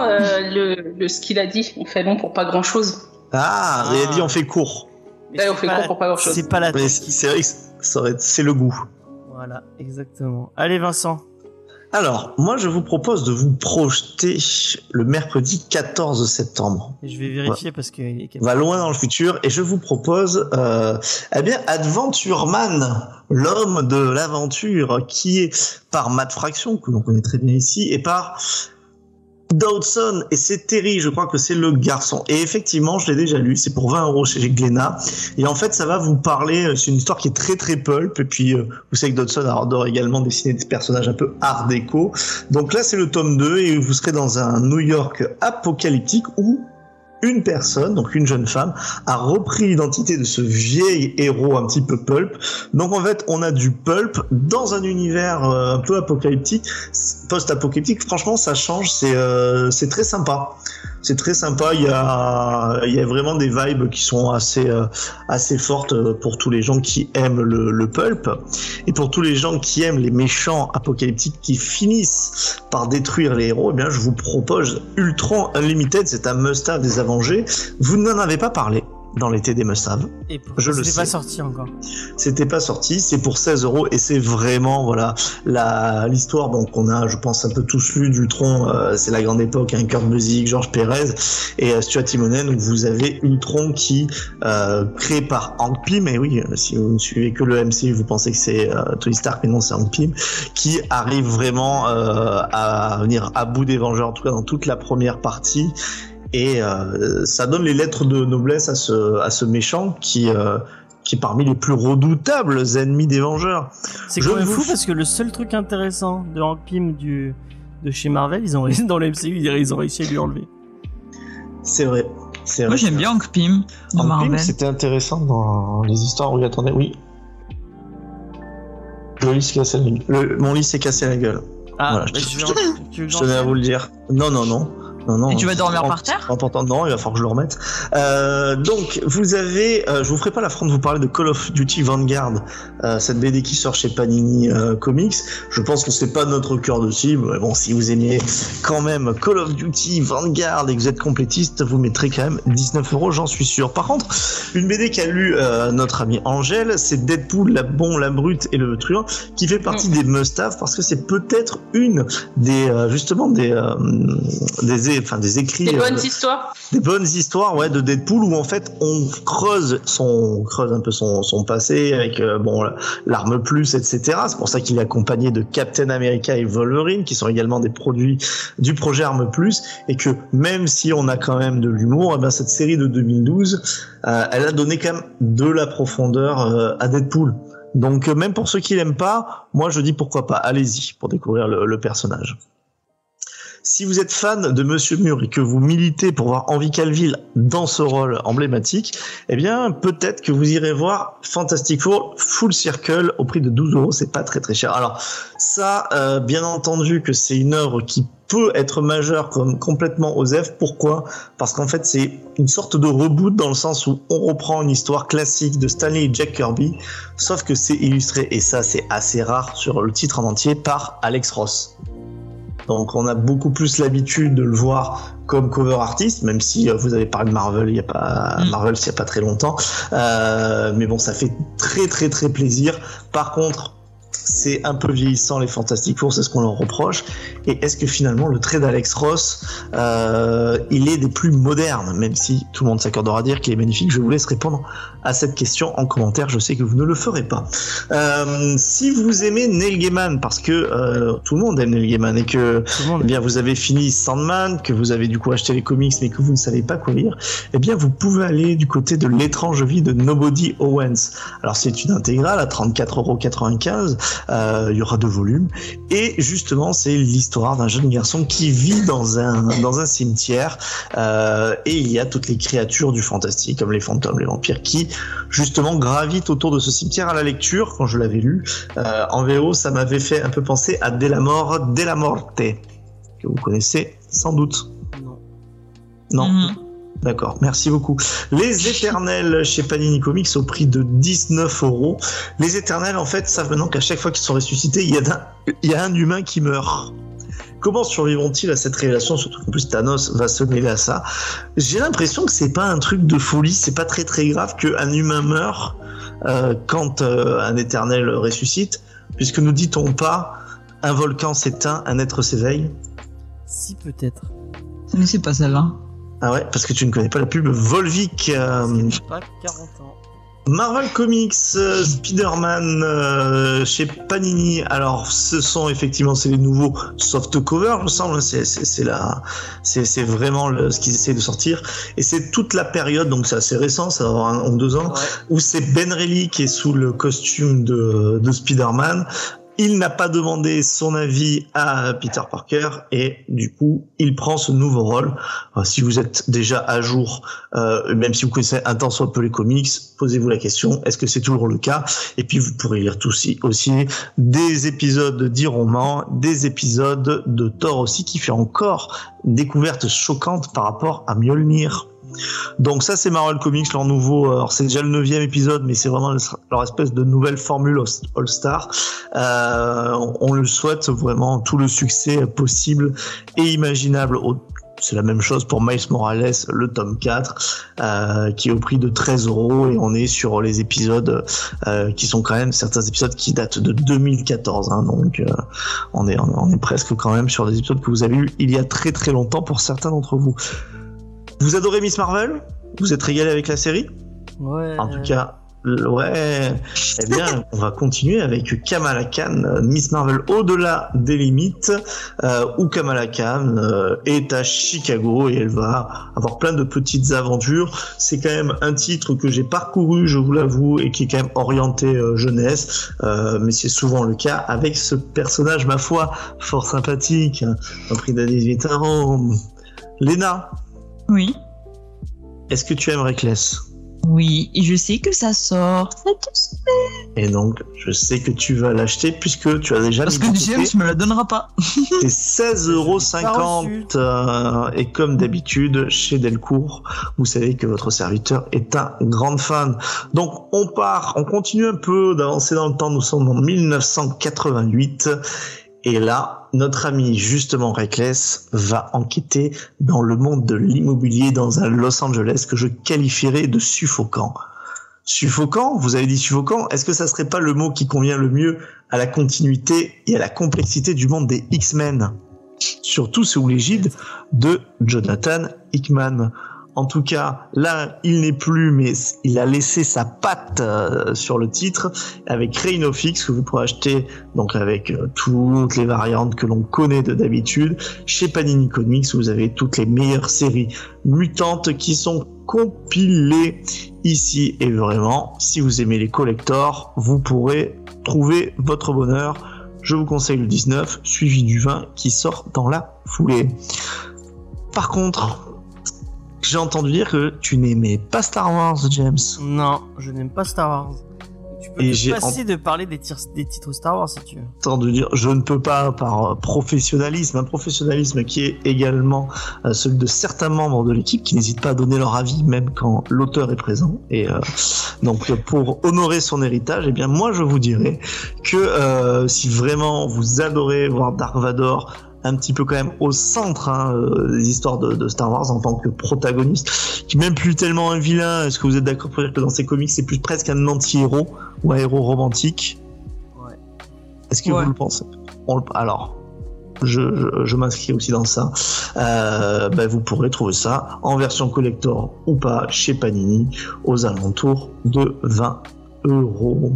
ce qu'il a dit, on fait long pour pas grand-chose. Ah, il a dit on fait court. On fait court pour pas grand-chose. C'est pas la tête. C'est vrai que c'est le goût. Voilà, exactement. Allez, Vincent. Alors, moi, je vous propose de vous projeter le mercredi 14 septembre. Et je vais vérifier parce que... On va loin dans le futur et je vous propose, Adventure Man, l'homme de l'aventure, qui est par Matt Fraction, que l'on connaît très bien ici, et par Dodson, et c'est Terry, je crois que c'est le garçon. Et effectivement, je l'ai déjà lu, c'est pour 20 € chez Glénat. Et en fait, ça va vous parler, c'est une histoire qui est très très pulp, et puis vous savez que Dodson adore également dessiner des personnages un peu art déco. Donc là, c'est le tome 2, et vous serez dans un New York apocalyptique où une personne, donc une jeune femme, a repris l'identité de ce vieil héros un petit peu pulp. Donc en fait, on a du pulp dans un univers un peu apocalyptique, post-apocalyptique. Franchement, ça change, c'est très sympa. C'est très sympa, il y a vraiment des vibes qui sont assez fortes pour tous les gens qui aiment le pulp, et pour tous les gens qui aiment les méchants apocalyptiques qui finissent par détruire les héros. Eh bien, je vous propose Ultron Unlimited, c'est un must-have des Avengers. Vous n'en avez pas parlé dans l'été des must-have. Et pourquoi c'était pas sorti encore? C'était pas sorti, c'est pour 16 € et c'est vraiment, voilà, l'histoire, donc on a, je pense, un peu tous lu d'Ultron, c'est la grande époque, hein, Kurt Busiek, George Pérez et Stuart Timonen, où vous avez Ultron qui, créé par Hank Pym, et oui, si vous ne suivez que le MCU, vous pensez que c'est Tony Stark, mais non, c'est Hank Pym, qui arrive vraiment à venir à bout des Vengeurs, en tout cas dans toute la première partie. Et ça donne les lettres de noblesse à ce méchant qui est parmi les plus redoutables ennemis des Vengeurs. C'est quand même fou parce que le seul truc intéressant de Hank Pym de chez Marvel, dans le MCU, ils ont réussi à lui enlever. C'est vrai. Moi j'aime bien Hank Pym dans Marvel. Hank Pym, c'était intéressant dans les histoires où il attendait. Oui. Mon lit s'est cassé la gueule. Ah, voilà, je tenais à vous le dire. Non. Et tu vas dormir par terre? Non, il va falloir que je le remette. Donc, vous avez, je vous ferai pas l'affront de vous parler de Call of Duty Vanguard, cette BD qui sort chez Panini Comics. Je pense que c'est pas notre cœur de cible, mais bon, si vous aimez quand même Call of Duty Vanguard et que vous êtes complétiste, vous mettrez quand même 19 €, j'en suis sûr. Par contre, une BD qu'a lu notre ami Angèle, c'est Deadpool, la brute et le truand, qui fait partie des must-have parce que c'est peut-être une des écrits, des bonnes histoires. Des bonnes histoires, ouais, de Deadpool, où en fait on creuse un peu son passé avec l'arme plus, etc. C'est pour ça qu'il est accompagné de Captain America et Wolverine, qui sont également des produits du projet Arme Plus, et que même si on a quand même de l'humour, cette série de 2012, elle a donné quand même de la profondeur à Deadpool. Donc même pour ceux qui l'aiment pas, moi je dis pourquoi pas, allez-y pour découvrir le personnage. Si vous êtes fan de Monsieur Mur et que vous militez pour voir Henry Cavill dans ce rôle emblématique, eh bien, peut-être que vous irez voir Fantastic Four Full Circle au prix de 12 €. C'est pas très très cher. Alors, ça, bien entendu que c'est une œuvre qui peut être majeure comme complètement OSEF. Pourquoi ? Parce qu'en fait, c'est une sorte de reboot dans le sens où on reprend une histoire classique de Stanley et Jack Kirby, sauf que c'est illustré, et ça, c'est assez rare sur le titre en entier, par Alex Ross. Donc on a beaucoup plus l'habitude de le voir comme cover artiste, même si vous avez parlé de Marvel il y a pas très longtemps, mais bon, ça fait très très très plaisir. Par contre, c'est un peu vieillissant les Fantastic Four, c'est ce qu'on leur reproche. Et est-ce que finalement le trait d'Alex Ross, il est des plus modernes, même si tout le monde s'accordera à dire qu'il est magnifique? Je vous laisse répondre à cette question en commentaire, je sais que vous ne le ferez pas. Si vous aimez Neil Gaiman, parce que tout le monde aime Neil Gaiman, et que eh bien, vous avez fini Sandman, que vous avez du coup acheté les comics mais que vous ne savez pas quoi lire, eh bien vous pouvez aller du côté de L'étrange vie de Nobody Owens. Alors c'est une intégrale à 34,95 €, Il y aura 2 volumes. Et justement, c'est l'histoire d'un jeune garçon qui vit dans un cimetière. Et il y a toutes les créatures du fantastique, comme les fantômes, les vampires, qui justement gravitent autour de ce cimetière. À la lecture, quand je l'avais lu, en VO, ça m'avait fait un peu penser à Della Morte, que vous connaissez sans doute. Non. D'accord, merci beaucoup. Les Éternels chez Panini Comics au prix de 19€. Les Éternels, en fait, savent maintenant qu'à chaque fois qu'ils sont ressuscités, il y a un humain qui meurt. Comment survivront-ils à cette révélation, surtout qu'en plus Thanos va se mêler à ça? J'ai l'impression que c'est pas un truc de folie, c'est pas très très grave qu'un humain meure quand un Éternel ressuscite, puisque nous dit-on pas un volcan s'éteint, un être s'éveille? Si, peut-être. Mais c'est pas celle-là. Ah ouais, parce que tu ne connais pas la pub Volvic. C'est pas 40 ans. Marvel Comics, Spider-Man chez Panini. Alors, c'est les nouveaux softcover, me semble. C'est vraiment ce qu'ils essaient de sortir. Et c'est toute la période, donc c'est assez récent, ça va avoir 2 ans, où c'est Ben Reilly qui est sous le costume de Spider-Man. Il n'a pas demandé son avis à Peter Parker et du coup, il prend ce nouveau rôle. Si vous êtes déjà à jour, même si vous connaissez un tant soit peu les comics, posez-vous la question, est-ce que c'est toujours le cas? Et puis, vous pourrez lire aussi des épisodes d'Iron Man, des épisodes de Thor aussi, qui fait encore une découverte choquante par rapport à Mjolnir. Donc ça c'est Marvel Comics, leur nouveau, alors c'est déjà le 9e épisode, mais c'est vraiment leur espèce de nouvelle formule All-Star. On le souhaite vraiment tout le succès possible et imaginable. C'est la même chose pour Miles Morales, le tome 4, qui est au prix de 13€, et on est sur les épisodes qui sont quand même certains épisodes qui datent de 2014, hein, donc on est presque quand même sur des épisodes que vous avez eu il y a très très longtemps pour certains d'entre vous. Vous adorez Miss Marvel? Vous êtes régalé avec la série? Ouais. En tout cas, ouais. Eh bien, on va continuer avec Kamala Khan, Miss Marvel au-delà des limites, où Kamala Khan est à Chicago et elle va avoir plein de petites aventures. C'est quand même un titre que j'ai parcouru, je vous l'avoue, et qui est quand même orienté jeunesse, mais c'est souvent le cas avec ce personnage, ma foi, fort sympathique, un prix de 18€. Léna. Oui. Est-ce que tu aimes Reckless? Oui, et je sais que ça sort cette semaine. Et donc, je sais que tu vas l'acheter puisque tu as déjà parce que James me la donnera pas. C'est 16,50€. Et comme d'habitude, chez Delcourt, vous savez que votre serviteur est un grand fan. Donc, on continue un peu d'avancer dans le temps. Nous sommes en 1988. Et là, notre ami, justement, Reckless, va enquêter dans le monde de l'immobilier dans un Los Angeles que je qualifierais de suffocant. Suffocant? Vous avez dit suffocant? Est-ce que ça serait pas le mot qui convient le mieux à la continuité et à la complexité du monde des X-Men? Surtout sous l'égide de Jonathan Hickman. En tout cas, là, il n'est plus, mais il a laissé sa patte sur le titre avec Reign of X que vous pourrez acheter donc avec toutes les variantes que l'on connaît de d'habitude. Chez Panini Comics, vous avez toutes les meilleures séries mutantes qui sont compilées ici. Et vraiment, si vous aimez les collectors, vous pourrez trouver votre bonheur. Je vous conseille le 19, suivi du 20 qui sort dans la foulée. Par contre, j'ai entendu dire que tu n'aimais pas Star Wars, James. Non, je n'aime pas Star Wars. Tu peux te passer de parler des titres Star Wars si tu veux. Entendu dire, je ne peux pas par professionnalisme, un professionnalisme qui est également celui de certains membres de l'équipe qui n'hésitent pas à donner leur avis même quand l'auteur est présent. Et donc pour honorer son héritage, eh bien moi je vous dirais que si vraiment vous adorez voir Dark Vador un petit peu quand même au centre des histoires de Star Wars en tant que protagoniste, qui est même plus tellement un vilain. Est-ce que vous êtes d'accord pour dire que dans ces comics c'est plus presque un anti-héros ou un héros romantique? Ouais. Est-ce que vous le pensez? Alors, je m'inscris aussi dans ça. Vous pourrez trouver ça en version collector ou pas chez Panini aux alentours de 20€.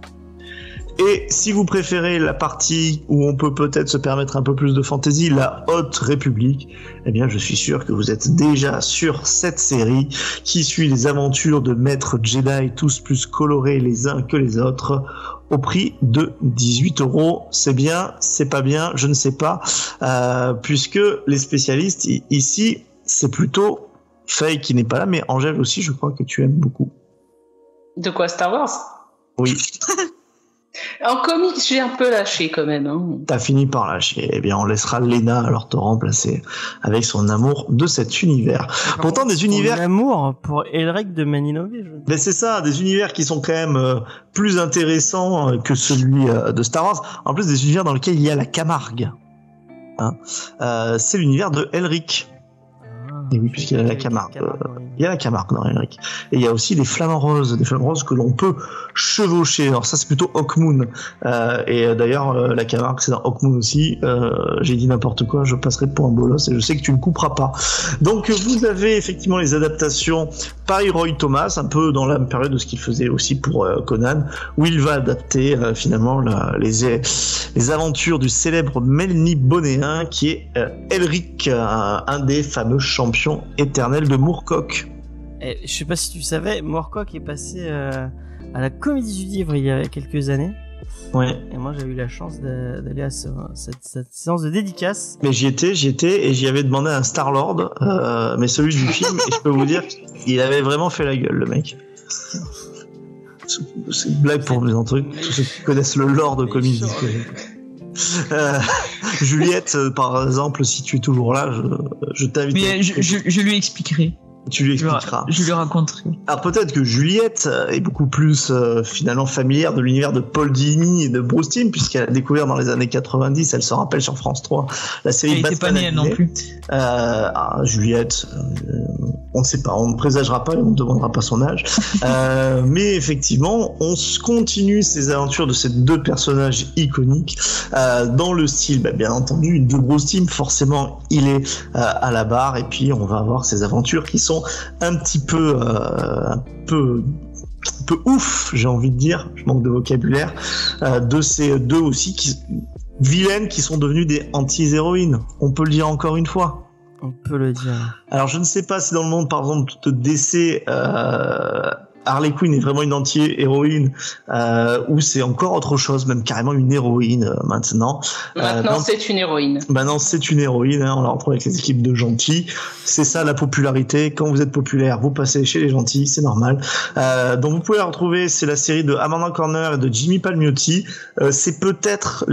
Et si vous préférez la partie où on peut peut-être se permettre un peu plus de fantaisie, la Haute République, eh bien je suis sûr que vous êtes déjà sur cette série qui suit les aventures de maîtres Jedi, tous plus colorés les uns que les autres, au prix de 18€. C'est bien, c'est pas bien, je ne sais pas, puisque les spécialistes ici, c'est plutôt Faye qui n'est pas là, mais Angèle aussi, je crois que tu aimes beaucoup. De quoi, Star Wars? Oui. En comics, j'ai un peu lâché quand même. Hein. T'as fini par lâcher. Eh bien, on laissera Léna alors te remplacer avec son amour de cet univers. Pourtant, des univers... L'amour pour Elric de Maninové. Ben c'est ça, des univers qui sont quand même plus intéressants que celui de Star Wars. En plus, des univers dans lesquels il y a la Camargue. Hein, c'est l'univers de Elric. Et oui, puisqu'il y a la Camargue. Il y a la Camargue dans Elric. Et il y a aussi des flamants roses que l'on peut chevaucher. Alors ça, c'est plutôt Hawkmoon. Et d'ailleurs, la Camargue, c'est dans Hawkmoon aussi. J'ai dit n'importe quoi, je passerai pour un bolos et je sais que tu ne couperas pas. Donc, vous avez effectivement les adaptations par Roy Thomas, un peu dans la même période de ce qu'il faisait aussi pour Conan, où il va adapter finalement les aventures du célèbre Melny Bonéen, qui est Elric, un des fameux champions éternels de Moorcock. Je sais pas si tu savais, Moorcock est passé à la Comédie du Livre il y a quelques années. Ouais. Et moi j'ai eu la chance d'aller à cette séance de dédicace. Mais j'y étais et j'y avais demandé un Star-Lord, mais celui du film, et je peux vous dire qu'il avait vraiment fait la gueule, le mec. C'est une blague pour les trucs, tous ceux qui connaissent le lore de Comics Discovery. Juliette, par exemple, si tu es toujours là, je t'invite. Mais je lui expliquerai. Tu lui expliqueras. Je lui raconterai. Alors peut-être que Juliette est beaucoup plus finalement familière de l'univers de Paul Dini et de Bruce Timm, puisqu'elle a découvert dans les années 90, elle se rappelle sur France 3, la série Batman. Elle était pas née elle non plus. Juliette, on ne sait pas, on ne présagera pas et on ne demandera pas son âge. Mais effectivement, on continue ces aventures de ces deux personnages iconiques dans le style, bien entendu, de Bruce Timm. Forcément, il est à la barre et puis on va avoir ces aventures qui sont un peu ouf, j'ai envie de dire, je manque de vocabulaire, de ces deux aussi vilaines qui sont devenues des anti-héroïnes. On peut le dire encore une fois. On peut le dire. Alors je ne sais pas si dans le monde, par exemple, de DC, Harley Quinn est vraiment une anti-héroïne ou c'est encore autre chose, même carrément une héroïne maintenant. Maintenant c'est une héroïne. Maintenant c'est une héroïne, hein, on la retrouve avec les équipes de gentils. C'est ça la popularité. Quand vous êtes populaire, vous passez chez les gentils, c'est normal. Donc vous pouvez la retrouver, c'est la série de Amanda Corner et de Jimmy Palmiotti. C'est peut-être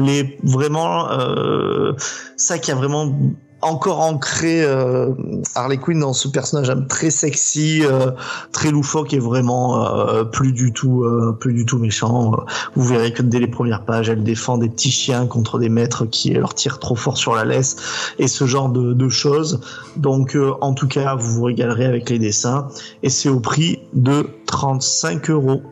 ça qui a vraiment encore ancré Harley Quinn dans ce personnage très sexy, très loufoque et vraiment plus du tout méchant. Vous verrez que dès les premières pages, elle défend des petits chiens contre des maîtres qui leur tirent trop fort sur la laisse et ce genre de choses. Donc en tout cas, vous vous régalerez avec les dessins et c'est au prix de 35€.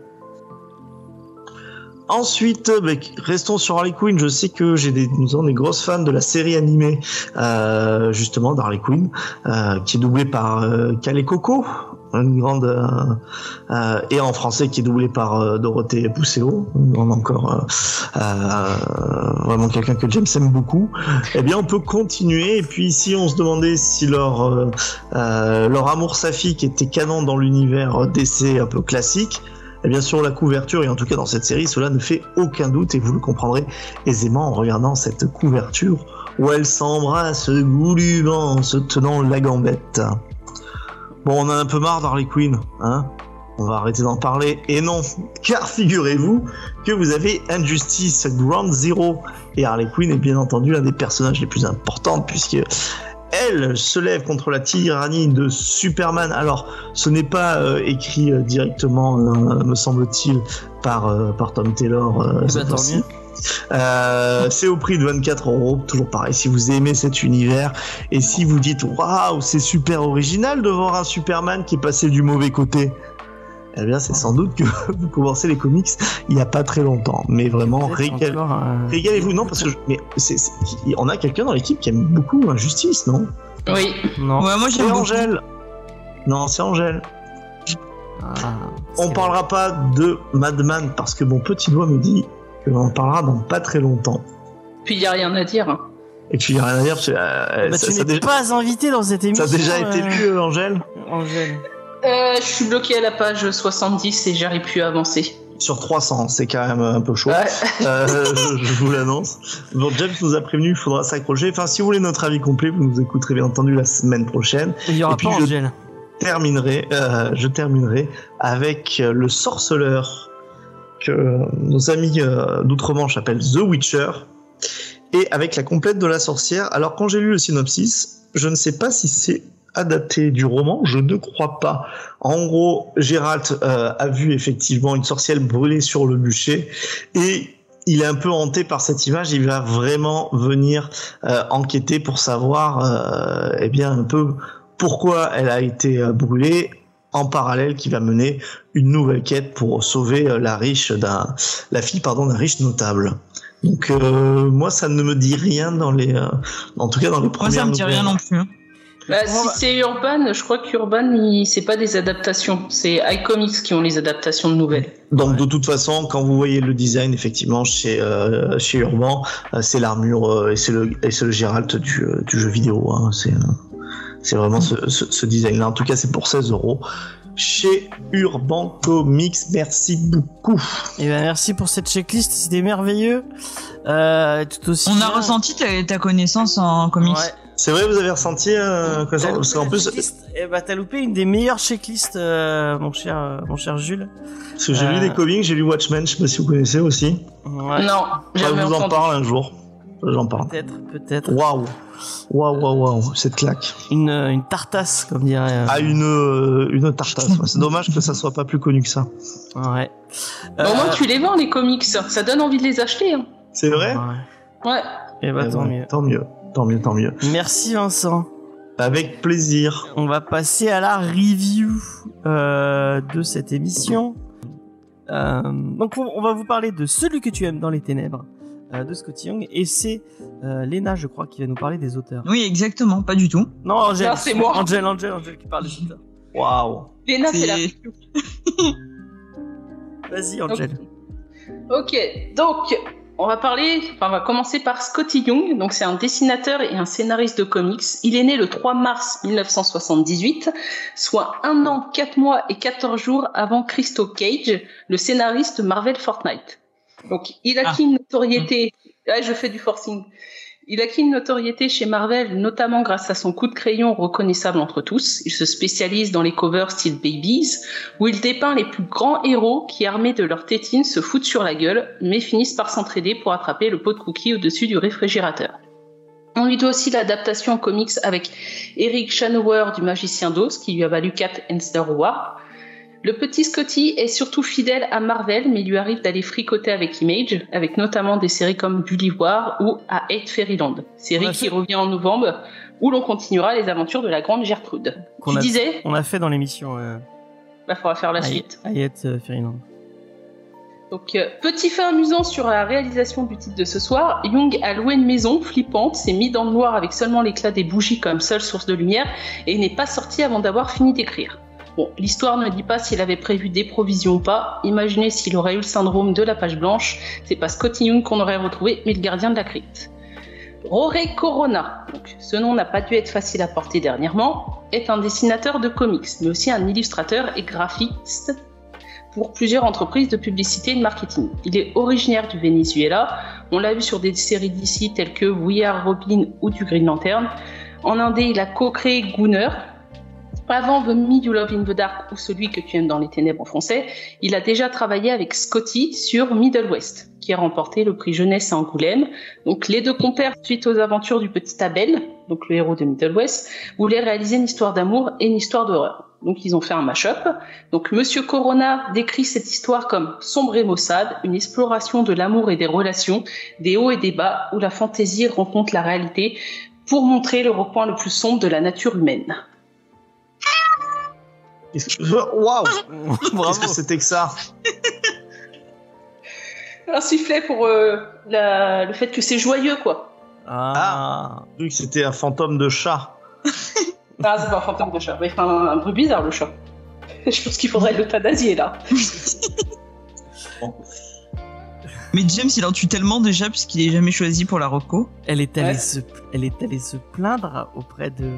Ensuite, restons sur Harley Quinn. Je sais que nous avons des grosses fans de la série animée, justement, d'Harley Quinn, qui est doublée par Calais Coco, une grande, et en français qui est doublée par Dorothée Pousseau, encore vraiment quelqu'un que James aime beaucoup. Eh bien, on peut continuer. Et puis ici, on se demandait si leur amour saphique était canon dans l'univers DC un peu classique. Et bien sûr, la couverture, et en tout cas dans cette série, cela ne fait aucun doute, et vous le comprendrez aisément en regardant cette couverture où elles s'embrassent goulûment en se tenant la gambette. Bon, on a un peu marre d'Harley Quinn, hein ? On va arrêter d'en parler, et non, car figurez-vous que vous avez Injustice Ground Zero, et Harley Quinn est bien entendu l'un des personnages les plus importants, puisque elle se lève contre la tyrannie de Superman. Alors, ce n'est pas écrit directement, me semble-t-il, par Tom Taylor. C'est au prix de 24€, toujours pareil. Si vous aimez cet univers et si vous dites waouh, c'est super original de voir un Superman qui est passé du mauvais côté, eh bien, c'est sans doute que vous commencez les comics il n'y a pas très longtemps. Mais vraiment, régalez-vous. Non, parce que on a quelqu'un dans l'équipe qui aime beaucoup Injustice, non ? Oui. Non. Ouais, moi c'est Angèle. Non, c'est Angèle. On parlera pas de Madman parce que mon petit doigt me dit que l'on en parlera dans pas très longtemps. Puis il n'y a rien à dire. Et puis il n'y a rien à dire parce que tu n'es pas invité dans cette émission. Ça a déjà été lu, Angèle. Je suis bloqué à la page 70 et j'arrive plus à avancer. Sur 300, c'est quand même un peu chaud. Je vous l'annonce. Bon, James nous a prévenu, il faudra s'accrocher. Enfin, si vous voulez notre avis complet, vous nous écouterez bien entendu la semaine prochaine. Il y aura pas Angèle. Je terminerai avec le sorceleur que nos amis d'Outre-Manche appellent The Witcher, et avec la complète de la sorcière. Alors, quand j'ai lu le synopsis, je ne sais pas si c'est adapté du roman, je ne crois pas. En gros, Geralt a vu effectivement une sorcière brûler sur le bûcher, et il est un peu hanté par cette image. Il va vraiment venir enquêter pour savoir eh bien un peu pourquoi elle a été brûlée, en parallèle qui va mener une nouvelle quête pour sauver la fille d'un riche notable. Donc moi ça ne me dit rien dans les en tout cas dans les premières. Moi ça me dit rien non plus. Bah, si c'est Urban, je crois qu'Urban, c'est pas des adaptations, c'est iComics qui ont les adaptations de nouvelles. Donc de toute façon, quand vous voyez le design, effectivement, chez Urban, c'est l'armure et c'est le Geralt du jeu vidéo. Hein. C'est vraiment ce design-là. En tout cas, c'est pour 16€ chez Urban Comics. Merci beaucoup. Et ben merci pour cette checklist, c'était merveilleux. Tout aussi. On a ressenti ta connaissance en comics. Ouais. C'est vrai, vous avez ressenti parce qu'en plus, t'as loupé une des meilleures checklists, mon cher Jules. Parce que j'ai lu des comics, j'ai lu Watchmen, je sais pas si vous connaissez aussi. Ouais. Non, jamais je vous en entendu. parle un jour. J'en parle. Peut-être. Waouh, cette claque. Une tartasse, comme dirait. Une tartasse. C'est dommage que ça soit pas plus connu que ça. Ouais. Au moins, tu les vends, les comics. Ça donne envie de les acheter. Hein. C'est vrai? Ouais. Et bah, tant mieux. Tant mieux. Merci Vincent. Avec plaisir. On va passer à la review de cette émission. Donc on va vous parler de Celui que tu aimes dans les ténèbres de Scott Young, et c'est Léna, je crois, qui va nous parler des auteurs. Oui, exactement, pas du tout. Non, Angèle. Non, c'est moi. Angèle qui parle des auteurs. Waouh. Léna, c'est la Vas-y Angèle. Ok, donc on va commencer par Scotty Young. Donc c'est un dessinateur et un scénariste de comics. Il est né le 3 mars 1978, soit 1 an, 4 mois et 14 jours avant Christo Cage, le scénariste de Marvel Fortnite. Donc il a acquis une notoriété. Ouais, je fais du forcing. Il a acquis une notoriété chez Marvel, notamment grâce à son coup de crayon reconnaissable entre tous. Il se spécialise dans les covers style Babies, où il dépeint les plus grands héros qui, armés de leurs tétines, se foutent sur la gueule, mais finissent par s'entraider pour attraper le pot de cookies au-dessus du réfrigérateur. On lui doit aussi l'adaptation en comics avec Eric Shanower du Magicien d'Oz, qui lui a valu 4 Eisner Awards. Le petit Scotty est surtout fidèle à Marvel, mais il lui arrive d'aller fricoter avec Image, avec notamment des séries comme Bully War ou à Hate Fairyland, série qui revient en novembre, où l'on continuera les aventures de la grande Gertrude. On a fait dans l'émission. Faudra faire la suite. Hate Fairyland. Donc, petit fait amusant sur la réalisation du titre de ce soir, Young a loué une maison flippante, s'est mis dans le noir avec seulement l'éclat des bougies comme seule source de lumière, et n'est pas sorti avant d'avoir fini d'écrire. Bon, l'histoire ne dit pas s'il avait prévu des provisions ou pas. Imaginez s'il aurait eu le syndrome de la page blanche. C'est pas Scotty Young qu'on aurait retrouvé, mais le gardien de la crypte. Rory Corona, donc, ce nom n'a pas dû être facile à porter dernièrement, est un dessinateur de comics, mais aussi un illustrateur et graphiste pour plusieurs entreprises de publicité et de marketing. Il est originaire du Venezuela. On l'a vu sur des séries d'ici telles que We Are Robin ou du Green Lantern. En indé, il a co-créé Gunner. Avant The Me You Love in the Dark ou Celui que tu aimes dans les ténèbres en français, il a déjà travaillé avec Scotty sur Middle West, qui a remporté le prix jeunesse à Angoulême. Donc les deux compères, suite aux aventures du petit Abel, donc le héros de Middle West, voulaient réaliser une histoire d'amour et une histoire d'horreur. Donc ils ont fait un mash-up. Donc Monsieur Corona décrit cette histoire comme sombre et maussade, une exploration de l'amour et des relations, des hauts et des bas, où la fantaisie rencontre la réalité pour montrer le recoin le plus sombre de la nature humaine. Waouh! Qu'est-ce que c'était que ça? Un sifflet pour le fait que c'est joyeux, quoi. Vu que c'était un fantôme de chat. Ah, c'est pas un fantôme de chat. Il fait un bruit bizarre, le chat. Je pense qu'il faudrait l'euthanasier, là. Bon. Mais James, il en tue tellement déjà puisqu'il est jamais choisi pour la reco. Elle est allée se plaindre auprès de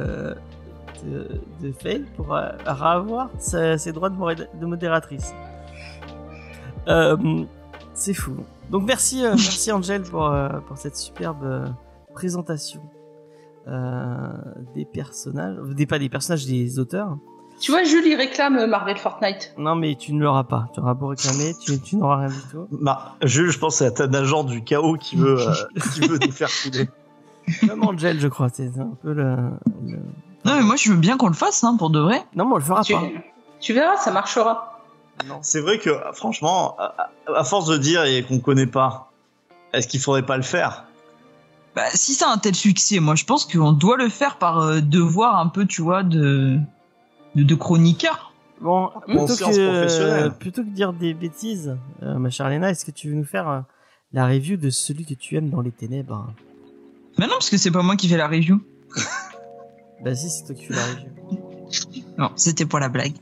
Faye pour avoir ses droits de modératrice. C'est fou. Donc merci Angel pour cette superbe présentation des personnages, des auteurs. Tu vois, Julie réclame Marvel Fortnite. Non, mais tu ne l'auras pas. Tu auras beau réclamer, tu n'auras rien du tout. Bah, Jules, je pense que c'est un agent du chaos qui veut nous faire couler. Comme Angel, je crois. C'est un peu le... Non, mais moi, je veux bien qu'on le fasse, hein, pour de vrai. Non, mais on le fera pas. Tu verras, ça marchera. Non. C'est vrai que, franchement, à force de dire et qu'on connaît pas, est-ce qu'il faudrait pas le faire? Bah, si ça a un tel succès, moi, je pense qu'on doit le faire par devoir un peu, tu vois, de chroniqueur. Bon, professionnelle. plutôt que de dire des bêtises, ma chère Léna, est-ce que tu veux nous faire la review de celui que tu aimes dans les ténèbres? Bah non, parce que c'est pas moi qui fais la review. Bah si, c'est toi qui fais la review. Non, c'était pour la blague.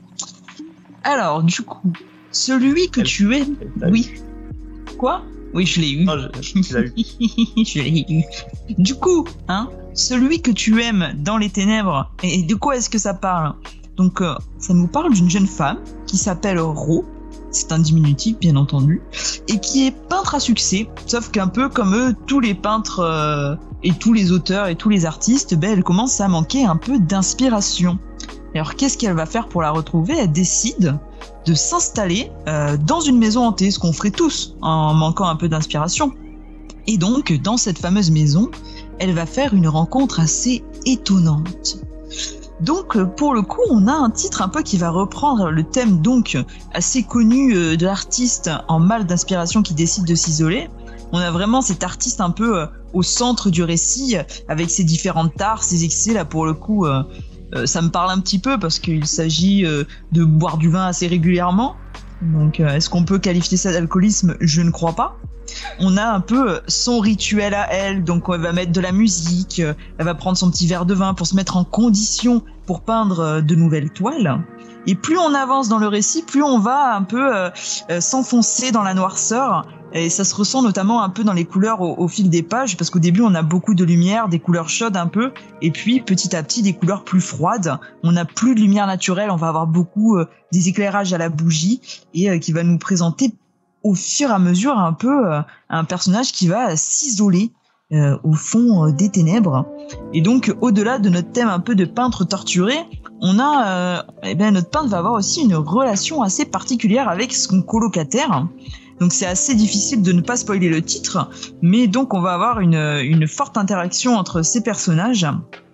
Alors, du coup, celui que tu aimes... Oui. Quoi? Oui, je l'ai eu. Non, tu l'as eu. Je l'ai eu. Du coup, hein, celui que tu aimes dans les ténèbres, et de quoi est-ce que ça parle? Donc, ça nous parle d'une jeune femme qui s'appelle Ro, c'est un diminutif bien entendu, et qui est peintre à succès, sauf qu'un peu comme eux, tous les peintres et tous les auteurs et tous les artistes, ben, elle commence à manquer un peu d'inspiration. Alors, qu'est-ce qu'elle va faire pour la retrouver? Elle décide de s'installer dans une maison hantée, ce qu'on ferait tous en manquant un peu d'inspiration. Et donc, dans cette fameuse maison, elle va faire une rencontre assez étonnante. Donc, pour le coup, on a un titre un peu qui va reprendre le thème donc assez connu de l'artiste en mal d'inspiration qui décide de s'isoler. On a vraiment cet artiste un peu au centre du récit, avec ses différentes tares, ses excès. Là, pour le coup, ça me parle un petit peu parce qu'il s'agit de boire du vin assez régulièrement. Donc, est-ce qu'on peut qualifier ça d'alcoolisme? Je ne crois pas. On a un peu son rituel à elle, donc elle va mettre de la musique, elle va prendre son petit verre de vin pour se mettre en condition pour peindre de nouvelles toiles. Et plus on avance dans le récit, plus on va un peu s'enfoncer dans la noirceur. Et ça se ressent notamment un peu dans les couleurs au fil des pages, parce qu'au début on a beaucoup de lumière, des couleurs chaudes un peu, et puis petit à petit des couleurs plus froides. On n'a plus de lumière naturelle, on va avoir beaucoup des éclairages à la bougie, et qui va nous présenter au fur et à mesure un peu un personnage qui va s'isoler au fond des ténèbres. Et donc au-delà de notre thème un peu de peintre torturé, on a notre peintre va avoir aussi une relation assez particulière avec son colocataire. Donc c'est assez difficile de ne pas spoiler le titre, mais donc on va avoir une forte interaction entre ces personnages.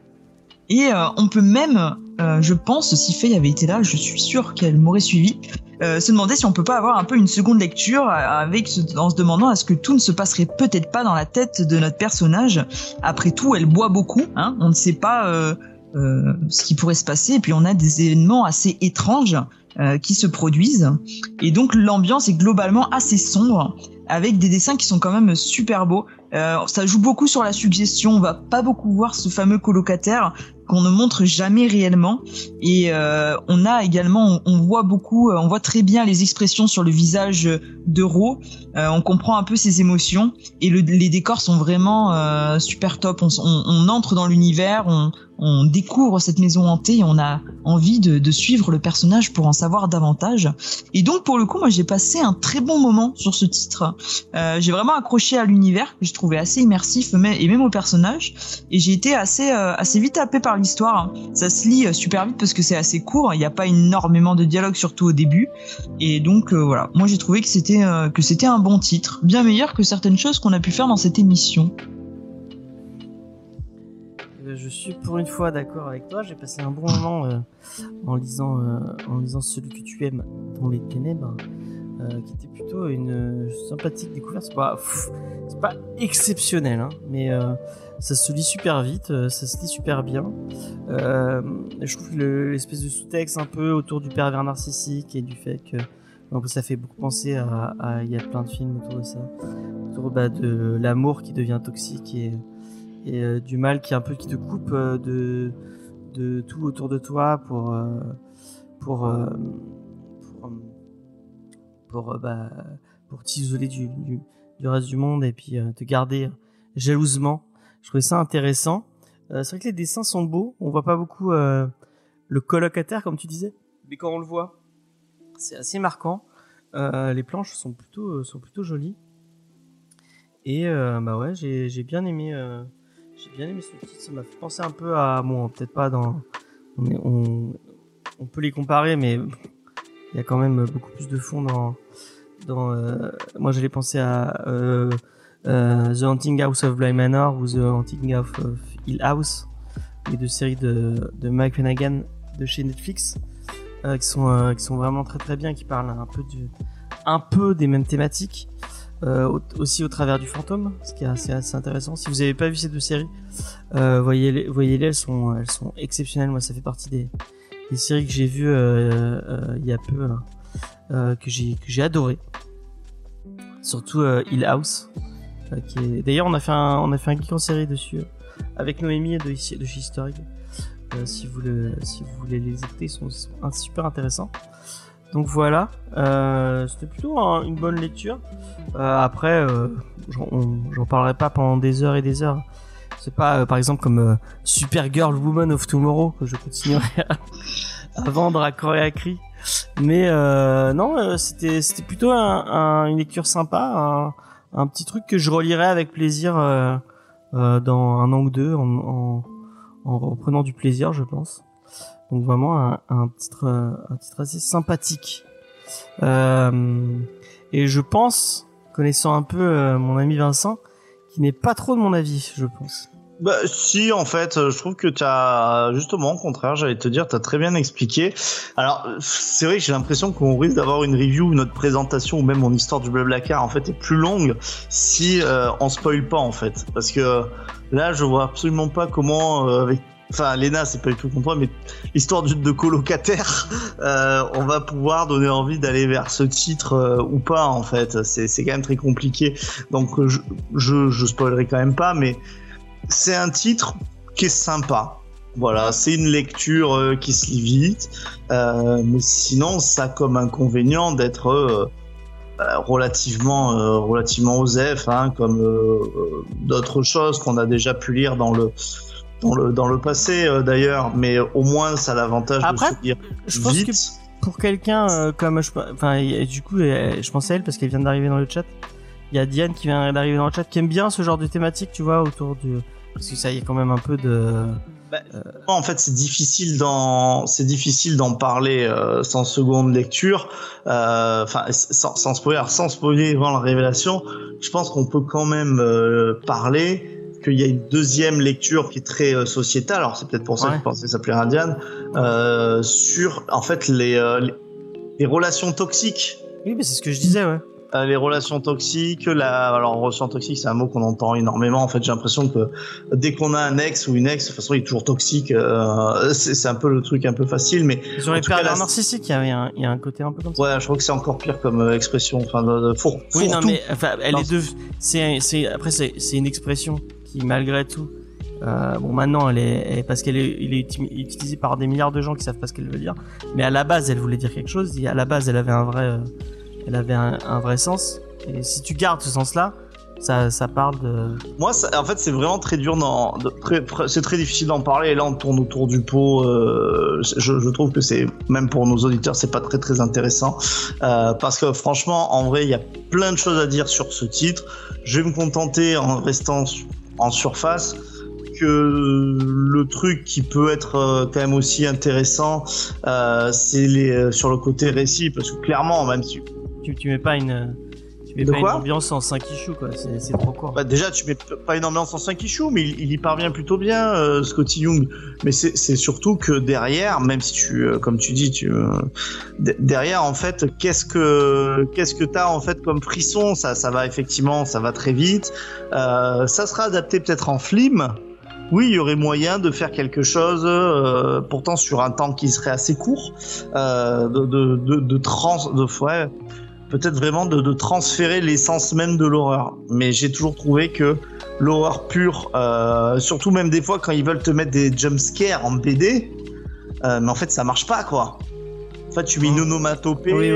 Et on peut même, je pense, si Faye avait été là, je suis sûr qu'elle m'aurait suivi, se demander si on peut pas avoir un peu une seconde lecture en se demandant est-ce que tout ne se passerait peut-être pas dans la tête de notre personnage. Après tout, elle boit beaucoup, hein, on ne sait pas ce qui pourrait se passer, et puis on a des événements assez étranges qui se produisent, et donc l'ambiance est globalement assez sombre, avec des dessins qui sont quand même super beaux. Ça joue beaucoup sur la suggestion, on va pas beaucoup voir ce fameux colocataire qu'on ne montre jamais réellement, et on a également, on voit très bien les expressions sur le visage de Ro, on comprend un peu ses émotions, et les décors sont vraiment super top. On entre dans l'univers, on découvre cette maison hantée, et on a envie de suivre le personnage pour en savoir davantage. Et donc pour le coup, moi j'ai passé un très bon moment sur ce titre. J'ai vraiment accroché à l'univers, que je trouvais assez immersif, et même au personnage, et j'ai été assez vite happé par l'histoire. Ça se lit super vite parce que c'est assez court, il n'y a pas énormément de dialogue, surtout au début, et donc voilà, moi j'ai trouvé que c'était un bon titre, bien meilleur que certaines choses qu'on a pu faire dans cette émission. Je suis pour une fois d'accord avec toi, j'ai passé un bon moment en lisant celui que tu aimes dans les ténèbres, qui était plutôt une sympathique découverte. C'est pas exceptionnel, hein, mais ça se lit super vite, ça se lit super bien. Je trouve que l'espèce de sous-texte un peu autour du pervers narcissique et du fait que ça fait beaucoup penser à il y a plein de films autour de ça, autour de l'amour qui devient toxique et du mal qui te coupe de tout autour de toi pour t'isoler du reste du monde et puis te garder jalousement. Je trouvais ça intéressant. C'est vrai que les dessins sont beaux, on voit pas beaucoup le colocataire comme tu disais, mais quand on le voit, c'est assez marquant. Les planches sont plutôt jolies. Et bah ouais, j'ai bien aimé ce titre. Ça m'a fait penser un peu à peut-être pas dans on peut les comparer, mais il y a quand même beaucoup plus de fond dans moi j'allais penser à The Haunting House of Bly Manor ou The Haunting of Hill House, les deux séries de Mike Flanagan de chez Netflix, qui sont vraiment très très bien, qui parlent un peu des mêmes thématiques, aussi au travers du fantôme, ce qui est assez intéressant. Si vous avez pas vu ces deux séries, voyez-les, elles sont exceptionnelles. Moi, ça fait partie des séries que j'ai vues il y a peu, que j'ai adoré. Surtout Hill House, qui est... D'ailleurs, on a fait un geek en série dessus avec Noémie de chez Historic. Si vous voulez les écouter, ils sont super intéressants. Donc voilà, c'était plutôt une bonne lecture. Après, j'en parlerai pas pendant des heures et des heures. C'est pas par exemple comme Supergirl Woman of Tomorrow que je continuerai à vendre à corps et à cri. Mais non, c'était plutôt une lecture sympa, un petit truc que je relirai avec plaisir dans un an ou deux en reprenant du plaisir, je pense. Donc vraiment un titre assez sympathique. Et je pense, connaissant un peu mon ami Vincent, qui n'est pas trop de mon avis, je pense. Bah si, en fait, je trouve que t'as justement, au contraire, j'allais te dire, t'as très bien expliqué. Alors, c'est vrai que j'ai l'impression qu'on risque d'avoir une review, notre présentation ou même mon histoire du Blablacar en fait est plus longue si on spoil pas en fait, parce que là, je vois absolument pas comment Enfin, Léna, c'est pas du tout contre moi, mais l'histoire de colocataire, on va pouvoir donner envie d'aller vers ce titre ou pas, en fait. C'est quand même très compliqué. Donc, je spoilerai quand même pas, mais c'est un titre qui est sympa. Voilà, c'est une lecture qui se lit vite, mais sinon, ça a comme inconvénient d'être relativement osef, hein, comme d'autres choses qu'on a déjà pu lire dans le passé d'ailleurs, mais au moins ça a l'avantage de se lire je pense vite. Que pour quelqu'un comme du coup je pense à elle parce qu'elle vient d'arriver dans le chat. Il y a Diane qui vient d'arriver dans le chat qui aime bien ce genre de thématique, tu vois, autour du, parce que ça y est quand même un peu de en fait c'est difficile d'en parler sans seconde lecture, sans spoiler avant la révélation. Je pense qu'on peut quand même parler qu'il y a une deuxième lecture qui est très sociétale, alors c'est peut-être pour ça que je pensais que ça s'appelait Indian, sur en fait les relations toxiques. Oui, mais c'est ce que je disais, ouais. Les relations toxiques, alors relation toxique c'est un mot qu'on entend énormément. En fait, j'ai l'impression que dès qu'on a un ex ou une ex, de toute façon il est toujours toxique. C'est un peu le truc un peu facile, mais sur les pervers narcissiques, il y a un côté un peu comme ça. Ouais, je crois que c'est encore pire comme expression. Enfin, oui, non, mais enfin, c'est une expression qui malgré tout, bon maintenant elle est parce qu'elle est utilisée par des milliards de gens qui savent pas ce qu'elle veut dire, mais à la base elle voulait dire quelque chose, et à la base elle avait un vrai sens, et si tu gardes ce sens là, ça parle de... Moi en fait c'est vraiment très dur, c'est très difficile d'en parler, et là on tourne autour du pot. Je trouve que c'est, même pour nos auditeurs, c'est pas très très intéressant, parce que franchement en vrai il y a plein de choses à dire sur ce titre. Je vais me contenter, en restant en surface, que le truc qui peut être quand même aussi intéressant, c'est sur le côté récit, parce que clairement, même si tu mets pas une ambiance en 5 issues, quoi, c'est trop court. Bah déjà tu mets pas une ambiance en 5 issues, mais il y parvient plutôt bien, Scotty Young. Mais c'est surtout que derrière, même si comme tu dis, derrière en fait, qu'est-ce que t'as en fait comme frisson, ça va effectivement, ça va très vite. Ça sera adapté peut-être en film. Oui, il y aurait moyen de faire quelque chose, pourtant sur un temps qui serait assez court, peut-être vraiment de transférer l'essence même de l'horreur. Mais j'ai toujours trouvé que l'horreur pure, surtout même des fois quand ils veulent te mettre des jumpscares en BD, mais en fait ça marche pas, quoi. En fait tu mets une onomatopée,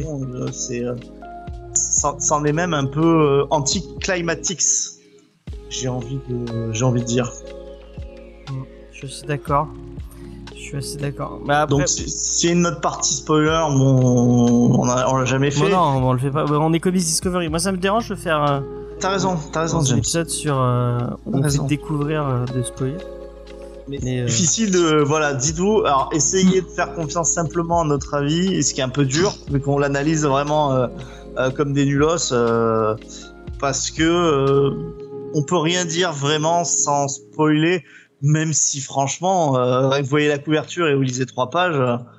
c'en est même un peu anti-climatics, j'ai envie de dire. Je suis d'accord. Je suis assez d'accord. Mais après... Donc s'il y a une autre partie spoiler, bon, on l'a jamais fait. Non, on le fait pas. On est Comics Discovery. Moi, ça me dérange de faire. T'as raison, un épisode sur. On fait découvrir de spoiler. Mais difficile de. Voilà, dites-vous. Alors, essayez de faire confiance simplement à notre avis, et ce qui est un peu dur, vu qu'on l'analyse vraiment comme des nulos, parce que on peut rien dire vraiment sans spoiler. Même si franchement, vous voyez la couverture et vous lisez 3 pages,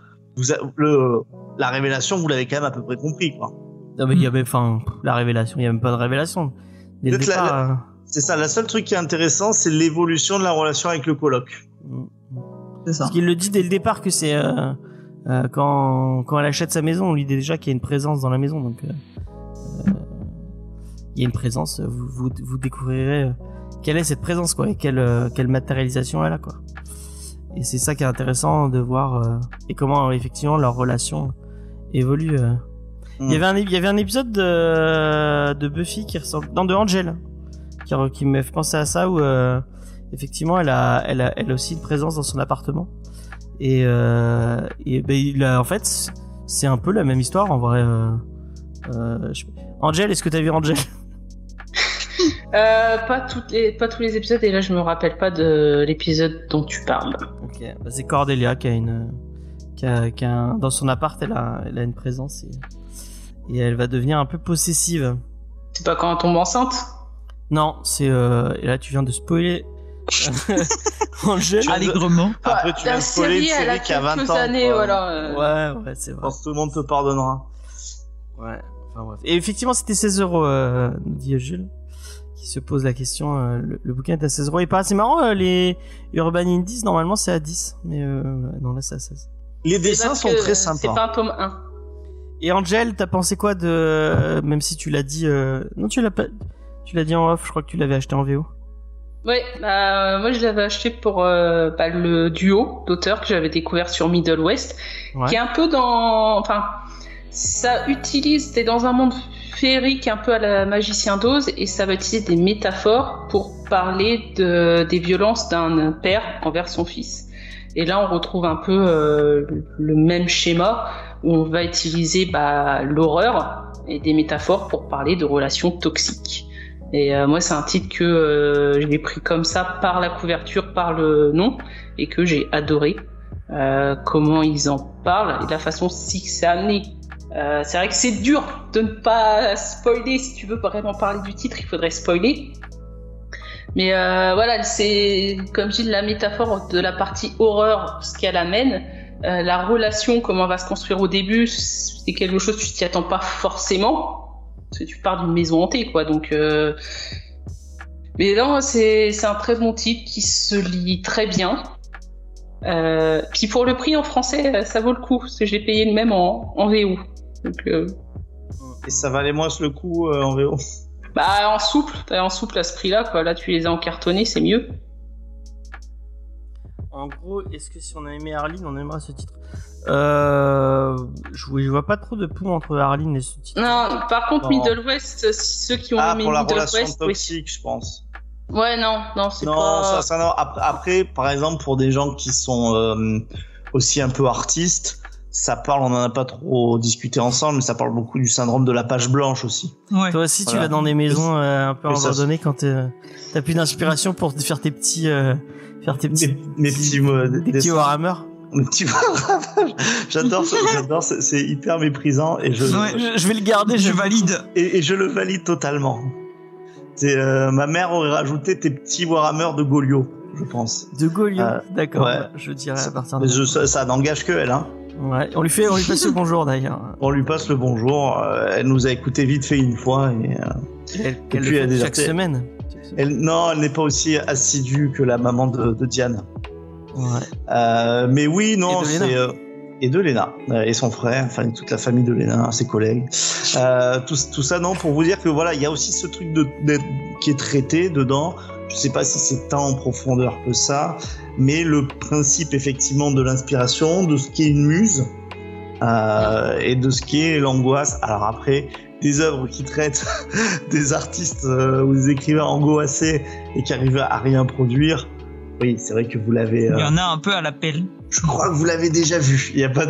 la révélation, vous l'avez quand même à peu près compris, quoi. Non, mais il y a même, la révélation, il y a même pas de révélation. Dès le départ, c'est ça. Le seul truc qui est intéressant, c'est l'évolution de la relation avec le coloc. C'est ça. Parce qu'il le dit dès le départ que c'est quand elle achète sa maison, on lui dit déjà qu'il y a une présence dans la maison, donc il y a une présence. Vous découvrirez. Quelle est cette présence, quoi, et quelle matérialisation elle a, quoi. Et c'est ça qui est intéressant de voir et comment effectivement leur relation évolue. Il y avait un épisode de Buffy qui ressemble, non, de Angel, qui me fait penser à ça, où effectivement elle a aussi une présence dans son appartement et en fait c'est un peu la même histoire en vrai. Angel, est-ce que t'as vu Angel? Pas tous les épisodes, et là je me rappelle pas de l'épisode dont tu parles. Ok, c'est Cordelia qui a dans son appart, elle a une présence et elle va devenir un peu possessive. C'est pas quand elle tombe enceinte? Non, c'est et là tu viens de spoiler Angel allègrement. Après tu viens de spoiler une série qui a 20 ans. Années, voilà. Ouais, c'est vrai. Je pense que tout le monde te pardonnera. Ouais. Enfin bref. Et effectivement, c'était 16€, dit Jules, qui se pose la question. Le bouquin est à 16€. Et pas, c'est marrant, les Urban Indies, normalement c'est à 10. Mais non, là c'est à 16. Les dessins sont très sympas. C'est pas un tome 1. Et Angel, t'as pensé quoi de. Même si tu l'as dit. Non, tu l'as pas. Tu l'as dit en off, je crois que tu l'avais acheté en VO. Ouais, moi je l'avais acheté pour le duo d'auteurs que j'avais découvert sur Middle West, qui est un peu dans. Enfin. Ça utilise, t'es dans un monde féerique un peu à la Magicien d'Oz, et ça va utiliser des métaphores pour parler des violences d'un père envers son fils. Et là, on retrouve un peu le même schéma où on va utiliser l'horreur et des métaphores pour parler de relations toxiques. Et moi, c'est un titre que je l'ai pris comme ça par la couverture, par le nom, et que j'ai adoré. Comment ils en parlent et la façon si c'est amené. C'est vrai que c'est dur de ne pas spoiler. Si tu veux vraiment parler du titre, il faudrait spoiler. Mais voilà, c'est comme je dis, la métaphore de la partie horreur, ce qu'elle amène. La relation, comment elle va se construire au début, c'est quelque chose que tu t'y attends pas forcément. Parce que tu pars d'une maison hantée, quoi. Donc, mais non, c'est un très bon titre qui se lit très bien. Puis pour le prix en français, ça vaut le coup, parce que j'ai payé le même en VO. Donc, et ça valait moins le coup en VO? En souple à ce prix-là, quoi. Là, tu les as en cartonné, c'est mieux. En gros, est-ce que si on a aimé Arline, on aimera ce titre? Je vois pas trop de pont entre Arline et ce titre. Non, par contre, Middle West, ceux qui ont aimé pour la Middle relation West, toxique, je pense. Ouais, non, c'est non, pas... ça, non. Après, par exemple, pour des gens qui sont aussi un peu artistes, ça parle, on en a pas trop discuté ensemble, mais ça parle beaucoup du syndrome de la page blanche aussi. Ouais. Toi aussi, tu vas dans des maisons un peu abandonnées quand t'as plus d'inspiration pour faire tes petits... mes petits Warhammer. Mes petits Warhammer. J'adore, c'est hyper méprisant et je vais le garder, je valide. Et je le valide totalement. Ma mère aurait rajouté tes petits Warhammer de Golio, je pense. De Golio, d'accord. Ouais. Je dirais à partir de ça n'engage que elle, hein. Ouais, on lui passe le bonjour d'ailleurs. On lui passe le bonjour. Elle nous a écouté vite fait une fois et elle le fait chaque semaine. Elle n'est pas aussi assidue que la maman de Diane. Ouais. Mais oui, non, et de Léna et son frère, enfin toute la famille de Léna, ses collègues, tout ça, non, pour vous dire que voilà, il y a aussi ce truc qui est traité dedans. Je sais pas si c'est tant en profondeur que ça, mais le principe effectivement de l'inspiration, de ce qui est une muse et de ce qui est l'angoisse. Alors après, des œuvres qui traitent des artistes ou des écrivains angoissés et qui arrivent à rien produire, Oui, c'est vrai que vous l'avez. Il y en a un peu à l'appel. Je crois que vous l'avez déjà vu. Il y a pas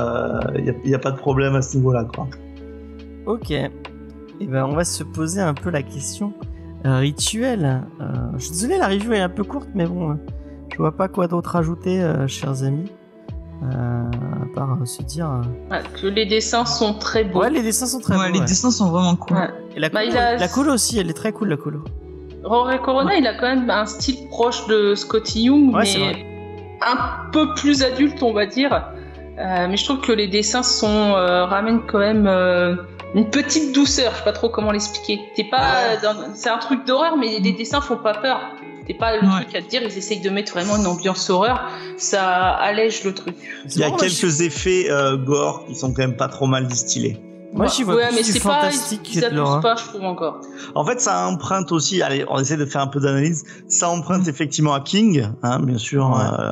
de problème à ce niveau-là, quoi. Ok. Et ben on va se poser un peu la question rituelle. Je suis désolé, la review est un peu courte, mais bon, je vois pas quoi d'autre ajouter, chers amis. À part se dire que les dessins sont très beaux. Ouais, les dessins sont très beaux. Les dessins sont vraiment cool. Ouais. Et la colo aussi, elle est très cool, la colo. Rory Corona, il a quand même un style proche de Scotty Young, mais un peu plus adulte, on va dire. Mais je trouve que les dessins ramènent quand même une petite douceur. Je sais pas trop comment l'expliquer. C'est un truc d'horreur, mais les dessins font pas peur. C'est pas le truc à te dire, ils essayent de mettre vraiment une ambiance horreur, ça allège le truc. Il y a quelques effets gore qui sont quand même pas trop mal distillés. Moi, j'y vois plus du fantastique que de l'horreur. Pas, je trouve encore. En fait, ça emprunte aussi, allez, on essaie de faire un peu d'analyse, ça emprunte effectivement à King, hein, bien sûr,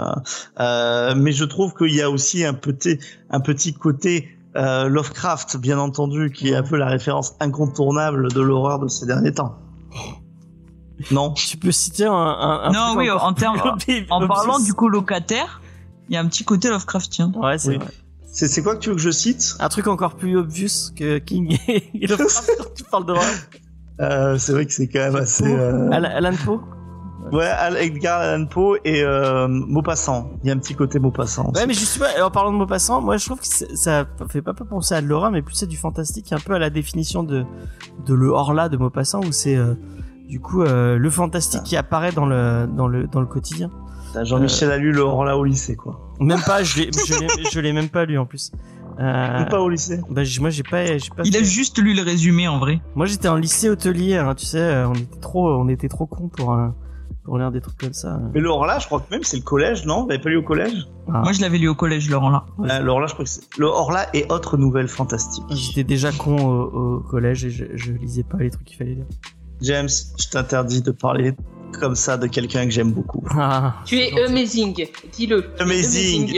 mais je trouve qu'il y a aussi un petit côté Lovecraft, bien entendu, qui est un peu la référence incontournable de l'horreur de ces derniers temps. Non. Tu peux citer un non, oui, en parlant du colocataire, il y a un petit côté Lovecraftien. Ouais, c'est vrai. C'est quoi que tu veux que je cite ? Un truc encore plus obvious que King et Lovecraft quand tu parles d'horreur. C'est vrai que c'est quand même assez... Alan Poe ? Ouais, Edgar Allan Poe et Maupassant. Il y a un petit côté Maupassant aussi. Ouais, mais justement, en parlant de Maupassant, moi je trouve que ça fait pas penser à de l'horreur, mais plus c'est du fantastique, un peu à la définition de le Horla de Maupassant, où c'est du coup le fantastique qui apparaît dans le quotidien. Jean-Michel a lu le Horla au lycée, quoi. Même pas, je l'ai même pas lu en plus. Même pas au lycée. Bah moi j'ai pas. Il a juste lu le résumé en vrai. Moi j'étais en lycée hôtelier, hein, tu sais, on était trop cons pour lire des trucs comme ça. Mais le Horla, je crois que même c'est le collège, non ? Vous l'avez pas lu au collège ? Moi je l'avais lu au collège, le Horla. Le Horla, je crois que c'est le Horla et autres nouvelles fantastiques. J'étais déjà con au collège et je lisais pas les trucs qu'il fallait lire. James, je t'interdis de parler comme ça de quelqu'un que j'aime beaucoup. Tu es gentil. Amazing, dis-le. Amazing.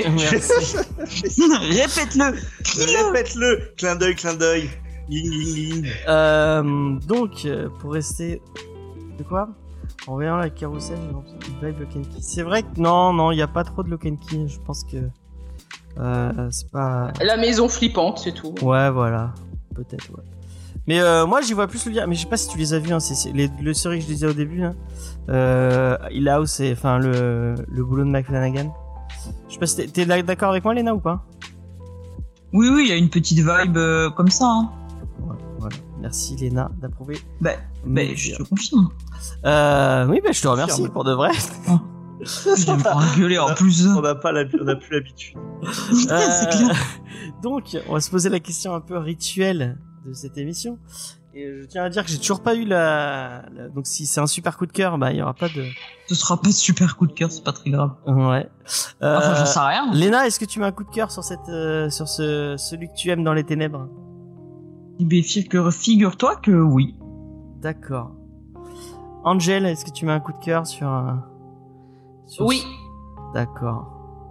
Répète-le. Répète-le. Clin d'œil. Ling. Donc, pour rester... De quoi ? En voyant la carrousel, j'ai vibe Lock and Key. C'est vrai que non, il n'y a pas trop de Lock and Key. Je pense que c'est pas... La maison flippante, c'est tout. Ouais, voilà. Peut-être, ouais. Mais moi j'y vois plus le lien, mais je sais pas si tu les as vus, hein, c'est le série que je disais au début, hein. Hill House, enfin le boulot de Mike Flanagan. Je sais pas si t'es d'accord avec moi, Léna, ou pas? Oui, il y a une petite vibe comme ça. Hein. Ouais, voilà. Merci Léna d'approuver. Je te confirme. Oui, je te remercie pour de vrai. Je vais me prendre gueuler en plus. On n'a plus l'habitude. C'est clair. Donc, on va se poser la question un peu rituelle de cette émission. Et je tiens à dire que j'ai toujours pas eu donc si c'est un super coup de cœur, il y aura pas de... Ce sera pas de super coup de cœur, c'est pas très grave. Ouais. Enfin, j'en sais rien. Léna, est-ce que tu mets un coup de cœur sur celui que tu aimes dans les ténèbres? Figure-toi que oui. D'accord. Angel, est-ce que tu mets un coup de cœur sur oui. D'accord.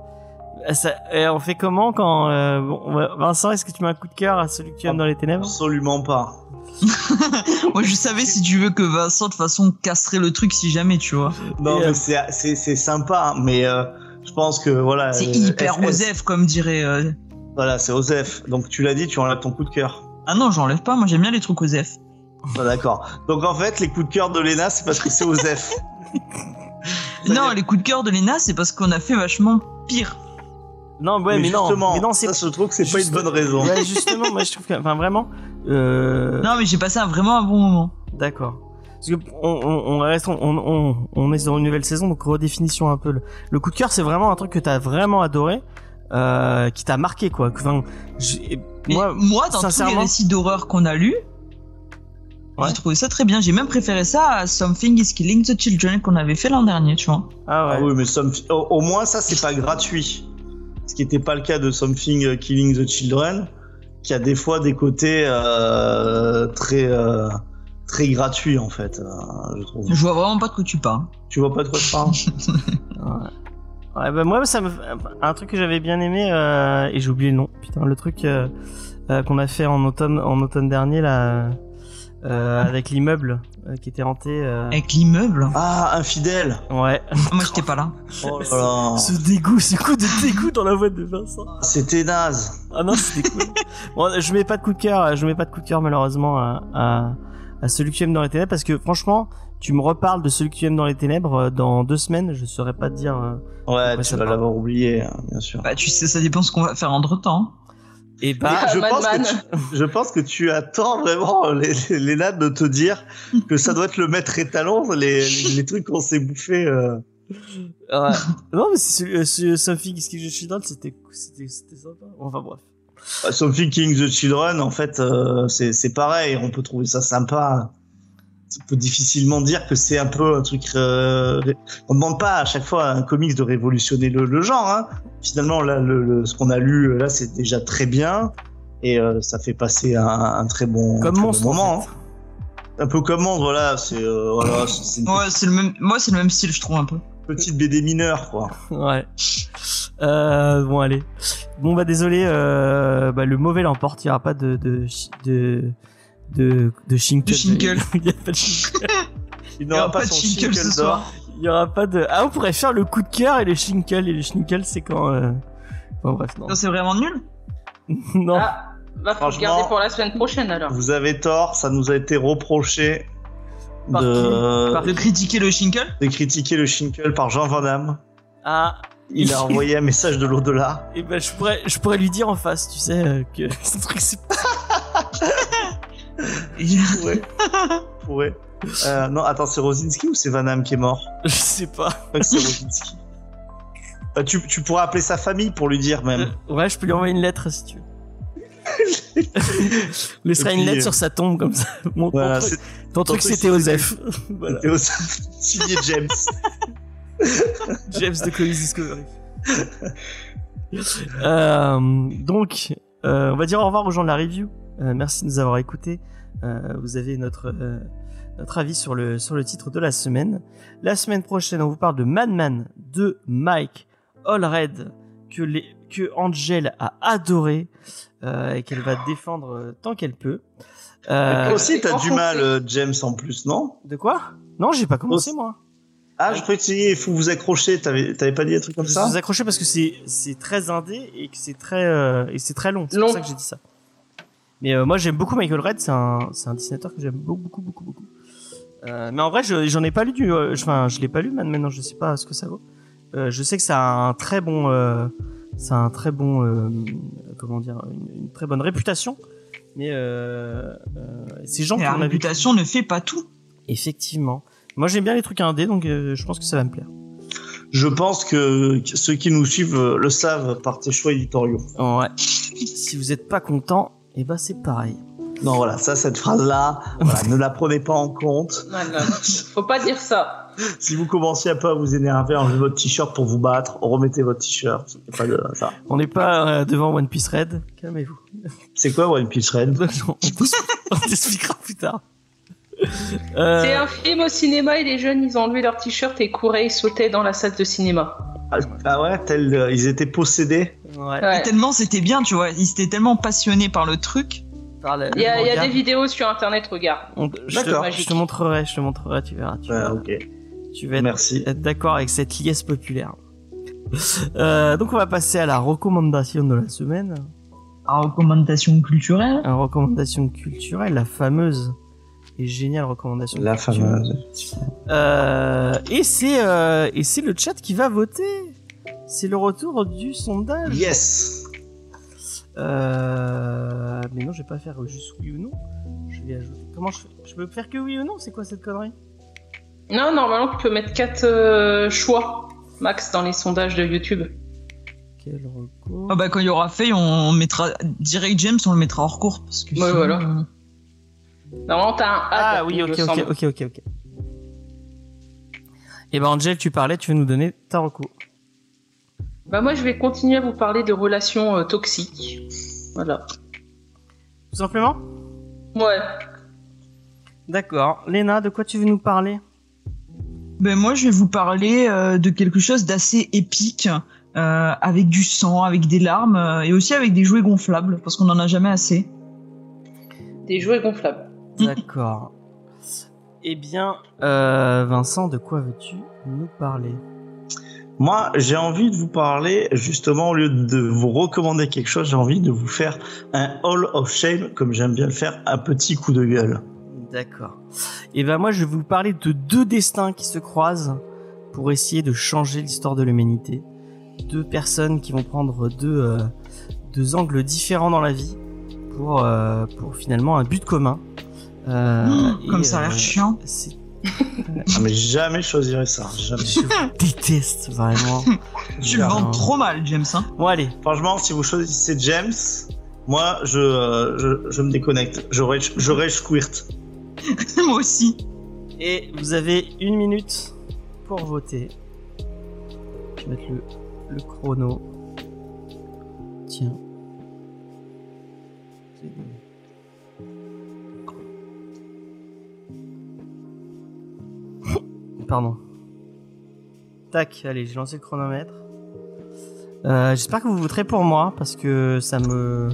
Et on fait comment quand Vincent, est-ce que tu mets un coup de cœur à celui que tu aimes dans les ténèbres? Absolument pas. Moi je savais, si tu veux, que Vincent de toute façon casserait le truc si jamais, tu vois. Non, mais c'est sympa, mais je pense que voilà. C'est hyper Osef, comme dirait. Voilà, c'est Osef. Donc tu l'as dit, tu enlèves ton coup de cœur. Ah non, j'enlève pas. Moi j'aime bien les trucs Osef. D'accord. Donc en fait, les coups de cœur de Léna, c'est parce que c'est Osef. Non, les coups de cœur de Léna, c'est parce qu'on a fait vachement pire. Non, ouais, mais non, ça, je trouve que c'est pas une bonne raison. Ouais, justement, moi, je trouve que, enfin, vraiment. Non, mais j'ai passé vraiment un bon moment. D'accord. Parce que on est dans une nouvelle saison, donc redéfinition un peu. Le coup de cœur, c'est vraiment un truc que t'as vraiment adoré, qui t'a marqué, quoi. Enfin, moi, dans tous les récits d'horreur qu'on a lus, j'ai trouvé ça très bien. J'ai même préféré ça à Something is Killing the Children qu'on avait fait l'an dernier, tu vois. Ah ouais. Ah oui, mais au moins ça, c'est pas gratuit. Ce qui n'était pas le cas de Something Killing the Children, qui a des fois des côtés très gratuits, en fait, je trouve. Je vois vraiment pas de quoi tu parles. Tu vois pas de quoi je parle? Ouais, moi, un truc que j'avais bien aimé, et j'ai oublié le nom, putain, le truc qu'on a fait en automne dernier, là, avec l'immeuble qui était hanté. Avec l'immeuble. Ah, infidèle. Ouais. Moi, j'étais pas là. Oh là là. Ce coup de dégoût dans la voix de Vincent. C'était naze. Ah non, c'était cool. Bon, je mets pas de coup de cœur malheureusement à celui que tu aimes dans les ténèbres, parce que franchement, tu me reparles de celui que tu aimes dans les ténèbres dans 2 semaines, je saurais pas te dire. Ouais, tu vas l'avoir oublié, bien sûr. Bah, tu sais, ça dépend ce qu'on va faire entre-temps. Et bah, je pense que tu attends vraiment les nains de te dire que ça doit être le maître étalon, les trucs qu'on s'est bouffés. Ouais. Non, mais c'est Something King the Children, c'était sympa. Enfin bref. Something King the Children, en fait, c'est pareil. On peut trouver ça sympa. On peut difficilement dire que c'est un peu un truc. On demande pas à chaque fois à un comics de révolutionner le genre. Hein. Finalement, là, ce qu'on a lu là, c'est déjà très bien et ça fait passer un très bon, moment. En fait. Un peu comme Monstre, voilà. Ouais, c'est le même. Moi, c'est le même style, je trouve un peu. Petite BD mineure, quoi. Ouais. Bon, allez. Bon, bah désolé. Le mauvais l'emporte. Il y aura pas de Shinkle. Il y a pas de Shinkle. Il n'aura pas son Shinkle ce soir. Il y aura pas de. Ah, on pourrait faire le coup de cœur et les Shinkle. Et les Shinkle, c'est quand. Enfin, bref, non. Ça, c'est vraiment nul. Non. Ah, bah, faut regarder pour la semaine prochaine alors. Vous avez tort, ça nous a été reproché de critiquer le Shinkle. De critiquer le Shinkle par Jean Van Damme. Ah. Il a envoyé un message de l'au-delà. Et ben, je pourrais lui dire en face, tu sais, que ce truc c'est. Ouais. Non, attends, c'est Rosinski ou c'est Van Damme qui est mort? Je sais pas. C'est Rosinski. Tu pourrais appeler sa famille pour lui dire même. Ouais, je peux lui envoyer une lettre si tu veux. Laissera une lettre sur sa tombe comme ça. Voilà, ton truc c'était Osef. Voilà. C'était Osef. Signé James. James de Comics Discovery. Donc, on va dire au revoir aux gens de la review. Merci de nous avoir écoutés. Vous avez notre avis sur le titre de la semaine. La semaine prochaine, on vous parle de Madman de Mike Allred que Angel a adoré et qu'elle va défendre tant qu'elle peut. Toi aussi, t'as du mal, James, en plus, non? De quoi? Non, j'ai pas commencé, moi. Ah, je croyais que il faut vous accrocher. T'avais pas dit un truc comme ça? Vous accrocher parce que c'est très indé et que c'est très long. C'est pour ça que j'ai dit ça. Mais moi, j'aime beaucoup Michael Red. C'est un dessinateur que j'aime beaucoup. Mais en vrai, j'en ai pas lu je l'ai pas lu. Maintenant, je sais pas ce que ça vaut. Je sais que ça a un très bon, comment dire, une très bonne réputation. Mais ces gens qui la réputation ne fait pas tout. Effectivement. Moi, j'aime bien les trucs indés, donc je pense que ça va me plaire. Je pense que ceux qui nous suivent le savent par tes choix éditoriaux. Ouais. Si vous êtes pas content, eh ben c'est pareil. Non, voilà, cette phrase-là, voilà, ne la prenez pas en compte. Non, faut pas dire ça. Si vous commenciez un peu à vous énerver, enlevez votre t-shirt pour vous battre, remettez votre t-shirt. Pas de ça. On n'est pas devant One Piece Red. Calmez-vous. C'est quoi One Piece Red? On t'expliquera plus tard. C'est un film au cinéma et les jeunes ils ont enlevé leur t-shirt et couraient et sautaient dans la salle de cinéma. Ah ouais, ils étaient possédés. Ouais. Et tellement c'était bien, tu vois, ils étaient tellement passionnés par le truc. Il y a des vidéos sur internet, regarde. D'accord. Je te montrerai, tu verras. Ok. Tu vas être d'accord avec cette liesse populaire. Donc on va passer à la recommandation de la semaine. La recommandation culturelle. La recommandation culturelle, la fameuse et géniale recommandation. La fameuse. Et c'est le chat qui va voter. C'est le retour du sondage. Yes. Mais non, je vais pas faire juste oui ou non. Je vais ajouter. Comment je fais? Je peux faire que oui ou non? C'est quoi cette connerie? Non, normalement tu peux mettre 4 choix max dans les sondages de YouTube. Quel recours? Ah bah quand il y aura fait, on mettra direct James, on le mettra hors cours parce que. Ouais, sinon, voilà. Normalement t'as un A. Ah oui, ok. Et ben Angel, tu veux nous donner ta recours. Bah moi je vais continuer à vous parler de relations toxiques. Voilà. Tout simplement? Ouais. D'accord. Léna, de quoi tu veux nous parler? Ben moi je vais vous parler de quelque chose d'assez épique, avec du sang, avec des larmes et aussi avec des jouets gonflables parce qu'on en a jamais assez. Des jouets gonflables. D'accord. Eh bien, Vincent, de quoi veux-tu nous parler ? Moi, j'ai envie de vous parler, justement, au lieu de vous recommander quelque chose, j'ai envie de vous faire un Hall of Shame, comme j'aime bien le faire, un petit coup de gueule. D'accord. Et ben moi, je vais vous parler de 2 destins qui se croisent pour essayer de changer l'histoire de l'humanité. 2 personnes qui vont prendre 2 angles différents dans la vie pour finalement un but commun. Comme ça a l'air chiant. Ah, mais jamais je choisirais ça. Jamais. Je déteste vraiment. Tu le vends trop mal, James. Hein. Bon allez. Franchement, si vous choisissez James, moi je me déconnecte. Je rage squirt. Moi aussi. Et vous avez 1 minute pour voter. Je vais mettre le chrono. Tiens. Pardon. Tac, allez, j'ai lancé le chronomètre. J'espère que vous voterez pour moi parce que ça me.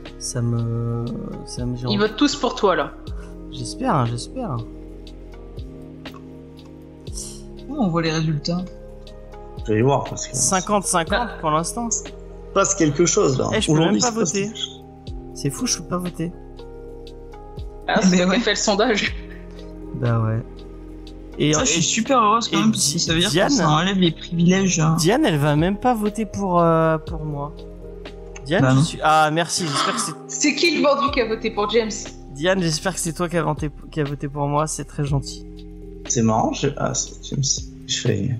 Ils votent tous pour toi là. J'espère. On voit les résultats. Je vais y voir parce que 50-50 pour l'instant. il passe quelque chose là. Je peux même pas il se passe voter. quelque chose. C'est fou, je peux pas voter. Ah, c'est Mais toi qui ouais. as fait le sondage. Bah ouais. Et, Ça, je suis super heureuse quand et même, parce que ça veut dire Diane que ça enlève les privilèges. Diane, elle va même pas voter pour moi. Diane, Bah non. Ah merci, j'espère que c'est C'est qui le vendu qui a voté pour James? Diane, j'espère que c'est toi qui a voté pour moi, c'est très gentil. C'est marrant. C'est James. Je fais.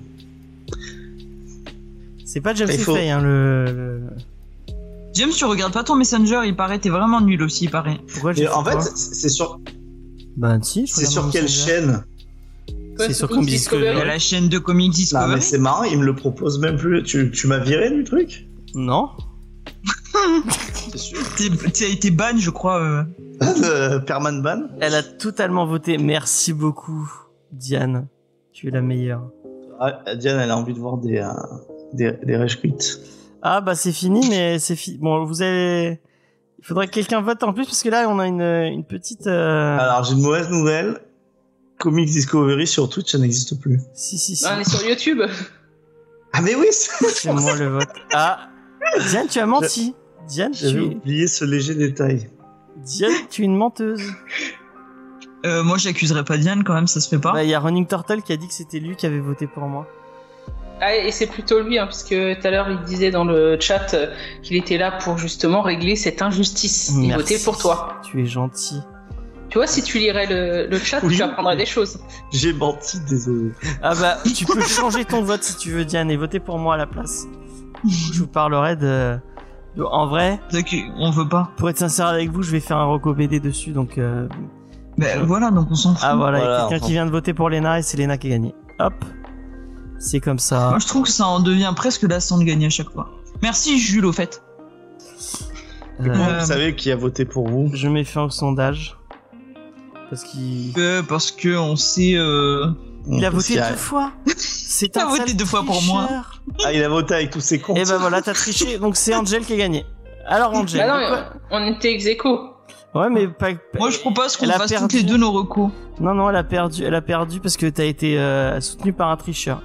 C'est pas James Il faut- Fay, hein, le... James, tu regardes pas ton Messenger, il paraît, t'es vraiment nul aussi, il paraît. Pourquoi j'ai Et en fait, quoi c'est sur Bah si, je c'est regarde sur mon quelle Messenger. chaîne? C'est sur Comedy Il y a Discovery. la chaîne de Comic Non, Discovery. mais c'est marrant. Il me le propose même plus. Tu m'as viré du truc? Non. C'est sûr. T'as été ban, je crois. Perman ban. Elle a totalement voté. Merci beaucoup, Diane. Tu es la meilleure. Ah, Diane, elle a envie de voir des rage quits. Ah bah c'est fini, mais c'est fini. Bon, vous avez... Il faudrait que quelqu'un vote en plus, parce que là, on a une petite... Alors, j'ai une mauvaise nouvelle. Comics Discovery sur Twitch, ça n'existe plus. Si. On est sur YouTube. Ah, mais oui, c'est C'est moi le vote. Ah, Diane, tu as menti. Diane, J'avais oublié ce léger détail. Diane, tu es une menteuse. Moi, j'accuserais pas Diane quand même, ça se fait pas. Bah, il y a Running Turtle qui a dit que c'était lui qui avait voté pour moi. Ah, et c'est plutôt lui, hein, puisque tout à l'heure il disait dans le chat qu'il était là pour justement régler cette injustice. Il Merci. votait pour toi. Tu es gentil. Tu vois, si tu lirais le chat, Oui. tu apprendrais des choses. J'ai menti, désolé. Ah bah, tu peux changer ton vote si tu veux, Diane, et voter pour moi à la place. Je vous parlerai de... En vrai, On veut pas. pour être sincère avec vous, je vais faire un reco BD dessus, donc... Ben voilà, donc on s'en fout. Ah voilà, il y a Voilà, quelqu'un enfin. qui vient de voter pour Léna, et c'est Léna qui a gagné. Hop. C'est comme ça. Moi, je trouve que ça en devient presque lassant de gagner à chaque fois. Merci, Jules, au fait. Comment vous savez qui a voté pour vous? Je mets fin au sondage. Parce qu'il... Parce que on sait. Il a Parce voté qu'il y a- 2 fois. C'est Il a un voté sale 2 fois pour moi. tricheur. Ah, il a voté avec tous ses comptes. Et ben voilà, t'as triché, donc c'est Angel qui a gagné. Alors Angel, Bah non, de quoi- on était ex aequo. Ouais, mais pas... Moi, je propose qu'on Elle a fasse perdu. toutes les deux nos recos. Non, elle a perdu parce que t'as été soutenu par un tricheur.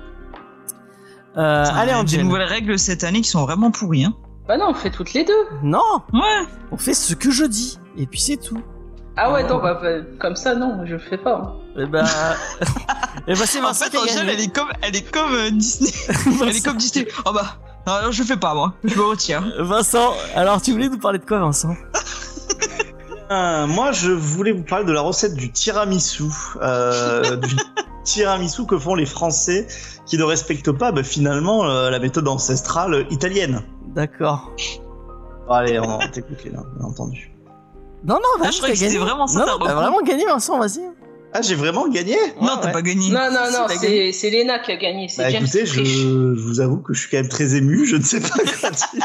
Allez Il y a Angel. des nouvelles règles cette année qui sont vraiment pourries. Hein. Bah non, on fait toutes les deux. Non, Ouais. on fait ce que je dis, et puis c'est tout. Ah ouais, non, bah, comme ça, non, je le fais pas. Et bah... et bah c'est En Vincent fait, qui a Angel, gagné. elle est comme Disney. Elle est comme Disney. Oh bah, non, je fais pas moi. Je me retire. Vincent, alors tu voulais nous parler de quoi Vincent? Moi, je voulais vous parler de la recette du tiramisu. Du tiramisu que font les Français qui ne respectent pas finalement la méthode ancestrale italienne. D'accord. Bon, allez, on t'écoute là, bien entendu. Non, Ah, vas-y, je croyais t'as que c'était gagné. vraiment ça, ta Non, t'as reco. vraiment gagné Vincent, vas-y. Ah, j'ai vraiment gagné? Non, t'as ouais. pas gagné. Non, Si, non, t'as gagné. c'est Léna qui a gagné. C'est Bah James écoutez, qui je triche. vous avoue que je suis quand même très ému, je ne sais pas quoi dire.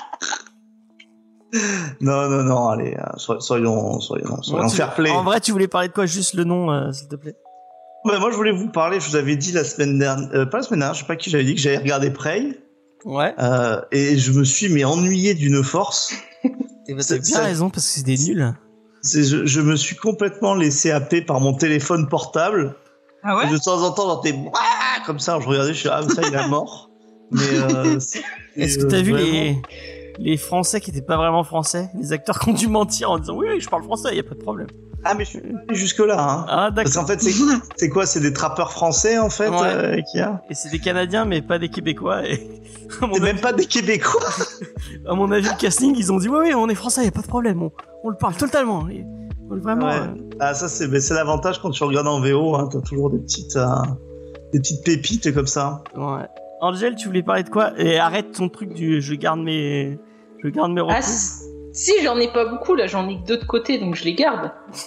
Non, allez, soyons Bon, fair play. En vrai, tu voulais parler de quoi? Juste le nom, s'il te plaît. Bah, moi, je voulais vous parler, je vous avais dit la semaine dernière, pas la semaine dernière, je sais pas qui j'avais dit que j'avais regardé Prey, Ouais. et je me suis ennuyé d'une force. Et bah, t'as bien ça- raison, parce que c'est des nuls. Je me suis complètement laissé happer par mon téléphone portable. Ah ouais? Et de temps en temps, j'entendais comme ça, je regardais, je suis ça il est mort. Mais est-ce que t'as vu les Français qui étaient pas vraiment français, les acteurs qui ont dû mentir en disant oui je parle français, y a pas de problème. Ah mais je suis allé jusque là. Hein. Ah d'accord. Parce qu'en fait c'est quoi, c'est des trappeurs français en fait qu'il y a. Et c'est des Canadiens mais pas des Québécois. Et c'est même pas des Québécois. À mon avis le casting ils ont dit oui on est français, y a pas de problème, on le parle totalement. Vraiment. Ouais. Ah ça c'est l'avantage quand tu regardes en VO, hein, t'as toujours des petites pépites comme ça. Ouais. Angel, tu voulais parler de quoi? Et arrête ton truc du je garde mes recours. Ah, si, j'en ai pas beaucoup là, j'en ai que 2 de côté donc je les garde.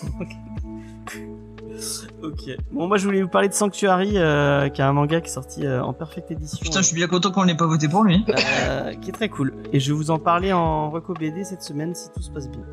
Ok. Bon, moi je voulais vous parler de Sanctuary, qui est un manga qui est sorti en perfecte édition. Putain, je suis bien content qu'on l'ait pas voté pour lui. Qui est très cool. Et je vais vous en parler en reco BD cette semaine si tout se passe bien.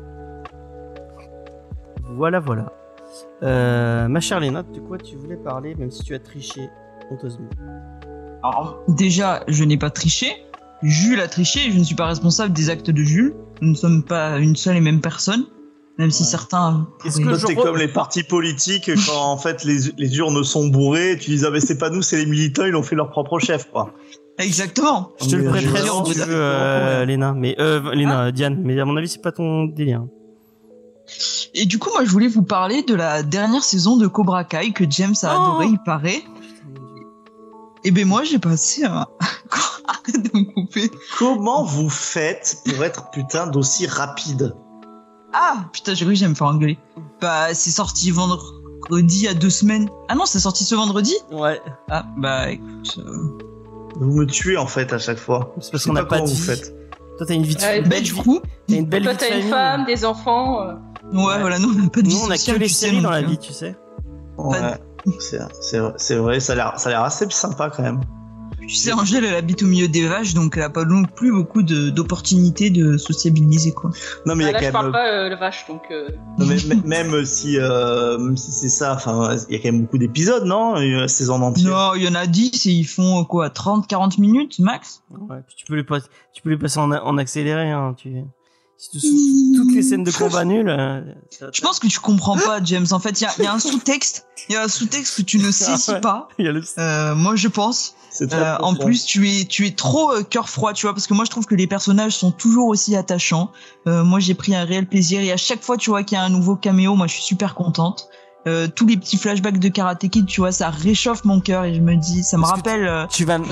Voilà. Ma chère Léna, de quoi tu voulais parler, même si tu as triché honteusement? Alors, déjà, je n'ai pas triché. Jules a triché et je ne suis pas responsable des actes de Jules. Nous ne sommes pas une seule et même personne, même si certains... Est-ce que c'est comme les partis politiques quand en fait les urnes sont bourrées, tu dis ah mais c'est pas nous, c'est les militants, ils ont fait leur propre chef quoi. Exactement. Je te le prêterai si tu veux, Léna. Mais Diane, mais à mon avis c'est pas ton délire. Et du coup, moi je voulais vous parler de la dernière saison de Cobra Kai que James a adoré, il paraît. Et ben moi j'ai passé un... Arrête de me couper. Comment vous faites pour être putain d'aussi rapide? Ah putain, j'ai cru que j'allais me faire engueuler. Bah c'est sorti vendredi il y a 2 semaines. Ah non, c'est sorti ce vendredi? Ouais. Ah bah écoute... Vous me tuez en fait à chaque fois. C'est parce qu'on n'a pas de vie. Toi t'as une vie de bah du coup... T'as une belle vie de famille. Toi t'as une femme, des enfants... Ouais, voilà, nous on n'a pas de vie. Nous on a que les séries dans la vie, tu sais. Ouais. C'est vrai, ça a l'air assez sympa quand même. Tu sais, Angèle, elle habite au milieu des vaches, donc elle a pas non plus beaucoup d'opportunités de sociabiliser, quoi. Non, mais il y a là, quand je même... parle pas de vaches, donc... Non, mais même si c'est ça, enfin, il y a quand même beaucoup d'épisodes, non? La saison entière. Non, il y en a 10 et ils font, 30-40 minutes, max? Ouais, puis tu peux les passer en accéléré, hein, toutes les scènes de combat nulles. Je pense que tu comprends pas, James. En fait, il y a un sous-texte. Il y a un sous-texte que tu ne saisis pas. Moi, je pense. En plus, tu es trop cœur froid, tu vois, parce que moi, je trouve que les personnages sont toujours aussi attachants. Moi, j'ai pris un réel plaisir et à chaque fois, tu vois, qu'il y a un nouveau caméo, moi, je suis super contente. Tous les petits flashbacks de Karate Kid, tu vois, ça réchauffe mon cœur et je me dis, ça me rappelle. Tu vas me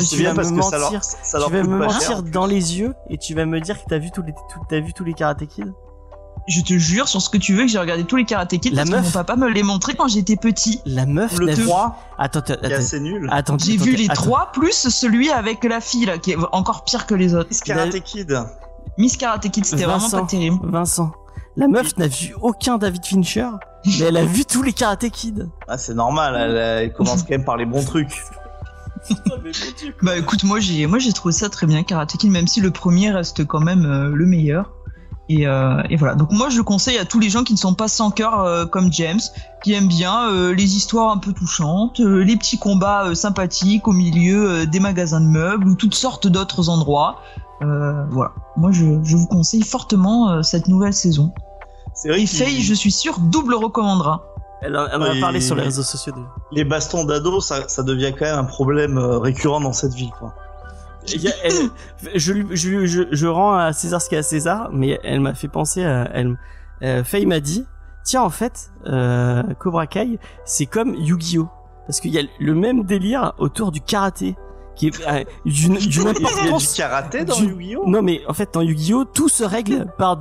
mentir dans les yeux et tu vas me dire que t'as vu tous les Karate Kid. Je te jure sur ce que tu veux que j'ai regardé tous les Karate Kid parce que mon papa me les montrait quand j'étais petit. La meuf, le 3. Attends, c'est nul. J'ai vu les 3 plus celui avec la fille là qui est encore pire que les autres. Miss Karate Kid, c'était vraiment pas terrible. Vincent, la meuf n'a vu aucun David Fincher, mais elle a vu tous les Karate Kid. Ah, c'est normal, elle commence quand même par les bons trucs. Bah écoute, moi j'ai trouvé ça très bien Karate Kid, même si le premier reste quand même le meilleur. Et voilà. Donc moi je conseille à tous les gens qui ne sont pas sans cœur comme James, qui aiment bien les histoires un peu touchantes, les petits combats sympathiques au milieu des magasins de meubles ou toutes sortes d'autres endroits. Voilà. Moi je vous conseille fortement cette nouvelle saison. C'est vrai. Et Faye, je suis sûr, double recommandera. Elle en a parlé sur les réseaux sociaux. Les bastons d'ado, ça devient quand même un problème récurrent dans cette vie, quoi. Je rends à César ce qu'il y a à César, mais elle m'a fait penser à Faye m'a dit, tiens en fait, Cobra Kai, c'est comme Yu-Gi-Oh, parce qu'il y a le même délire autour du karaté. Qui est d'une importance. Il y a du karaté dans Yu-Gi-Oh? Non mais en fait dans Yu-Gi-Oh tout se règle par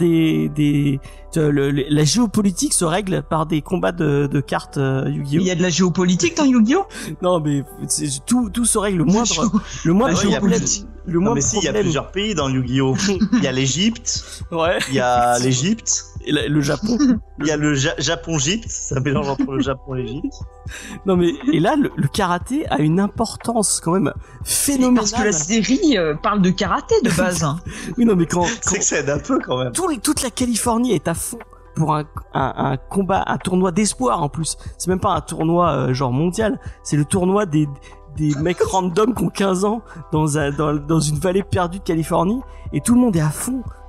la géopolitique se règle par des combats de cartes Yu-Gi-Oh. Il y a de la géopolitique dans Yu-Gi-Oh? Non mais tout se règle le moindre géopolitique. Mais si, il y a plusieurs pays dans Yu-Gi-Oh. Il y a l'Égypte. Ouais. Il y a l'Égypte. Et le Japon. Il y a le Japon-Gypte. C'est un mélange entre le Japon et l'Égypte. Non mais, et là, le karaté a une importance quand même phénoménale. Parce que la série parle de karaté de base. Oui, non mais quand c'est que ça aide un peu quand même. Toute la Californie est à fond pour un combat, un tournoi d'espoir en plus. C'est même pas un tournoi genre mondial. C'est le tournoi des mecs random qui ont 15 ans dans une vallée perdue de Californie et tout le monde est à fond.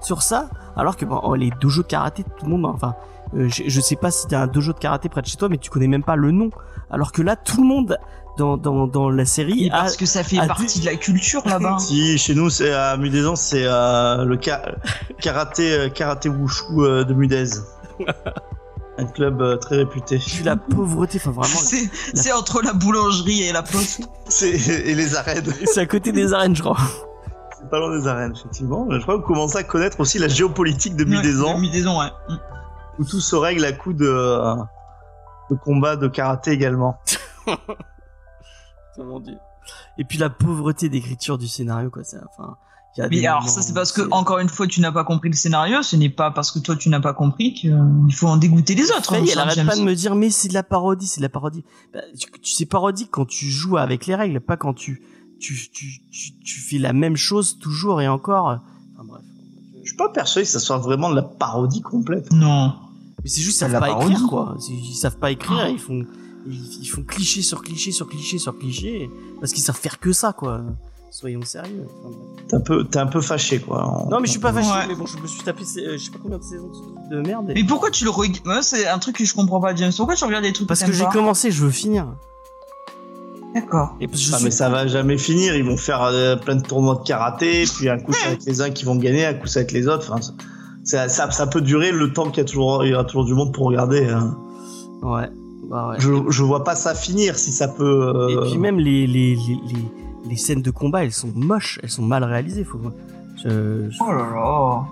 sur ça, alors que les dojos de karaté, tout le monde, enfin, je sais pas si t'as un dojo de karaté près de chez toi, mais tu connais même pas le nom. Alors que là, tout le monde dans la série parce que ça fait partie de la culture là-bas. Si, chez nous, c'est à Mudézan, c'est le karaté wushu de Mudez. Un club très réputé. Puis la pauvreté, enfin vraiment. C'est entre la boulangerie et la poste. Et les arènes. C'est à côté des arènes, je crois. C'est pas loin des arènes, effectivement. Je crois que vous commencez à connaître aussi la géopolitique de Mudézan. De Mudézan, ouais. Où tout se règle à coups de combat de karaté également. Oh mon Dieu. Et puis la pauvreté d'écriture du scénario, quoi. Mais alors ça c'est parce que encore une fois tu n'as pas compris le scénario, ce n'est pas parce que toi tu n'as pas compris qu'il faut en dégoûter les autres. Elle arrête pas de me dire mais c'est de la parodie, c'est de la parodie. Tu sais parodique quand tu joues avec les règles, pas quand tu fais la même chose toujours et encore. Enfin bref. Je suis pas persuadé que ça soit vraiment de la parodie complète. Non. Mais c'est juste qu'ils savent pas écrire quoi. Ils savent pas écrire, ils font cliché sur cliché sur cliché sur cliché parce qu'ils savent faire que ça quoi. Soyons sérieux. T'es un peu fâché quoi. Non mais je suis pas fâché, mais bon je me suis tapé je sais pas combien de saisons de ce truc de merde. Mais pourquoi tu le regardes? C'est un truc que je comprends pas, James. Pourquoi tu regardes des trucs parce que j'ai commencé, je veux finir. D'accord. Et parce que mais ça va jamais finir. Ils vont faire plein de tournois de karaté, puis un coup c'est avec les uns qui vont gagner, un coup c'est avec les autres. Enfin, ça peut durer le temps il y aura toujours du monde pour regarder. Hein. Ouais. Bah ouais. Je vois pas ça finir si ça peut. Et puis même les scènes de combat, elles sont moches, elles sont mal réalisées. Oh là là.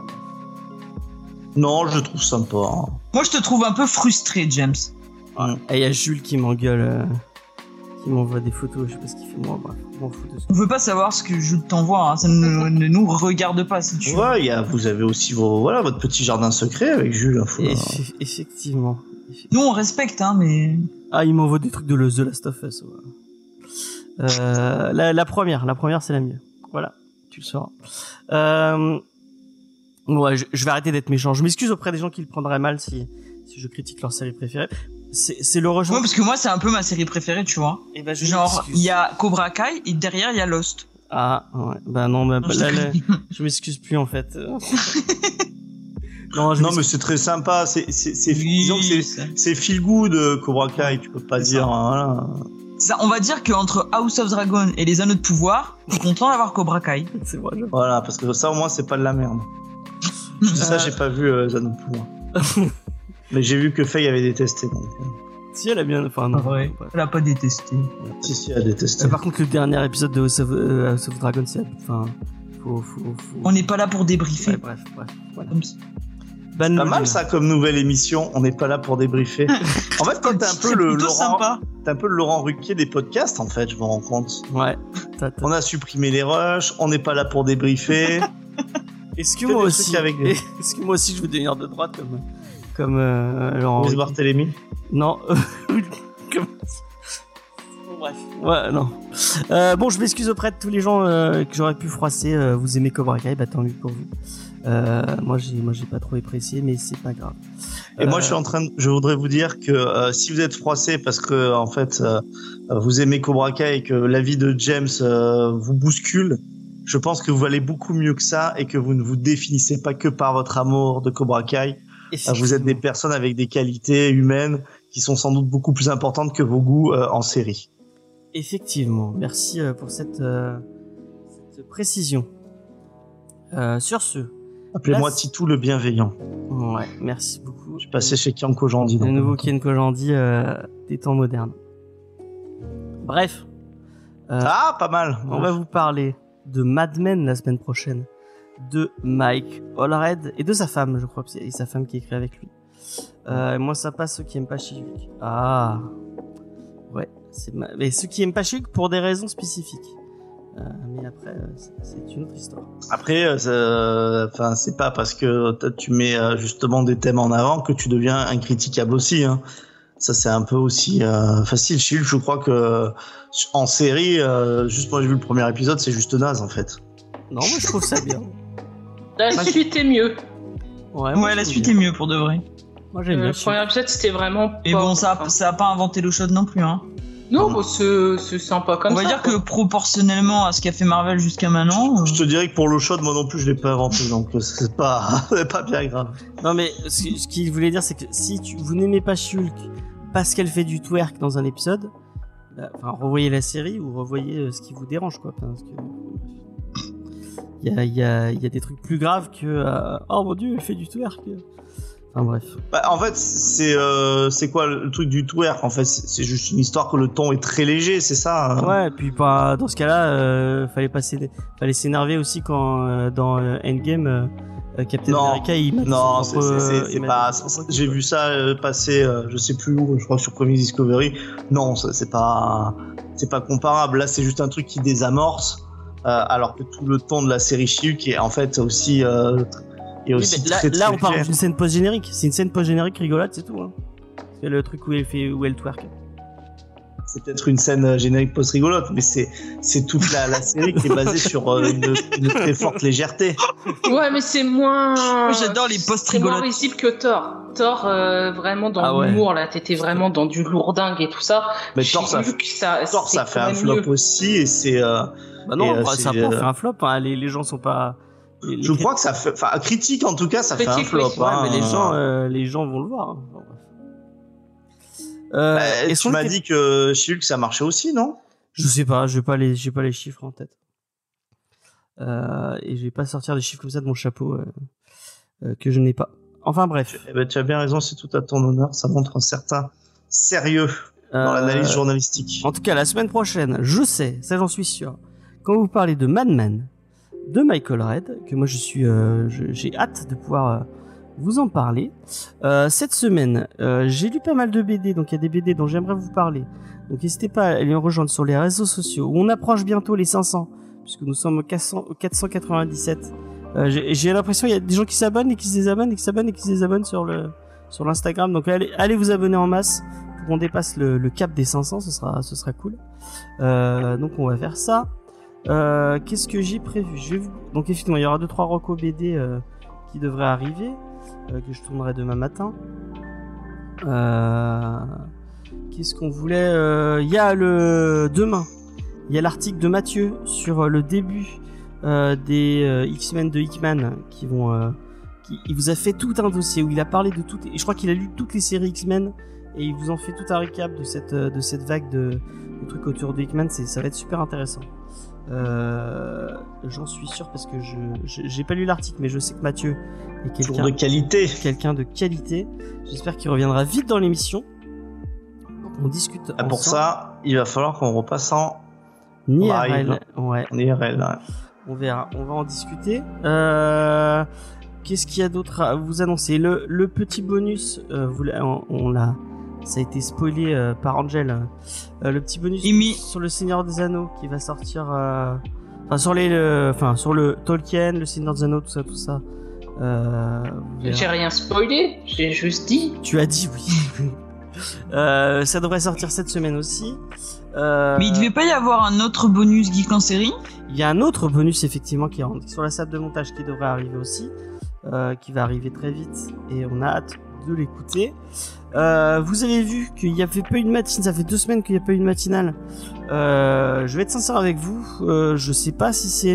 Non, je trouve sympa. Hein. Moi, je te trouve un peu frustré, James. Ouais. Et il y a Jules qui m'engueule, qui m'envoie des photos, je sais pas ce qu'il fait moi, bref, je m'en fous de ça. On veut pas savoir ce que Jules t'envoie, hein. Ça ne nous regarde pas si tu veux. Ouais, vous avez aussi votre petit jardin secret avec Jules. Effectivement. Nous, on respecte, hein, mais... Ah, il m'envoie des trucs de The Last of Us, ouais. La première c'est la mieux. Voilà, tu le sauras. Ouais, je vais arrêter d'être méchant. Je m'excuse auprès des gens qui le prendraient mal si je critique leur série préférée. C'est le rejoint. Ouais, parce que moi c'est un peu ma série préférée, tu vois. Et ben, genre il y a Cobra Kai et derrière il y a Lost. Ah ouais, bah non, là, je m'excuse plus en fait. Non, mais c'est très sympa. Disons que c'est feel good Cobra Kai. Tu peux pas dire. Voilà. Ça, on va dire qu'entre House of Dragon et les Anneaux de Pouvoir, je suis content d'avoir Cobra Kai. C'est vrai. Voilà, parce que ça au moins c'est pas de la merde. Ça j'ai pas vu les Anneaux de Pouvoir. Mais j'ai vu que Faye avait détesté donc. Si elle a bien, enfin non. Ouais. Elle a pas détesté. Si elle a détesté. Par contre le dernier épisode de House of Dragon, c'est enfin faut. On n'est pas là pour débriefer. Ouais, bref. Voilà. Pas mal ça comme nouvelle émission, on n'est pas là pour débriefer. En fait, toi, t'es un peu le Laurent Ruquier des podcasts, en fait, je me rends compte. Ouais. On a supprimé les rushs, on n'est pas là pour débriefer. Est-ce que moi aussi je veux devenir de droite comme Laurent Ruquier Barthélémy? Non. Bref. Ouais, non. Bon, je m'excuse auprès de tous les gens que j'aurais pu froisser. Vous aimez Cobra Kai, bah tant mieux pour vous. Moi j'ai pas trop apprécié, mais c'est pas grave. Et moi je voudrais vous dire que si vous êtes froissé parce que en fait vous aimez Cobra Kai et que la vie de James vous bouscule, je pense que vous valez beaucoup mieux que ça et que vous ne vous définissez pas que par votre amour de Cobra Kai. Vous êtes des personnes avec des qualités humaines qui sont sans doute beaucoup plus importantes que vos goûts en série. Effectivement, merci pour cette précision. Sur ce, appelez-moi Titou le bienveillant. Ouais, merci beaucoup. Je suis passé chez Kian Kojandi. Le nouveau Kian Kojandi des temps modernes. Bref. Pas mal. On va vous parler de Mad Men la semaine prochaine, de Mike Allred et de sa femme, je crois, et sa femme qui écrit avec lui. Moi, ça passe ceux qui aiment pas She-Hulk. Ah, ouais, mais ceux qui aiment pas She-Hulk pour des raisons spécifiques. Mais après, c'est une autre histoire. Après, c'est pas parce que tu mets justement des thèmes en avant que tu deviens incritiquable aussi. Hein. Ça, c'est un peu aussi facile. She-Hulk, je crois que en série, juste moi j'ai vu le premier épisode, c'est juste naze en fait. Non, moi je trouve ça bien. La suite est mieux. Ouais, la suite est mieux pour de vrai. Moi j'aime bien. Le premier épisode c'était vraiment. Et bon, ça a pas inventé l'eau chaude non plus, hein. Non, bah, c'est sympa comme ça. On va dire que proportionnellement à ce qu'a fait Marvel jusqu'à maintenant. Je te dirais que pour l'eau chaude, moi non plus, je l'ai pas inventé, donc c'est pas bien grave. Non, mais ce qu'il voulait dire, c'est que si vous n'aimez pas She-Hulk parce qu'elle fait du twerk dans un épisode, revoyez la série ou revoyez ce qui vous dérange, quoi. Parce que il y a des trucs plus graves que oh mon dieu, elle fait du twerk. Enfin bref. Bah, en fait, c'est quoi le truc du twerk? En fait, c'est juste une histoire que le ton est très léger, c'est ça. Hein. Ouais, et puis dans ce cas-là, fallait s'énerver aussi quand dans Endgame, Captain America, non, c'est pas. J'ai vu ça passer, je sais plus où, je crois que sur Comics Discovery. Non, c'est pas comparable. Là, c'est juste un truc qui désamorce, alors que tout le ton de la série She-Hulk est en fait aussi. Et aussi là, on parle d'une scène post-générique. C'est une scène post-générique rigolote, c'est tout. Hein. C'est le truc où elle twerk. C'est peut-être une scène générique post-rigolote, mais c'est toute la série qui est basée sur une très forte légèreté. Ouais, mais c'est moins. J'adore les post-rigolotes. C'est moins risible que Thor. Thor, vraiment dans l'humour, là, t'étais vraiment dans du lourdingue et tout ça. Mais Thor, ça fait un flop aussi, et c'est. Bah non, ça a pas fait un flop. Hein. Les gens sont pas. Je crois que ça fait, enfin, critique en tout cas, ça critique, fait un flop. Ouais, hein. Mais les gens vont le voir. Tu m'as dit que She-Hulk ça marchait aussi, non? Je sais pas, j'ai pas les chiffres en tête. Et je vais pas sortir des chiffres comme ça de mon chapeau que je n'ai pas. Enfin bref. Tu as bien raison, c'est tout à ton honneur. Ça montre un certain sérieux dans l'analyse journalistique. En tout cas, la semaine prochaine, je sais, ça j'en suis sûr. Quand vous parlez de Mad Men, de Michael Red, que moi j'ai hâte de pouvoir vous en parler. Cette semaine, j'ai lu pas mal de BD, donc il y a des BD dont j'aimerais vous parler. Donc n'hésitez pas à aller me rejoindre sur les réseaux sociaux, où on approche bientôt les 500, puisque nous sommes au 497. J'ai l'impression qu'il y a des gens qui s'abonnent et qui se désabonnent, et qui s'abonnent et qui se désabonnent sur l'Instagram. Donc allez vous abonner en masse pour qu'on dépasse le cap des 500, ce sera cool. Donc on va faire ça. Qu'est-ce que j'ai prévu? Donc effectivement, il y aura 2-3 recos BD qui devraient arriver, que je tournerai demain matin. Qu'est-ce qu'on voulait? Il y a demain, il y a l'article de Mathieu sur le début des X-Men de Hickman il vous a fait tout un dossier où il a parlé de tout, et je crois qu'il a lu toutes les séries X-Men et il vous en fait tout un récap de cette vague de trucs autour de Hickman. Ça va être super intéressant. J'en suis sûr parce que j'ai pas lu l'article, mais je sais que Mathieu est quelqu'un de qualité. J'espère qu'il reviendra vite dans l'émission. On discute ensemble. Pour ça, il va falloir qu'on repasse en IRL. Ouais. En IRL, ouais. On verra, on va en discuter. Qu'est-ce qu'il y a d'autre à vous annoncer? Le petit bonus, ça a été spoilé par Angel. Le petit bonus sur le Seigneur des Anneaux qui va sortir, sur le Tolkien, le Seigneur des Anneaux, tout ça. J'ai rien spoilé, j'ai juste dit. Tu as dit oui. Ça devrait sortir cette semaine aussi. Mais il devait pas y avoir un autre bonus Geek en série? Il y a un autre bonus effectivement qui est sur la salle de montage qui devrait arriver aussi, qui va arriver très vite et on a hâte de l'écouter. Vous avez vu qu'il n'y avait pas une matinale, ça fait 2 semaines qu'il n'y a pas eu une matinale. Je vais être sincère avec vous, je sais pas si c'est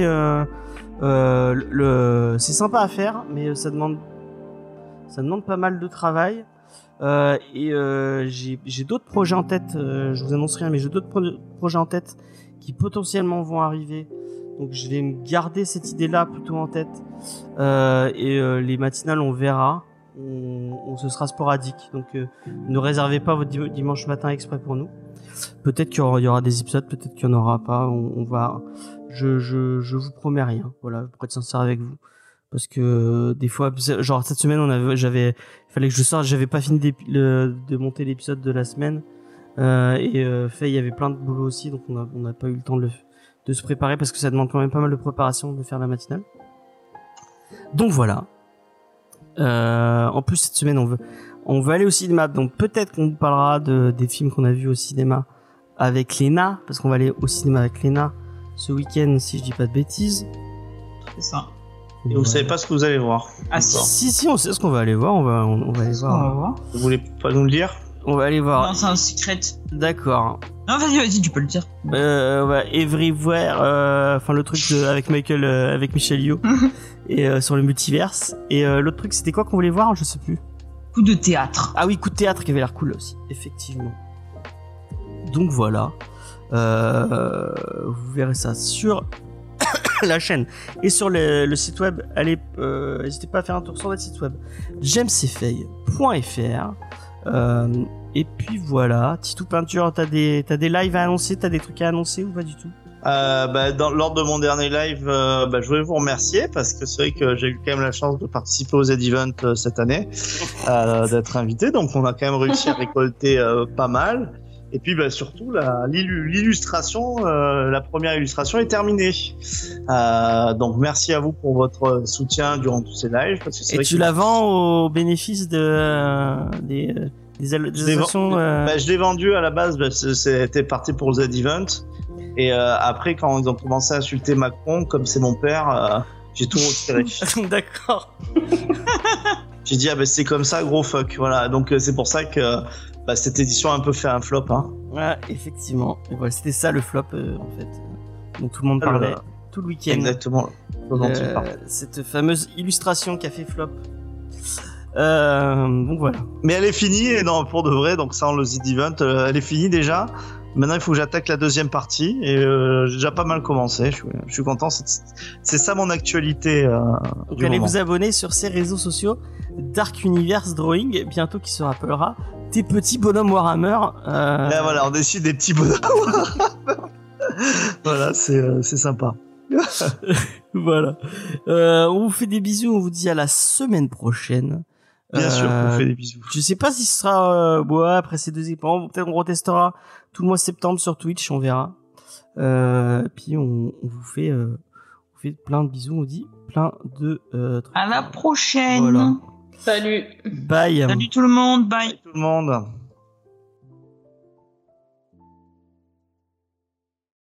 c'est sympa à faire, mais ça demande pas mal de travail. Et j'ai d'autres projets en tête, je vous annonce rien, mais j'ai d'autres projets en tête qui potentiellement vont arriver, donc je vais me garder cette idée là plutôt en tête, et les matinales on verra, ce sera sporadique, donc ne réservez pas votre dimanche matin exprès pour nous. Peut-être qu'il y aura des épisodes, peut-être qu'il n'y en aura pas, on va, je vous promets rien, voilà, pour être sincère avec vous. Parce que des fois, genre cette semaine, il fallait que je sorte, j'avais pas fini de monter l'épisode de la semaine, et il y avait plein de boulot aussi, donc on n'a pas eu le temps de se préparer parce que ça demande quand même pas mal de préparation de faire la matinale. Donc voilà. En plus cette semaine, on veut aller au cinéma, donc peut-être qu'on vous parlera des films qu'on a vus au cinéma avec Léna, parce qu'on va aller au cinéma avec Léna ce week-end, si je dis pas de bêtises. C'est ça. Et vous savez pas ce que vous allez voir? Ah si, on sait ce qu'on va aller voir, on va aller voir. Vous voulez pas nous le dire? On va aller voir. Non, c'est un secret. D'accord. Non, vas-y, tu peux le dire. Everywhere, enfin le truc avec Michael, avec Michel Yeoh, et sur le multiverse. Et l'autre truc, c'était quoi qu'on voulait voir? Je sais plus. Coup de théâtre. Ah oui, coup de théâtre qui avait l'air cool aussi, effectivement. Donc voilà. Vous verrez ça sur la chaîne et sur le site web. Allez, n'hésitez pas à faire un tour sur notre site web jamesfay.fr. Et puis voilà, Titou Peinture, t'as des lives à annoncer, t'as des trucs à annoncer ou pas du tout? Lors de mon dernier live, je voulais vous remercier parce que c'est vrai que j'ai eu quand même la chance de participer aux Z-Event cette année, d'être invité, donc on a quand même réussi à récolter pas mal. Et puis surtout l'illustration, la première illustration est terminée. Donc merci à vous pour votre soutien durant tous ces lives. Parce que c'est et vrai tu la vends au bénéfice des actions. Je l'ai vendu à la base, c'était parti pour le Z-Event. Et après, quand ils ont commencé à insulter Macron, comme c'est mon père, j'ai tout retiré. D'accord. J'ai dit c'est comme ça, gros fuck. Voilà. Donc c'est pour ça que cette édition a un peu fait un flop. Hein. Ouais, effectivement. Et voilà, c'était ça le flop en fait. Donc tout le monde parlait tout le week-end. Exactement. Cette fameuse illustration qui a fait flop. Donc voilà. Mais elle est finie, et non, pour de vrai, donc ça, le Z-Event, elle est finie déjà. Maintenant, il faut que j'attaque la deuxième partie, et j'ai déjà pas mal commencé. Je suis content. C'est ça mon actualité. Donc allez vous abonner sur ses réseaux sociaux, Dark Universe Drawing, bientôt qui se rappellera tes petits bonhommes Warhammer. Là, voilà, on décide des petits bonhommes Warhammer. Voilà, c'est sympa. Voilà. On vous fait des bisous, on vous dit à la semaine prochaine. Bien sûr, on vous fait des bisous. Je sais pas si ce sera après ces deux événements, peut-être on retestera tout le mois de septembre sur Twitch, on verra. Puis on vous fait plein de bisous, on dit plein de trucs. À la prochaine. Voilà. Salut. Bye. Salut tout le monde, bye. Bye tout le monde.